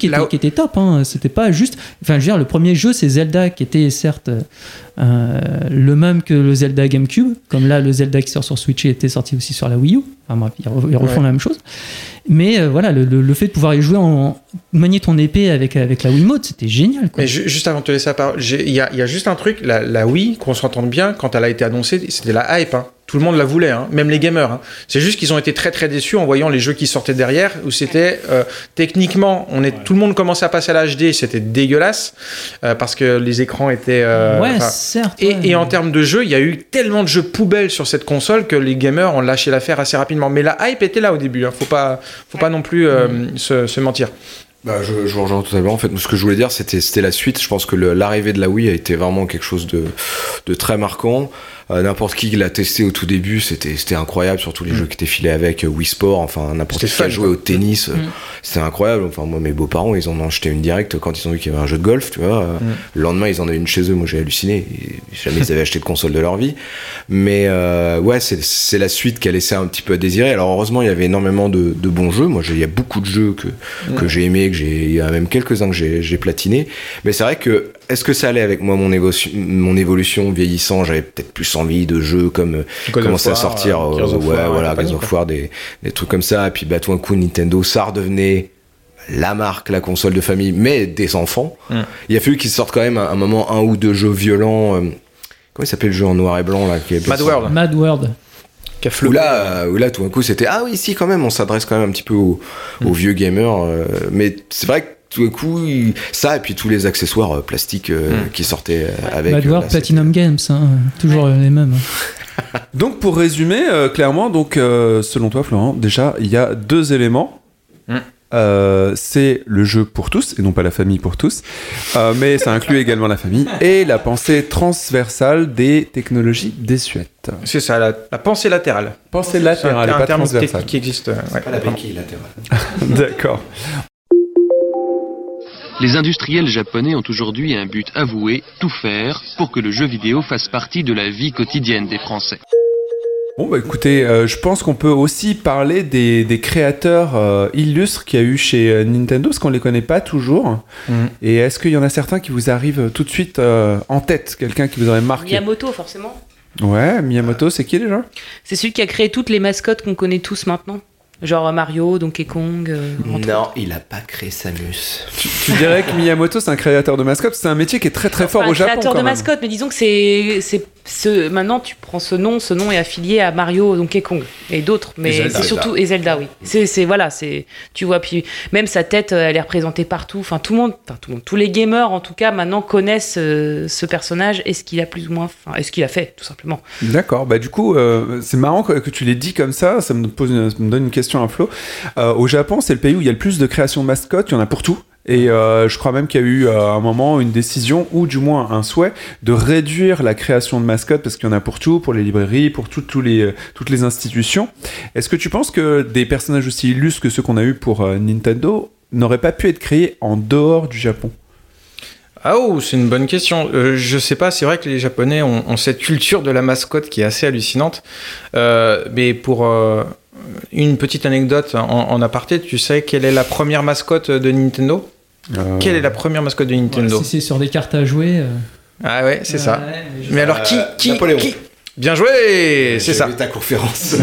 était top. Hein. C'était pas juste. Enfin, je veux dire, le premier jeu, c'est Zelda, qui était certes euh, le même que le Zelda GameCube, comme là, le Zelda qui sort sur Switch était sorti aussi sur la Wii U. Enfin bref, ils, re- ils refont Ouais. la même chose. Mais euh, voilà, le, le, le fait de pouvoir y jouer en manier ton épée avec avec la Wiimote, c'était génial. Quoi. Mais ju- juste avant de te laisser la parole, j'ai- il y a, il y a juste un truc, la, la Wii, qu'on s'entende bien, quand elle a été annoncée, c'était la hype. Hein. Tout le monde la voulait, hein, même les gamers. Hein. C'est juste qu'ils ont été très très déçus en voyant les jeux qui sortaient derrière, où c'était euh, techniquement, on est, tout le monde commençait à passer à la H D, c'était dégueulasse euh, parce que les écrans étaient. Euh, ouais, enfin, certes. Et, ouais, et mais- en termes de jeux, il y a eu tellement de jeux poubelles sur cette console que les gamers ont lâché l'affaire assez rapidement. Mais la hype était là au début. Hein. Faut pas, faut pas non plus euh, se, se mentir. Bah, je, je vous rejoins totalement. En fait, ce que je voulais dire, c'était, c'était la suite. Je pense que le, l'arrivée de la Wii a été vraiment quelque chose de, de très marquant. Euh, n'importe qui l'a testé au tout début, c'était, c'était incroyable, surtout les Mm. jeux qui étaient filés avec euh, Wii Sport, enfin n'importe C'était qui a fun, joué quoi. au tennis, euh, Mm. c'était incroyable. Enfin moi, mes beaux-parents, ils en ont acheté une directe quand ils ont vu qu'il y avait un jeu de golf, tu vois. Euh, Mm. Le lendemain, ils en avaient une chez eux. Moi, j'ai halluciné. Et jamais ils avaient acheté de console de leur vie. Mais euh, ouais, c'est, c'est la suite qui a laissé un petit peu à désirer. Alors heureusement, il y avait énormément de, de bons jeux. Moi, j'ai- il y a beaucoup de jeux que Mm. que j'ai aimé, que j'ai, il y a même quelques-uns que j'ai, j'ai platiné. Mais c'est vrai que, est-ce que ça allait avec moi, mon, évo- mon évolution vieillissant? J'avais peut-être plus envie de jeux comme, euh, God of commencer à War, sortir, euh, euh, Gears of ouais, War et voilà, compagnie, Gears of quoi. War, des, des trucs comme ça. Et puis, bah, tout d'un coup, Nintendo, ça redevenait la marque, la console de famille, mais des enfants. Mm. Il a fallu qu'ils sortent quand même à un moment un ou deux jeux violents. euh, comment il s'appelle le jeu en noir et blanc, là? Qui est Mad World. Mad World. Qui a Où flopé. là, euh, où là, tout d'un coup, c'était ah oui, si quand même, on s'adresse quand même un petit peu aux, aux vieux gamers. euh, mais c'est vrai que tout d'un coup, il- ça et puis tous les accessoires euh, plastiques euh, Mm. qui sortaient euh, avec. Mad euh, World, là, c'était- Platinum Games, hein, toujours les mêmes. Donc pour résumer, euh, clairement, donc euh, selon toi, Florent, déjà il y a deux éléments. Mm. Euh, c'est le jeu pour tous et non pas la famille pour tous, Euh, mais ça inclut également la famille et la pensée transversale des technologies désuètes. C'est ça, la, la pensée latérale. Pensée C'est un, latérale et un pas terme transversale. technique qui existe. euh, ouais. Pas la béquille latérale. D'accord. Les industriels japonais ont aujourd'hui un but avoué, tout faire pour que le jeu vidéo fasse partie de la vie quotidienne des Français. Bon bah écoutez, euh, je pense qu'on peut aussi parler des, des créateurs euh, illustres qu'il y a eu chez euh, Nintendo, parce qu'on les connaît pas toujours. Mhm. Et est-ce qu'il y en a certains qui vous arrivent tout de suite euh, en tête, quelqu'un qui vous aurait marqué? Miyamoto, forcément. Ouais, Miyamoto, c'est qui déjà? C'est celui qui a créé toutes les mascottes qu'on connaît tous maintenant. Genre Mario, Donkey Kong. euh, entre Non, il a pas créé Samus. Tu, tu dirais que Miyamoto c'est un créateur de mascottes? C'est un métier qui est très très fort Enfin, au Japon créateur quand de même. mascotte, mais disons que c'est, c'est ce, maintenant tu prends ce nom, ce nom est affilié à Mario, Donkey Kong et d'autres, mais Zelda. c'est surtout et Zelda, oui. C'est, c'est voilà, c'est tu vois, puis même sa tête, euh, elle est représentée partout. Enfin tout le monde, enfin tout le monde, tous les gamers en tout cas maintenant connaissent euh, ce personnage et ce qu'il a plus ou moins, enfin, et ce qu'il a fait tout simplement. D'accord, bah du coup, euh, c'est marrant que, que tu l'aies dit comme ça, ça me, pose une- ça me donne une question à Flo. Euh, au Japon, c'est le pays où il y a le plus de création de mascottes, il y en a pour tout. Et euh, je crois même qu'il y a eu euh, à un moment une décision, ou du moins un souhait, de réduire la création de mascottes, parce qu'il y en a pour tout, pour les librairies, pour tout- tous les, toutes les institutions. Est-ce que tu penses que des personnages aussi illustres que ceux qu'on a eu pour euh, Nintendo n'auraient pas pu être créés en dehors du Japon? Ah oh, c'est une bonne question. Euh, je sais pas, c'est vrai que les Japonais ont, ont cette culture de la mascotte qui est assez hallucinante. Euh, mais pour euh, une petite anecdote en, en aparté, tu sais quelle est la première mascotte de Nintendo? Euh, Quelle est la première mascotte de Nintendo? Ouais, si c'est sur des cartes à jouer. euh, Ah ouais, c'est ça. ouais, mais je- Mais alors qui, qui, Napoléon. qui Bien joué, c'est J'ai ça. vu ta conférence.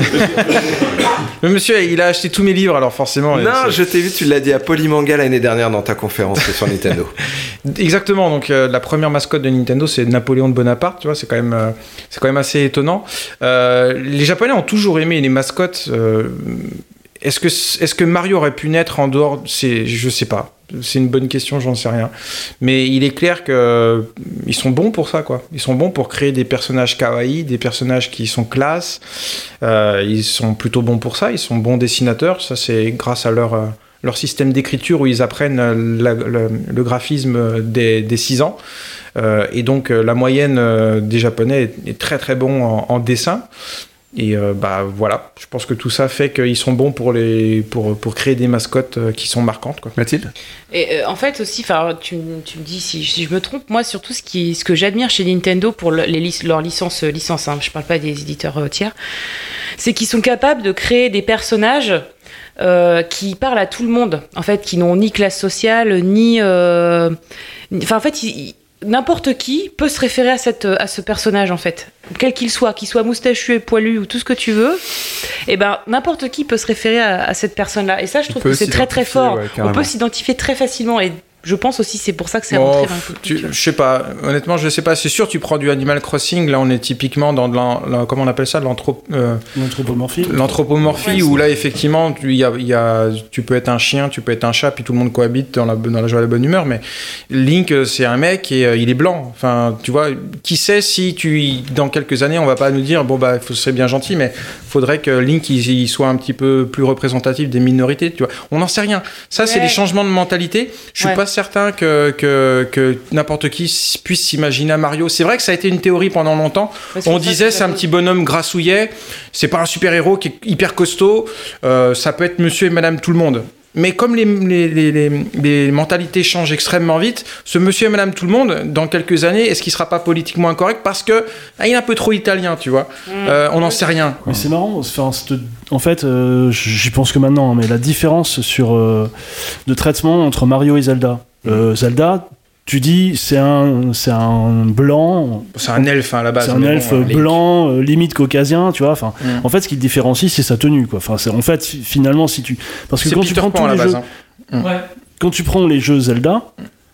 Le monsieur, il a acheté tous mes livres, alors forcément. non, c'est- je t'ai vu, tu l'as dit à Polymanga l'année dernière dans ta conférence sur Nintendo. Exactement. Donc euh, la première mascotte de Nintendo, c'est Napoléon de Bonaparte. Tu vois, c'est quand même, euh, c'est quand même assez étonnant. Euh, les Japonais ont toujours aimé les mascottes. Euh, est-ce que, est-ce que Mario aurait pu naître en dehors? C'est, je sais pas. C'est une bonne question, j'en sais rien. Mais il est clair que euh, ils sont bons pour ça, quoi. Ils sont bons pour créer des personnages kawaii, des personnages qui sont classe. Euh, ils sont plutôt bons pour ça. Ils sont bons dessinateurs. Ça, c'est grâce à leur euh, leur système d'écriture où ils apprennent euh, la- le, le graphisme des, des six ans. Euh, et donc, euh, la moyenne euh, des Japonais est, est très très bon en, en dessin. Et euh, bah voilà, je pense que tout ça fait qu'ils sont bons pour, les, pour, pour créer des mascottes euh, qui sont marquantes, quoi. Mathilde? Et euh, en fait aussi, enfin, tu, tu me dis si, si je me trompe, moi surtout ce, qui, ce que j'admire chez Nintendo pour le- les, lic- leurs licences, licences hein, je parle pas des éditeurs euh, tiers, c'est qu'ils sont capables de créer des personnages euh, qui parlent à tout le monde, en fait, qui n'ont ni classe sociale, ni... euh, ni- Enfin, en fait, il- il- n'importe qui peut se référer à, cette, à ce personnage, en fait. Quel qu'il soit, qu'il soit moustachu et poilu ou tout ce que tu veux, et ben, n'importe qui peut se référer à, à cette personne-là. Et ça, je trouve peut que c'est très très s'identifier, fort. ouais, On carrément. peut s'identifier très facilement, et je pense aussi c'est pour ça que c'est Bon, rentré dans le tu- je sais pas, honnêtement, je sais pas. C'est sûr, tu prends du Animal Crossing, là, on est typiquement dans de l'an- la- comment on appelle ça, de l'anthro- euh, L'anthropomorphie. l'anthropomorphie, où là, effectivement, tu, y a, il y a, tu peux être un chien, tu peux être un chat, puis tout le monde cohabite dans la, dans la joie et la bonne humeur. Mais Link, euh, c'est un mec et euh, il est blanc. Enfin, tu vois, qui sait si tu, dans quelques années, on va pas nous dire, bon bah, ce serait bien gentil, mais faudrait que Link il, il soit un petit peu plus représentatif des minorités. Tu vois, on n'en sait rien. Ça, c'est Ouais. des changements de mentalité. Je suis Ouais. pas certain que que, que n'importe qui s- puisse s'imaginer un Mario. C'est vrai que ça a été une théorie pendant longtemps. Ouais, c'est On pour ça disait que c'est un ça- petit bonhomme grassouillet, c'est pas un super-héros qui est hyper costaud, euh, ça peut être monsieur et madame tout le monde. Mais comme les, les, les, les, les mentalités changent extrêmement vite, ce monsieur et madame tout le monde, dans quelques années, est-ce qu'il sera pas politiquement incorrect parce que ah, il est un peu trop italien, tu vois. Euh, on n'en sait rien. Mais c'est marrant, enfin, cette- en fait, euh, j'y pense que maintenant, hein, mais la différence sur, euh, de traitement entre Mario et Zelda. Euh, Zelda, tu dis, c'est un, c'est un blanc. C'est un elfe hein, à la base. C'est un mais bon, elfe euh, Link. blanc, euh, limite caucasien, tu vois. Enfin, Mm. en fait, ce qui le différencie, c'est sa tenue, quoi. Enfin, c'est, en fait, fi- finalement, si tu, parce que C'est quand tu Peter prends Pan tous à la les base. jeux, hein. Ouais. quand tu prends les jeux Zelda,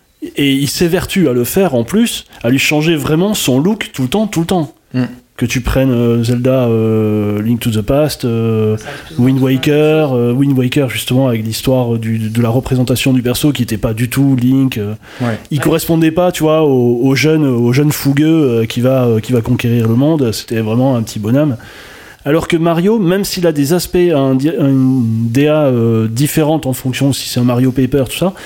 et il s'évertue à le faire en plus, à lui changer vraiment son look tout le temps, tout le temps. Mm. Que tu prennes euh, Zelda euh, Link to the Past, euh, Wind Waker, euh, Wind Waker justement avec l'histoire du, de la représentation du perso qui n'était pas du tout Link. euh, Ouais. il correspondait pas, tu vois, au, au jeune, au jeune fougueux euh, qui va, euh, qui va conquérir le monde. C'était vraiment un petit bonhomme. Alors que Mario, même s'il a des aspects, un, di- une D A euh, différente en fonction si c'est un Mario Paper, tout ça,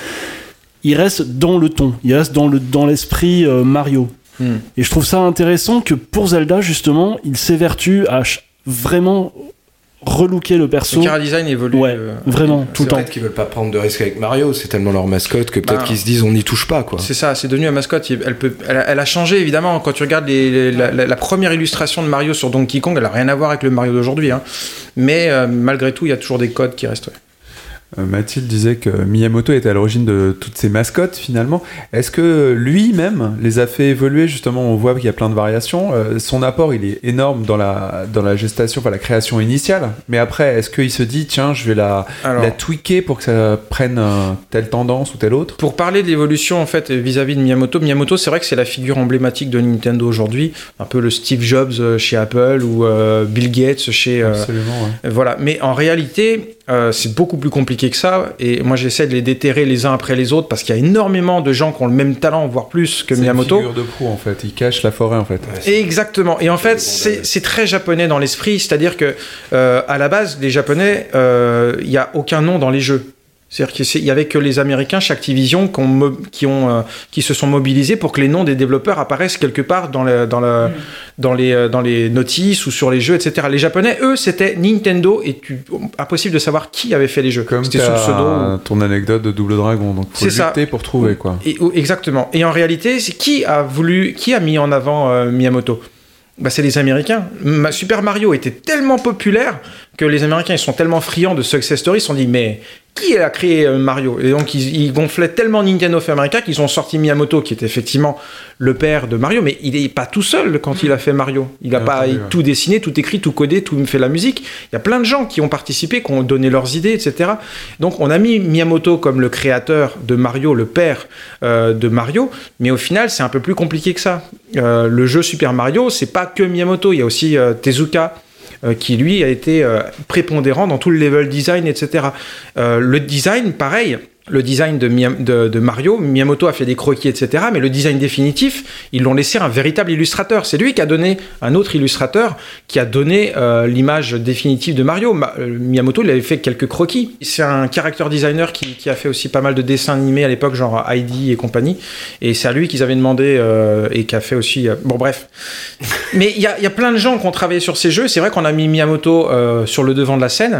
il reste dans le ton, il reste dans, le, dans l'esprit euh, Mario. Hmm. Et je trouve ça intéressant que pour Zelda, justement, il s'évertue à ch- vraiment relooker le perso. Le chara-design évolue. Ouais, euh, vraiment, tout le temps. Peut-être qu'ils veulent pas prendre de risques avec Mario, c'est tellement leur mascotte que peut-être Bah, qu'ils se disent on n'y touche pas quoi. C'est ça, c'est devenu la mascotte. Elle, peut, elle, a, elle a changé évidemment. Quand tu regardes les, les- la, la- la première illustration de Mario sur Donkey Kong, elle a rien à voir avec le Mario d'aujourd'hui. Hein. Mais euh, malgré tout, il y a toujours des codes qui restent. Ouais. Euh, Mathilde disait que Miyamoto était à l'origine de toutes ces mascottes finalement. Est-ce que lui-même les a fait évoluer justement? On voit qu'il y a plein de variations. Euh, son apport il est énorme dans la, dans la gestation, enfin la création initiale. Mais après, est-ce qu'il se dit tiens, je vais la, Alors, la tweaker pour que ça prenne euh, telle tendance ou telle autre? Pour parler de l'évolution en fait vis-à-vis de Miyamoto, Miyamoto c'est vrai que c'est la figure emblématique de Nintendo aujourd'hui, un peu le Steve Jobs euh, chez Apple ou euh, Bill Gates chez. euh, Absolument. Ouais. Voilà, mais en réalité, euh, c'est beaucoup plus compliqué que ça. Et moi, j'essaie de les déterrer les uns après les autres parce qu'il y a énormément de gens qui ont le même talent, voire plus que C'est Miyamoto. une figure de proue en fait. Il cache la forêt en fait. Et exactement. Et en fait, c'est c'est très japonais dans l'esprit, c'est-à-dire que euh, à la base, les Japonais, euh, il y a aucun nom dans les jeux. C'est-à-dire qu'il y avait que les Américains chez Activision qui, ont mo- qui, ont, euh, qui se sont mobilisés pour que les noms des développeurs apparaissent quelque part dans, le, dans, le, dans, les, euh, dans les notices ou sur les jeux, et cetera. Les Japonais, eux, c'était Nintendo et tu, impossible de savoir qui avait fait les jeux. Comme C'était sous t'as pseudo. ou- ton anecdote de Double Dragon, donc faut C'est ça. lutter pour trouver quoi. Et, ou- exactement. Et en réalité, c'est qui a voulu, qui a mis en avant euh, Miyamoto? Bah, c'est les Américains. Ma- Super Mario était tellement populaire que les Américains ils sont tellement friands de success story, ils se sont dit mais qui a créé euh, Mario? Et donc ils, ils gonflaient tellement Nintendo of America qu'ils ont sorti Miyamoto qui était effectivement le père de Mario, mais il est pas tout seul quand il a fait Mario. Il a Bien pas entendu, il- ouais. tout dessiné, tout écrit, tout codé, tout fait la musique. Il y a plein de gens qui ont participé, qui ont donné leurs idées, et cetera. Donc on a mis Miyamoto comme le créateur de Mario, le père euh, de Mario, mais au final c'est un peu plus compliqué que ça. Euh, le jeu Super Mario, c'est pas que Miyamoto, il y a aussi euh, Tezuka euh, qui lui a été euh, prépondérant dans tout le level design, et cetera. Euh, le design, pareil. Le design de, Miyam- de, de Mario, Miyamoto a fait des croquis, et cetera. Mais le design définitif, ils l'ont laissé à un véritable illustrateur. C'est lui qui a donné, un autre illustrateur, qui a donné euh, l'image définitive de Mario. Ma- euh, Miyamoto, il avait fait quelques croquis. C'est un character designer qui, qui a fait aussi pas mal de dessins animés à l'époque, genre Heidi et compagnie. Et c'est à lui qu'ils avaient demandé euh, et qui a fait aussi... euh, bon, bref. Mais il y a, il y a plein de gens qui ont travaillé sur ces jeux. C'est vrai qu'on a mis Miyamoto euh, sur le devant de la scène.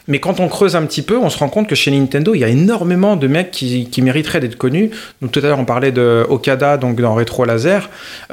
Mais quand on creuse un petit peu, on se rend compte que chez Nintendo, il y a énormément de mecs qui, qui mériteraient d'être connus. Donc, tout à l'heure, on parlait de Okada, donc dans Retro Laser.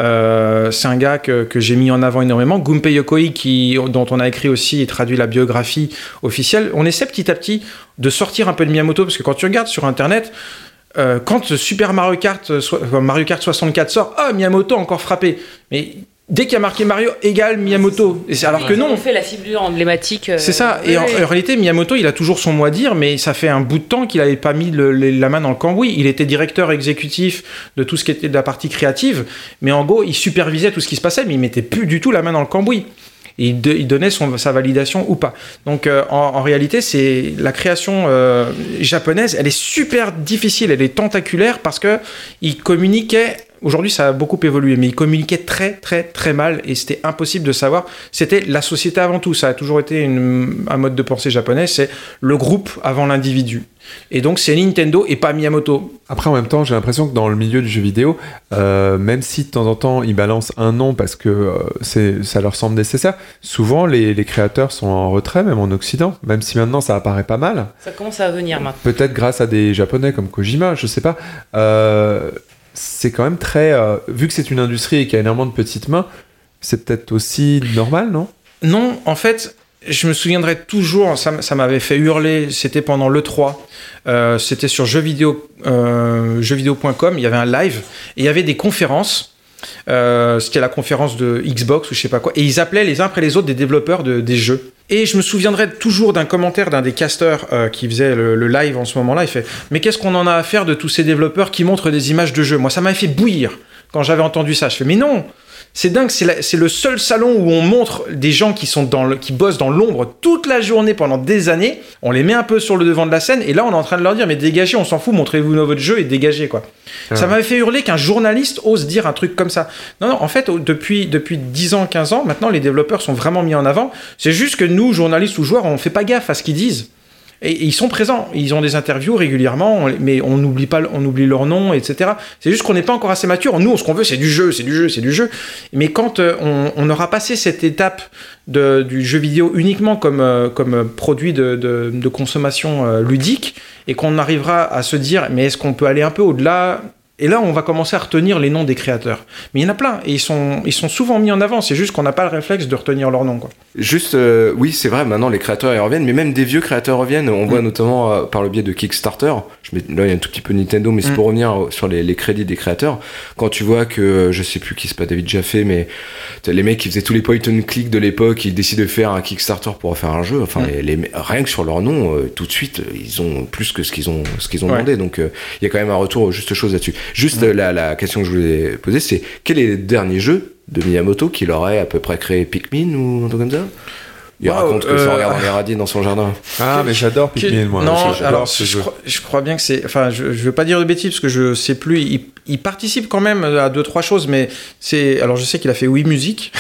Euh, c'est un gars que, que j'ai mis en avant énormément. Gunpei Yokoi, qui, dont on a écrit aussi et traduit la biographie officielle. On essaie petit à petit de sortir un peu de Miyamoto, parce que quand tu regardes sur Internet, euh, quand Super Mario Kart, so, Mario Kart soixante-quatre sort, ah, Miyamoto a encore frappé. Mais dès qu'il y a marqué Mario égale Miyamoto. Et c'est, alors que non. On fait la figure emblématique. Euh, c'est ça. oui, et en, oui. en réalité, Miyamoto, il a toujours son mot à dire, mais ça fait un bout de temps qu'il n'avait pas mis le, le, la main dans le cambouis. Il était directeur exécutif de tout ce qui était de la partie créative, mais en gros, il supervisait tout ce qui se passait, mais il mettait plus du tout la main dans le cambouis. Et il, de, il donnait son, sa validation ou pas. Donc, euh, en, en réalité, c'est la création euh, japonaise, elle est super difficile, elle est tentaculaire parce que il communiquait. Aujourd'hui, ça a beaucoup évolué, mais il communiquait très, très, très mal et c'était impossible de savoir. C'était la société avant tout. Ça a toujours été une, un mode de pensée japonais. C'est le groupe avant l'individu. Et donc, c'est Nintendo et pas Miyamoto. Après, en même temps, j'ai l'impression que dans le milieu du jeu vidéo, euh, même si de temps en temps, ils balancent un nom parce que euh, c'est, ça leur semble nécessaire, souvent, les, les créateurs sont en retrait, même en Occident. Même si maintenant, ça apparaît pas mal. Ça commence à venir maintenant. Peut-être grâce à des Japonais comme Kojima, je sais pas. Euh... C'est quand même très... Euh, vu que c'est une industrie et qu'il y a énormément de petites mains, c'est peut-être aussi normal, non ? Non, en fait, je me souviendrai toujours, ça, ça m'avait fait hurler, c'était pendant l'E trois, euh, c'était sur jeuxvideo, euh, jeuxvideo point com, il y avait un live, et il y avait des conférences, euh, c'était la conférence de Xbox ou je sais pas quoi, et ils appelaient les uns après les autres des développeurs de, des jeux. Et je me souviendrai toujours d'un commentaire d'un des casteurs euh, qui faisait le, le live en ce moment-là. Il fait « Mais qu'est-ce qu'on en a à faire de tous ces développeurs qui montrent des images de jeux ?» Moi, ça m'avait fait bouillir quand j'avais entendu ça. Je fais « Mais non !» C'est dingue, c'est, la, c'est le seul salon où on montre des gens qui, sont dans le, qui bossent dans l'ombre toute la journée pendant des années. On les met un peu sur le devant de la scène et là on est en train de leur dire mais dégagez, on s'en fout, montrez-vous votre jeu et dégagez quoi. Ah. Ça m'avait fait hurler qu'un journaliste ose dire un truc comme ça. Non, non, en fait depuis, depuis dix ans, quinze ans, maintenant les développeurs sont vraiment mis en avant. C'est juste que nous, journalistes ou joueurs, on fait pas gaffe à ce qu'ils disent. Et ils sont présents, ils ont des interviews régulièrement, mais on n'oublie pas, on oublie leur nom, et cetera. C'est juste qu'on n'est pas encore assez mature. Nous, ce qu'on veut, c'est du jeu, c'est du jeu, c'est du jeu. Mais quand euh, on, on aura passé cette étape de, du jeu vidéo uniquement comme, euh, comme produit de, de, de consommation euh, ludique, et qu'on arrivera à se dire, mais est-ce qu'on peut aller un peu au-delà ? Et là, on va commencer à retenir les noms des créateurs. Mais il y en a plein, et ils sont, ils sont souvent mis en avant. C'est juste qu'on n'a pas le réflexe de retenir leurs noms, quoi. Juste, euh, oui, c'est vrai, maintenant les créateurs ils reviennent, mais même des vieux créateurs reviennent. On mmh. voit notamment euh, par le biais de Kickstarter. Je mets, là, il y a un tout petit peu Nintendo, mais c'est mmh. pour revenir sur les, les crédits des créateurs. Quand tu vois que, euh, je sais plus qui c'est pas David Jaffe, mais les mecs qui faisaient tous les point and click de l'époque, ils décident de faire un Kickstarter pour faire un jeu. Enfin, mmh. les, les, rien que sur leur nom, euh, tout de suite, ils ont plus que ce qu'ils ont, ce qu'ils ont ouais. demandé. Donc, il euh, y a quand même un retour aux justes choses là-dessus. Juste, mmh. la, la question que je voulais poser, c'est quel est le dernier jeu de Miyamoto qu'il aurait à peu près créé Pikmin ou un truc comme ça? Il wow, raconte que euh... ça regarde les radis dans son jardin. Ah, mais j'adore Pikmin, moi. Non, j'adore alors ce je, jeu. Crois, je crois bien que c'est... Enfin, je, je veux pas dire de bêtises parce que je sais plus. Il, il participe quand même à deux, trois choses, mais c'est... Alors, je sais qu'il a fait Wii Music.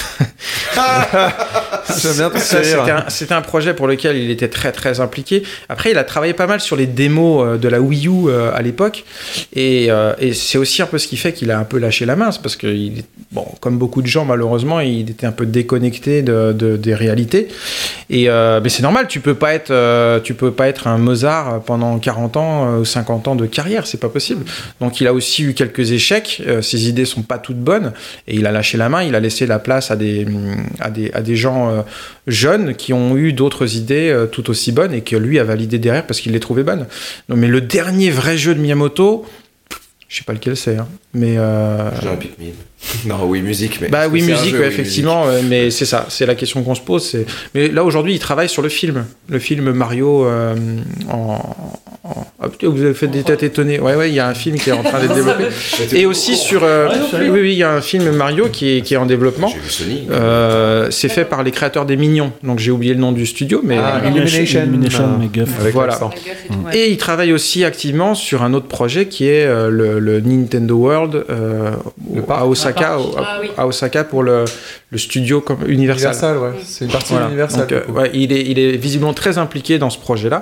J'aime bien ça, c'était, un, c'était un projet pour lequel il était très, très impliqué. Après, il a travaillé pas mal sur les démos de la Wii U à l'époque. Et, et c'est aussi un peu ce qui fait qu'il a un peu lâché la main. C'est parce que, il, bon, comme beaucoup de gens, malheureusement, il était un peu déconnecté de, de, des réalités. Et euh, mais c'est normal, tu peux pas être, euh, tu peux pas être un Mozart pendant quarante ans ou euh, cinquante ans de carrière, c'est pas possible. Donc il a aussi eu quelques échecs, euh, ses idées sont pas toutes bonnes, et il a lâché la main, il a laissé la place à des, à des, à des gens euh, jeunes qui ont eu d'autres idées euh, tout aussi bonnes et que lui a validé derrière parce qu'il les trouvait bonnes. Non, mais le dernier vrai jeu de Miyamoto, je sais pas lequel c'est, hein, mais... Euh... Je dirais Pikmin. Non, oui, musique, mais... Bah oui, musique, jeu, ouais, oui, effectivement, musique. Euh, mais c'est ça, c'est la question qu'on se pose. C'est... Mais là, aujourd'hui, il travaille sur le film. Le film Mario euh, en... en... Ah, putain, vous avez fait des têtes étonnées. Ouais, ouais, il y a un film qui est en train d'être développé. Et aussi sur... Euh... Oui, oui, il y a un film Mario qui est, qui est en développement. J'ai vu Sonic. Euh, c'est fait par les créateurs des Mignons. Donc, j'ai oublié le nom du studio, mais... Ah, Illumination, Illumination euh, Megaff. Voilà. Et, et il travaille aussi activement sur un autre projet qui est euh, le, le Nintendo World euh, à Osaka, au, ah, oui. à Osaka pour le, le studio comme Universal. Universal, ouais. C'est une partie voilà. de Universal. Donc, euh, ouais, il, est, il est visiblement très impliqué dans ce projet-là.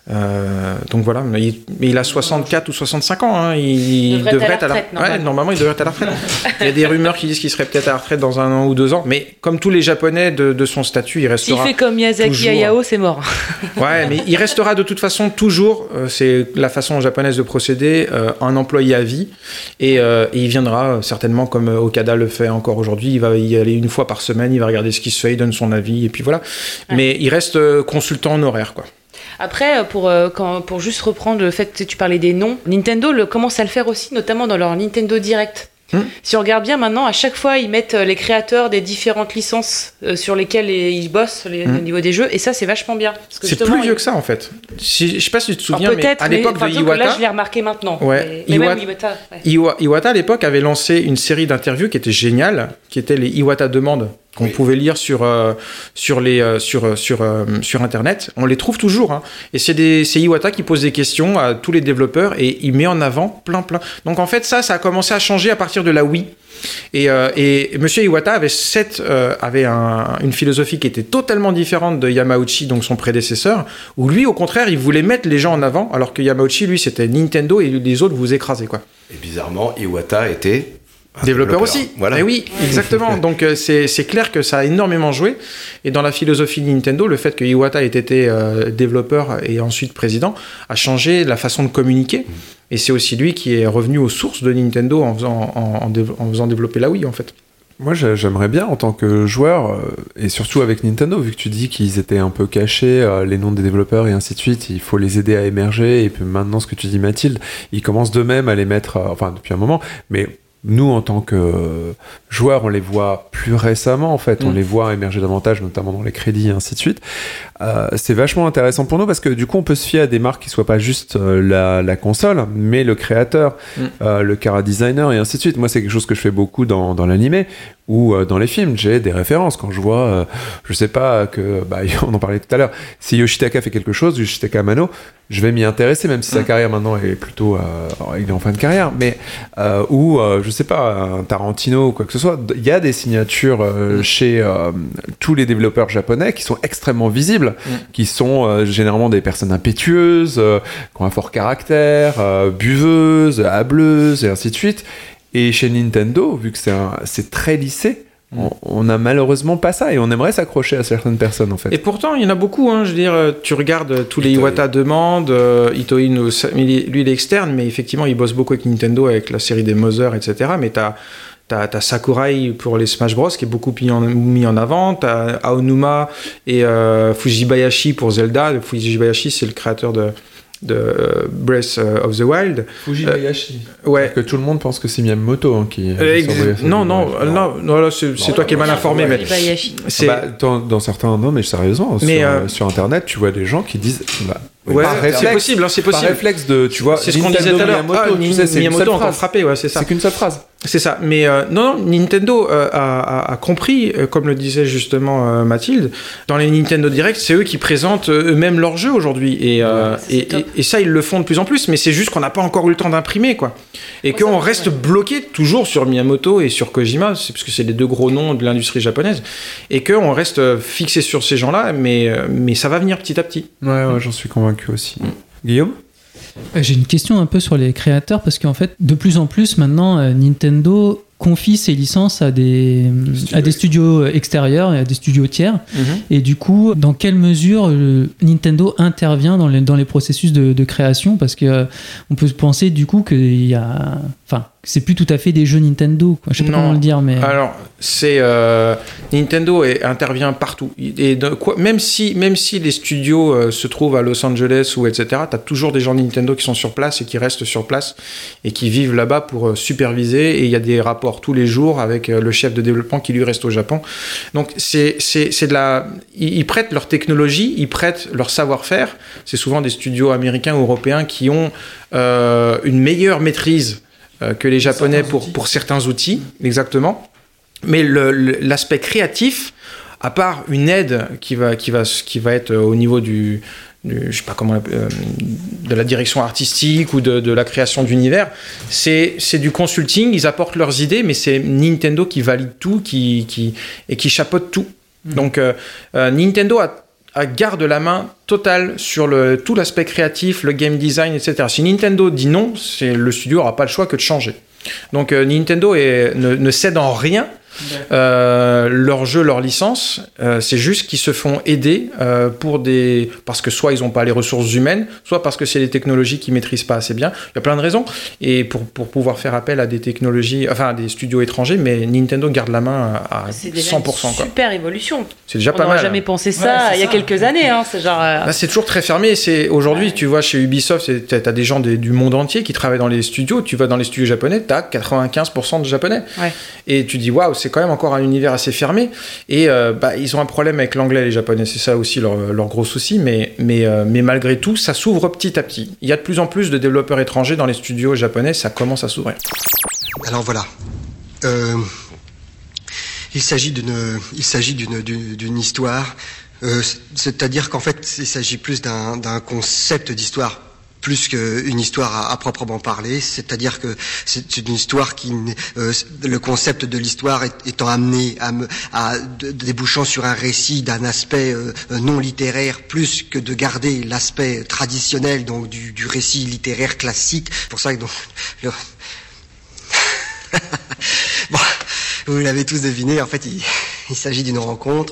Euh, donc voilà, mais il, mais il a soixante-quatre ou soixante-cinq ans. Hein. Il, il devrait, devrait être à la retraite. Ouais, normalement, il devrait être à la retraite. Il y a des rumeurs qui disent qu'il serait peut-être à la retraite dans un an ou deux ans. Mais comme tous les Japonais de, de son statut, il restera. S'il fait comme Miyazaki toujours... Hayao, c'est mort. Ouais, mais il restera de toute façon toujours. Euh, c'est la façon japonaise de procéder, euh, un employé à vie, et, euh, et il viendra certainement comme Okada le fait encore aujourd'hui. Il va y aller une fois par semaine. Il va regarder ce qui se fait, il donne son avis, et puis voilà. Ouais. Mais il reste euh, consultant honoraire, quoi. Après, pour, euh, quand, pour juste reprendre le fait que tu parlais des noms, Nintendo le, commence à le faire aussi, notamment dans leur Nintendo Direct. Mmh. Si on regarde bien maintenant, à chaque fois, ils mettent les créateurs des différentes licences euh, sur lesquelles les, ils bossent les, mmh. au niveau des jeux, et ça, c'est vachement bien. Parce que c'est plus vieux ils... que ça, en fait. Si, je sais pas si tu te souviens, alors, mais à l'époque mais, de Iwata... Là, je l'ai remarqué maintenant. Ouais. Mais, mais Iwata, même Iwata, ouais. Iwa, Iwata, à l'époque, avait lancé une série d'interviews qui était géniale, qui était les Iwata Demandes, qu'on oui. pouvait lire sur, euh, sur, les, euh, sur, sur, euh, sur Internet. On les trouve toujours. Hein. Et c'est, des, c'est Iwata qui pose des questions à tous les développeurs et il met en avant plein, plein. Donc en fait, ça, ça a commencé à changer à partir de la Wii. Et, euh, et Monsieur Iwata avait, cette, euh, avait un, une philosophie qui était totalement différente de Yamauchi, donc son prédécesseur, où lui, au contraire, il voulait mettre les gens en avant, alors que Yamauchi, lui, c'était Nintendo et les autres vous écrasaient, quoi. Et bizarrement, Iwata était... Développeur, développeur aussi, voilà. Et oui, exactement. Donc euh, c'est, c'est clair que ça a énormément joué. Et dans la philosophie de Nintendo, le fait que Iwata ait été euh, développeur et ensuite président a changé la façon de communiquer. Mmh. Et c'est aussi lui qui est revenu aux sources de Nintendo en faisant, en, en, dé- en faisant développer la Wii, en fait. Moi, j'aimerais bien, en tant que joueur, et surtout avec Nintendo, vu que tu dis qu'ils étaient un peu cachés, les noms des développeurs et ainsi de suite, il faut les aider à émerger. Et puis maintenant, ce que tu dis, Mathilde, ils commencent d'eux-mêmes à les mettre, enfin, depuis un moment, mais... Nous, en tant que joueurs, on les voit plus récemment, en fait. Mmh. On les voit émerger davantage, notamment dans les crédits et ainsi de suite. Euh, c'est vachement intéressant pour nous parce que du coup, on peut se fier à des marques qui ne soient pas juste euh, la, la console, mais le créateur, mmh. euh, le chara designer et ainsi de suite. Moi, c'est quelque chose que je fais beaucoup dans, dans l'animé ou euh, dans les films. J'ai des références. Quand je vois, euh, je sais pas, que, bah, on en parlait tout à l'heure, si Yoshitaka fait quelque chose, Yoshitaka Amano, je vais m'y intéresser, même si mmh. sa carrière maintenant est plutôt... Euh, il est en fin de carrière, mais... Euh, ou, euh, je sais pas, un Tarantino ou quoi que ce soit, il y a des signatures euh, mmh. chez euh, tous les développeurs japonais qui sont extrêmement visibles, mmh. qui sont euh, généralement des personnes impétueuses, euh, qui ont un fort caractère, euh, buveuses, hableuses, et ainsi de suite. Et chez Nintendo, vu que c'est, un, c'est très lissé, on n'a malheureusement pas ça et on aimerait s'accrocher à certaines personnes en fait. Et pourtant il y en a beaucoup, hein, je veux dire, tu regardes tous les Itoi. Iwata demandent, euh, Itoi, nous, lui il est externe, mais effectivement il bosse beaucoup avec Nintendo, avec la série des Mother, et cetera. Mais t'as, t'as, t'as Sakurai pour les Smash Bros qui est beaucoup mis en, mis en avant, t'as Aonuma et euh, Fujibayashi pour Zelda. Fujibayashi c'est le créateur de de uh, Breath of the Wild. Fujibayashi. Euh, ouais. Que tout le monde pense que c'est Miyamoto hein, qui. Euh, ex- non, non, non, non, non, là, c'est, c'est non, toi qui es mal informé, mais. C'est... Bah, dans, dans certains, non, mais sérieusement, mais sur, euh... sur Internet, tu vois des gens qui disent. Bah, ouais, par réflexe, c'est possible, hein, c'est possible. Par réflexe de, tu vois, c'est ce qu'on disait tout à l'heure. Miyamoto, ah, tu sais, c'est Miyamoto encore frappé, ouais, c'est ça. C'est qu'une seule phrase. C'est ça. Mais euh, non, non, Nintendo euh, a, a, a compris, euh, comme le disait justement euh, Mathilde, dans les Nintendo Direct, c'est eux qui présentent euh, eux-mêmes leurs jeux aujourd'hui. Et, euh, ouais, et, et, et ça, ils le font de plus en plus. Mais c'est juste qu'on n'a pas encore eu le temps d'imprimer, quoi. Et ouais, qu'on reste ouais. bloqué toujours sur Miyamoto et sur Kojima, c'est parce que c'est les deux gros noms de l'industrie japonaise. Et qu'on reste fixé sur ces gens-là, mais, mais ça va venir petit à petit. Ouais, ouais, j'en suis convaincu aussi. Mm. Guillaume ? J'ai une question un peu sur les créateurs parce qu'en fait, de plus en plus maintenant, euh, Nintendo confie ses licences à des, à des studios extérieurs et à des studios tiers. Mm-hmm. Et du coup, dans quelle mesure euh, Nintendo intervient dans les, dans les processus de, de création ? Parce qu'on euh, peut penser du coup qu'il y a... Enfin, c'est plus tout à fait des jeux Nintendo, quoi. Je sais pas non. comment le dire, mais... Alors, c'est... Euh, Nintendo est, intervient partout. Et de, quoi, même, si, même si les studios euh, se trouvent à Los Angeles ou et cetera, t'as toujours des gens de Nintendo qui sont sur place et qui restent sur place et qui vivent là-bas pour euh, superviser. Et il y a des rapports tous les jours avec euh, le chef de développement qui lui reste au Japon. Donc, c'est, c'est, c'est de la... Ils, ils prêtent leur technologie, ils prêtent leur savoir-faire. C'est souvent des studios américains ou européens qui ont euh, une meilleure maîtrise que les Japonais pour, pour certains outils, exactement. Mais le, le, l'aspect créatif, à part une aide qui va, qui va, qui va être au niveau du, du je sais pas comment, euh, de la direction artistique ou de, de la création d'univers, c'est, c'est du consulting, ils apportent leurs idées, mais c'est Nintendo qui valide tout qui, qui, et qui chapeaute tout. Mmh. Donc euh, euh, Nintendo a garde la main totale sur le, tout l'aspect créatif, le game design, et cetera. Si Nintendo dit non, c'est, le studio n'aura pas le choix que de changer. Donc euh, Nintendo est, ne, ne cède en rien. Euh, leur jeu, leur licence, euh, c'est juste qu'ils se font aider euh, pour des... parce que soit ils n'ont pas les ressources humaines, soit parce que c'est des technologies qu'ils maîtrisent pas assez bien. Il y a plein de raisons. Et pour, pour pouvoir faire appel à des technologies, enfin à des studios étrangers, mais Nintendo garde la main à, à c'est déjà cent pour cent. Une quoi. Super évolution. C'est déjà On pas mal. On n'aurait jamais pensé ça ouais, il y a ça. quelques années. Hein, c'est genre. Euh... Là, c'est toujours très fermé. C'est aujourd'hui, ouais. tu vois, chez Ubisoft, tu as des gens des, du monde entier qui travaillent dans les studios. Tu vas dans les studios japonais, tu as quatre-vingt-quinze pour cent de japonais. Ouais. Et tu dis waouh, c'est quand même encore un univers assez fermé. Et euh, bah, ils ont un problème avec l'anglais, les japonais. C'est ça aussi leur, leur gros souci. Mais, mais, euh, mais malgré tout, ça s'ouvre petit à petit. Il y a de plus en plus de développeurs étrangers dans les studios japonais. Ça commence à s'ouvrir. Alors voilà. Euh, il s'agit d'une, il s'agit d'une, d'une, d'une histoire. Euh, c'est-à-dire qu'en fait, il s'agit plus d'un, d'un concept d'histoire, plus qu'une histoire à, à proprement parler. C'est-à-dire que c'est une histoire qui, euh, le concept de l'histoire est, étant amené à, me, à de, débouchant sur un récit d'un aspect euh, non littéraire, plus que de garder l'aspect traditionnel donc du, du récit littéraire classique. C'est pour ça que donc le... bon, vous l'avez tous deviné. En fait, il, il s'agit d'une rencontre.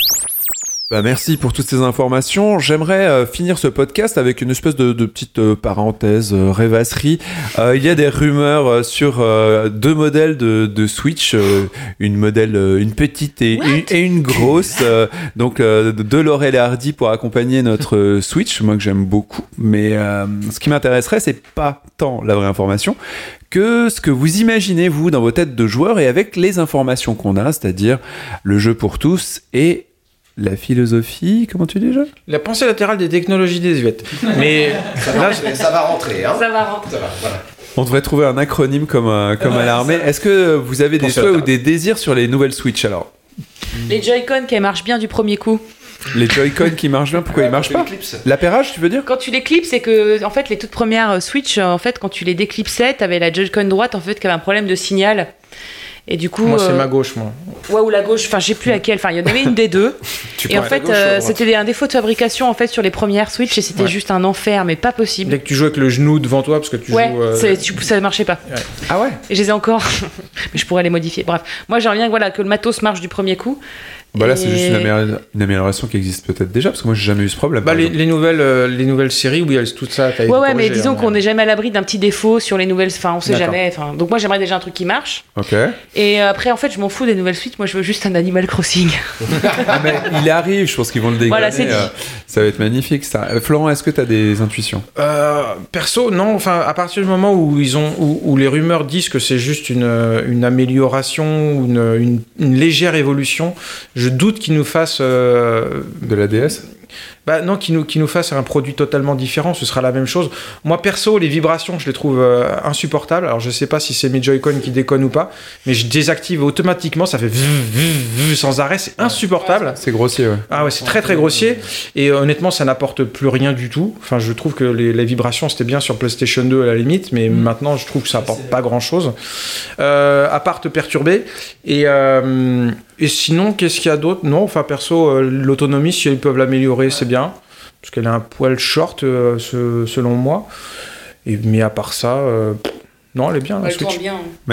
Bah merci pour toutes ces informations. J'aimerais euh, finir ce podcast avec une espèce de, de petite euh, parenthèse, euh, rêvasserie. Euh, il y a des rumeurs euh, sur euh, deux modèles de, de Switch, euh, une modèle, euh, une petite et une, et une grosse. Euh, donc euh, de Laurel et Hardy pour accompagner notre euh, Switch, moi que j'aime beaucoup. Mais euh, ce qui m'intéresserait, c'est pas tant la vraie information que ce que vous imaginez vous dans vos têtes de joueurs et avec les informations qu'on a, c'est-à-dire le jeu pour tous et la philosophie, comment tu dis déjà ? La pensée latérale des technologies désuètes. Mais ça, là, va, ça va rentrer. Hein. Ça va rentrer. Ça va, voilà. On devrait trouver un acronyme comme, euh, comme ouais, à l'armée. Ça... Est-ce que vous avez des souhaits ou des désirs sur les nouvelles Switch alors ? Les Joy-Con qui marchent bien du premier coup. Les Joy-Con qui marchent bien, pourquoi ouais, ils marchent pas ? L'appairage, tu veux dire ? Quand tu les clips, c'est que en fait les toutes premières Switch, en fait quand tu les déclipsais, t'avais la Joy-Con droite en fait qui avait un problème de signal. Et du coup, moi c'est euh... ma gauche, moi. Ouais, ou la gauche. Enfin, j'ai plus laquelle. Enfin, il y en avait une des deux. Et en fait, gauche, euh, c'était un défaut de fabrication en fait sur les premières Switch et c'était ouais. juste un enfer, mais pas possible. Dès que tu joues avec le genou devant toi, parce que tu ouais, joues. Euh... Ouais, ça marchait pas. Ouais. Ah ouais. Et je les ai encore, mais je pourrais les modifier. Bref, moi j'aimerais bien voilà que le matos marche du premier coup. Bah là, et... c'est juste une, amélior- une amélioration qui existe peut-être déjà, parce que moi, j'ai jamais eu ce problème. Bah, les, les, nouvelles, euh, les nouvelles séries où il y a tout ça. Ouais, ouais, mais disons hein, qu'on n'est jamais à l'abri d'un petit défaut sur les nouvelles. Enfin, on sait D'accord. jamais. Enfin, donc, moi, j'aimerais déjà un truc qui marche. Ok. Et après, en fait, je m'en fous des nouvelles suites. Moi, je veux juste un Animal Crossing. Ah, mais il arrive, je pense qu'ils vont le dégrader. Voilà, c'est dit. Euh, ça va être magnifique, ça. Euh, Florent, est-ce que tu as des intuitions ? euh, Perso, non. Enfin, à partir du moment où, ils ont, où, où les rumeurs disent que c'est juste une, une amélioration, une, une, une légère évolution, je doute qu'ils nous fassent. Euh, de la D S ? Bah non, qui nous, qui nous fasse un produit totalement différent, ce sera la même chose. Moi, perso, les vibrations, je les trouve euh, insupportables. Alors, je sais pas si c'est mes Joy-Con qui déconnent ou pas, mais je désactive automatiquement, ça fait vuh, vuh, vuh, sans arrêt, c'est insupportable. C'est grossier, ouais. Ah ouais, c'est très très grossier. Et euh, honnêtement, ça n'apporte plus rien du tout. Enfin, je trouve que les, les vibrations, c'était bien sur PlayStation deux à la limite, mais mmh. maintenant, je trouve que ça apporte pas grand-chose. Euh, à part te perturber. Et... Euh, Et sinon, qu'est-ce qu'il y a d'autre ? Non, enfin perso, euh, l'autonomie, si ils peuvent l'améliorer, c'est bien. Parce qu'elle est un poil short, euh, ce, selon moi. Et, mais à part ça, euh, non, elle est bien. Elle tourne bien. Manu ?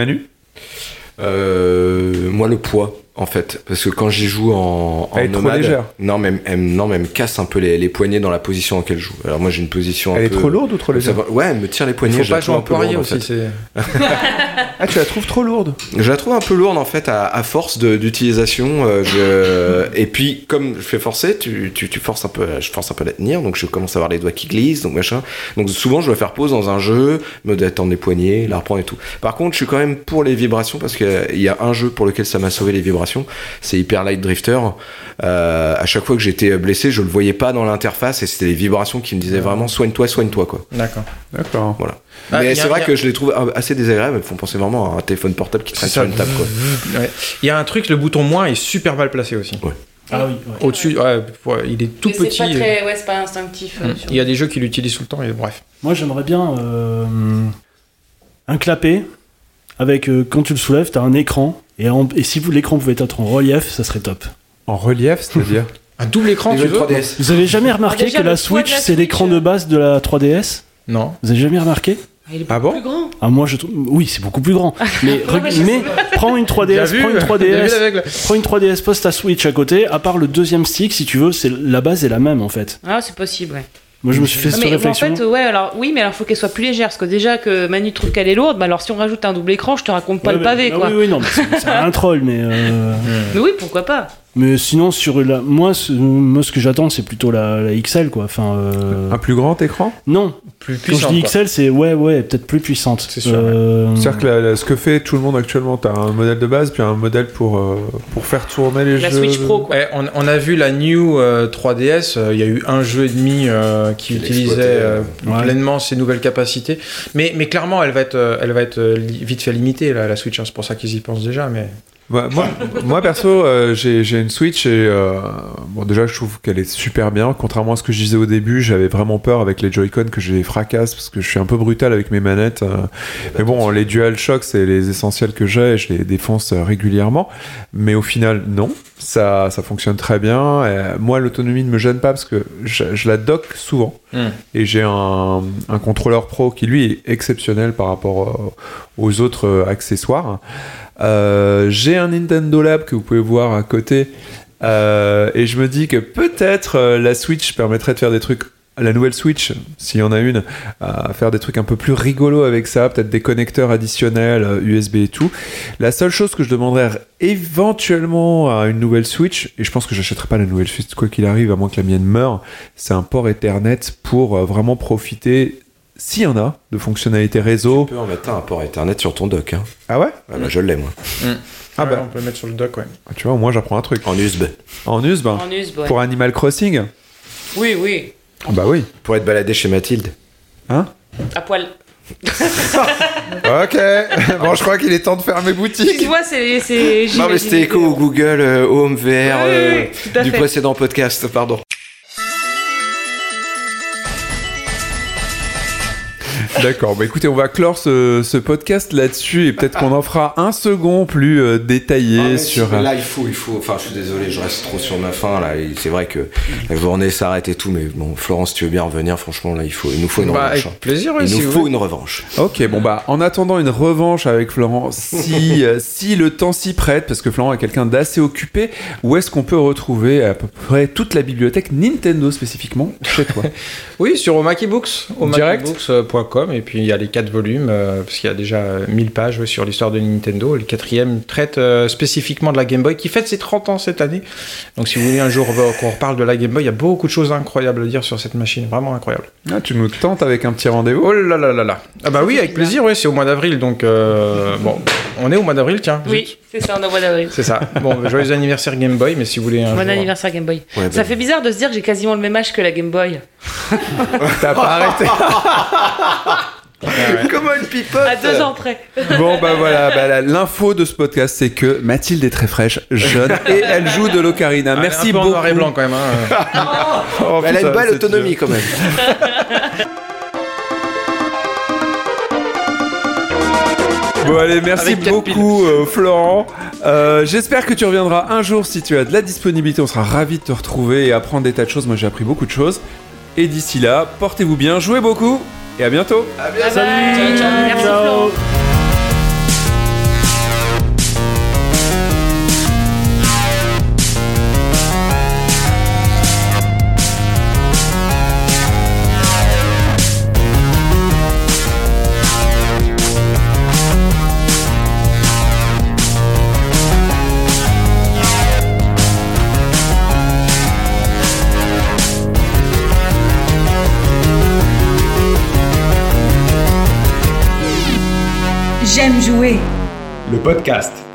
euh, Moi, le poids, en fait. Parce que quand j'y joue en, en elle est nomade... trop légère. Non, mais elle, non, mais elle me casse un peu les, les poignets dans la position dans laquelle je joue. Alors moi, j'ai une position elle un est peu... trop lourde ou trop légère ? va... Ouais, elle me tire les poignets. Il faut pas jouer en poirier lourde, aussi, en fait. c'est... Ah, tu la trouves trop lourde ? Je la trouve un peu lourde en fait à, à force de, d'utilisation. Euh, je... Et puis comme je fais forcer, tu, tu, tu forces un peu, je force un peu à la tenir, donc je commence à avoir les doigts qui glissent, donc machin. Donc souvent je dois faire pause dans un jeu, me détendre les poignets, la reprendre et tout. Par contre, je suis quand même pour les vibrations parce qu'il y a un jeu pour lequel ça m'a sauvé les vibrations, c'est Hyper Light Drifter. Euh, à chaque fois que j'étais blessé, je le voyais pas dans l'interface et c'était les vibrations qui me disaient vraiment soigne-toi, soigne-toi quoi. D'accord. D'accord. Voilà. Ah, mais a, c'est vrai a... que je les trouve assez désagréables, elles me font penser vraiment à un téléphone portable qui traîne sur une table quoi. Ouais. Il y a un truc, le bouton moins est super mal placé aussi. Ouais. Ah oui, ouais. Au-dessus, ouais, ouais, il est tout mais petit. C'est pas très, ouais, c'est pas instinctif. Mmh. Il y a des jeux qui l'utilisent tout le temps, et bref. Moi, j'aimerais bien euh, un clapet avec, euh, quand tu le soulèves, t'as un écran, et, en, et si vous, l'écran pouvait être en relief, ça serait top. En relief, c'est-à-dire Un double écran, Et tu le veux trois D S. Vous avez jamais remarqué Alors déjà, que la le poids de Switch, la c'est Switch, l'écran de base de la trois D S? Non. Vous avez jamais remarqué? Il est Ah beaucoup bon plus grand. Ah, moi je trouve. Oui, c'est beaucoup plus grand. Mais, Ouais, reg- je mais prends une trois D S, Bien prends vu. une trois D Bien vu S, l'aveugle. prends une trois D S, pose ta Switch à côté. À part le deuxième stick, si tu veux, c'est la base est la même en fait. Ah, c'est possible, ouais. Moi, je me suis fait Ah, cette mais réflexion. en fait, ouais, alors oui, mais alors faut qu'elle soit plus légère, parce que déjà que Manu trouve qu'elle est lourde, bah alors si on rajoute un double écran, je te raconte pas Ouais, le pavé, bah, quoi. Oui, oui, non, mais c'est c'est un troll, mais. euh, Mais oui, pourquoi pas. Mais sinon, sur la. Moi, ce, moi, ce que j'attends, c'est plutôt la, la X L, quoi. Enfin. euh, Un plus grand écran? Non. Plus Quand je puissant. dis quoi. X L, c'est ouais, ouais, peut-être plus puissante. C'est sûr, Euh, C'est-à-dire que la- la- ce que fait tout le monde actuellement, t'as un modèle de base, puis un modèle pour, euh, pour faire tourner les La jeux. Switch Pro, quoi. Ouais, on, on a vu la New euh, trois D S, euh, il y a eu un jeu et demi euh, qui Qui utilisait l'exploitait, euh, ouais. pleinement ses nouvelles capacités. Mais, mais clairement, elle va être, euh, elle va être euh, li- vite fait limitée, la, la Switch. hein. C'est pour ça qu'ils y pensent déjà. Mais... Ouais, moi, moi, perso, euh, j'ai j'ai une Switch et euh, bon, déjà, je trouve qu'elle est super bien. Contrairement à ce que je disais au début, j'avais vraiment peur avec les Joy-Con que je les fracasse parce que je suis un peu brutal avec mes manettes. euh. Mais bon, les DualShock, c'est les essentiels que j'ai et je les défonce euh, régulièrement. Mais au final, non. Ça, ça fonctionne très bien. Et, euh, moi, l'autonomie ne me gêne pas parce que je, je la dock souvent. Mm. Et j'ai un, un contrôleur pro qui, lui, est exceptionnel par rapport euh, aux autres euh, accessoires. Euh, j'ai un Nintendo Lab que vous pouvez voir à côté euh, et je me dis que peut-être euh, la Switch permettrait de faire des trucs, la nouvelle Switch, s'il y en a une, à faire des trucs un peu plus rigolos avec ça, peut-être des connecteurs additionnels, euh, U S B et tout. La seule chose que je demanderais éventuellement à une nouvelle Switch, et je pense que j'achèterai pas la nouvelle Switch quoi qu'il arrive, à moins que la mienne meure, c'est un port Ethernet pour euh, vraiment profiter, s'il y en a, de fonctionnalités réseau. Tu peux en mettre un port Ethernet sur ton dock. Hein. Ah ouais? Ah bah, je l'ai, moi. Mm. Ah Ouais, bah. on peut le mettre sur le dock, ouais. Tu vois, au moins j'apprends un truc. En U S B. En U S B. En U S B, ouais. Pour Animal Crossing? Oui, oui. Bah oui. Pour être baladé chez Mathilde. Hein? À poil. Ok. Bon, je crois qu'il est temps de fermer boutique. Tu vois, c'est. c'est- Non, mais c'était écho au Google euh, Home V R Oui, oui, euh, oui, tout à du fait. précédent podcast, pardon. D'accord, bah écoutez, on va clore ce, ce podcast là-dessus et peut-être qu'on en fera un second plus euh, détaillé Ah, mais sur... si, Là, il faut, il faut. Enfin, je suis désolé, je reste trop sur ma faim. Là, Et c'est vrai que la journée s'arrête et tout, mais bon, Florence, tu veux bien revenir. Franchement, là, il faut, il nous faut une Bah, revanche. avec plaisir, oui, Il si nous vous faut voulez. une revanche. Ok, bon bah en attendant une revanche avec Florent, si, euh, si le temps s'y prête, parce que Florent est quelqu'un d'assez occupé, où est-ce qu'on peut retrouver à peu près toute la bibliothèque Nintendo spécifiquement chez toi? Oui, sur Omakibooks, Direct. omakibooks point com, et puis il y a les quatre volumes, euh, parce qu'il y a déjà euh, mille pages ouais, sur l'histoire de Nintendo. Le quatrième traite euh, spécifiquement de la Game Boy, qui fête ses trente ans cette année. Donc si vous voulez un jour euh, qu'on reparle de la Game Boy, il y a beaucoup de choses incroyables à dire sur cette machine, vraiment incroyable. Ah, tu nous tentes avec un petit rendez-vous? Oh là là là là. Ah bah oui, avec plaisir, ouais, c'est au mois d'avril, donc euh, bon, on est au mois d'avril, tiens. Oui, c'est ça, on est au mois d'avril. C'est ça. Bon, bah, joyeux anniversaire Game Boy, mais si vous voulez un Bon jour- anniversaire Game Boy. Ouais, Ça bah. fait bizarre de se dire que j'ai quasiment le même âge que la Game Boy. T'as pas arrêté? Comment une pipote À deux ans près. Bon bah voilà, bah, la- l'info de ce podcast c'est que Mathilde est très fraîche, jeune et elle joue de l'ocarina. Ah, Merci un peu en beaucoup. noir et blanc quand même. Hein. Oh, Elle a putain, une belle c'est autonomie dur. quand même. Bon allez, merci Avec quatre beaucoup euh, Florent. Euh, J'espère que tu reviendras un jour si tu as de la disponibilité. On sera ravis de te retrouver et apprendre des tas de choses. Moi j'ai appris beaucoup de choses. Et d'ici là, portez-vous bien, jouez beaucoup et à bientôt. À bientôt. Salut. Ciao, ciao. Merci Ciao. Florent. J'aime jouer. Le podcast.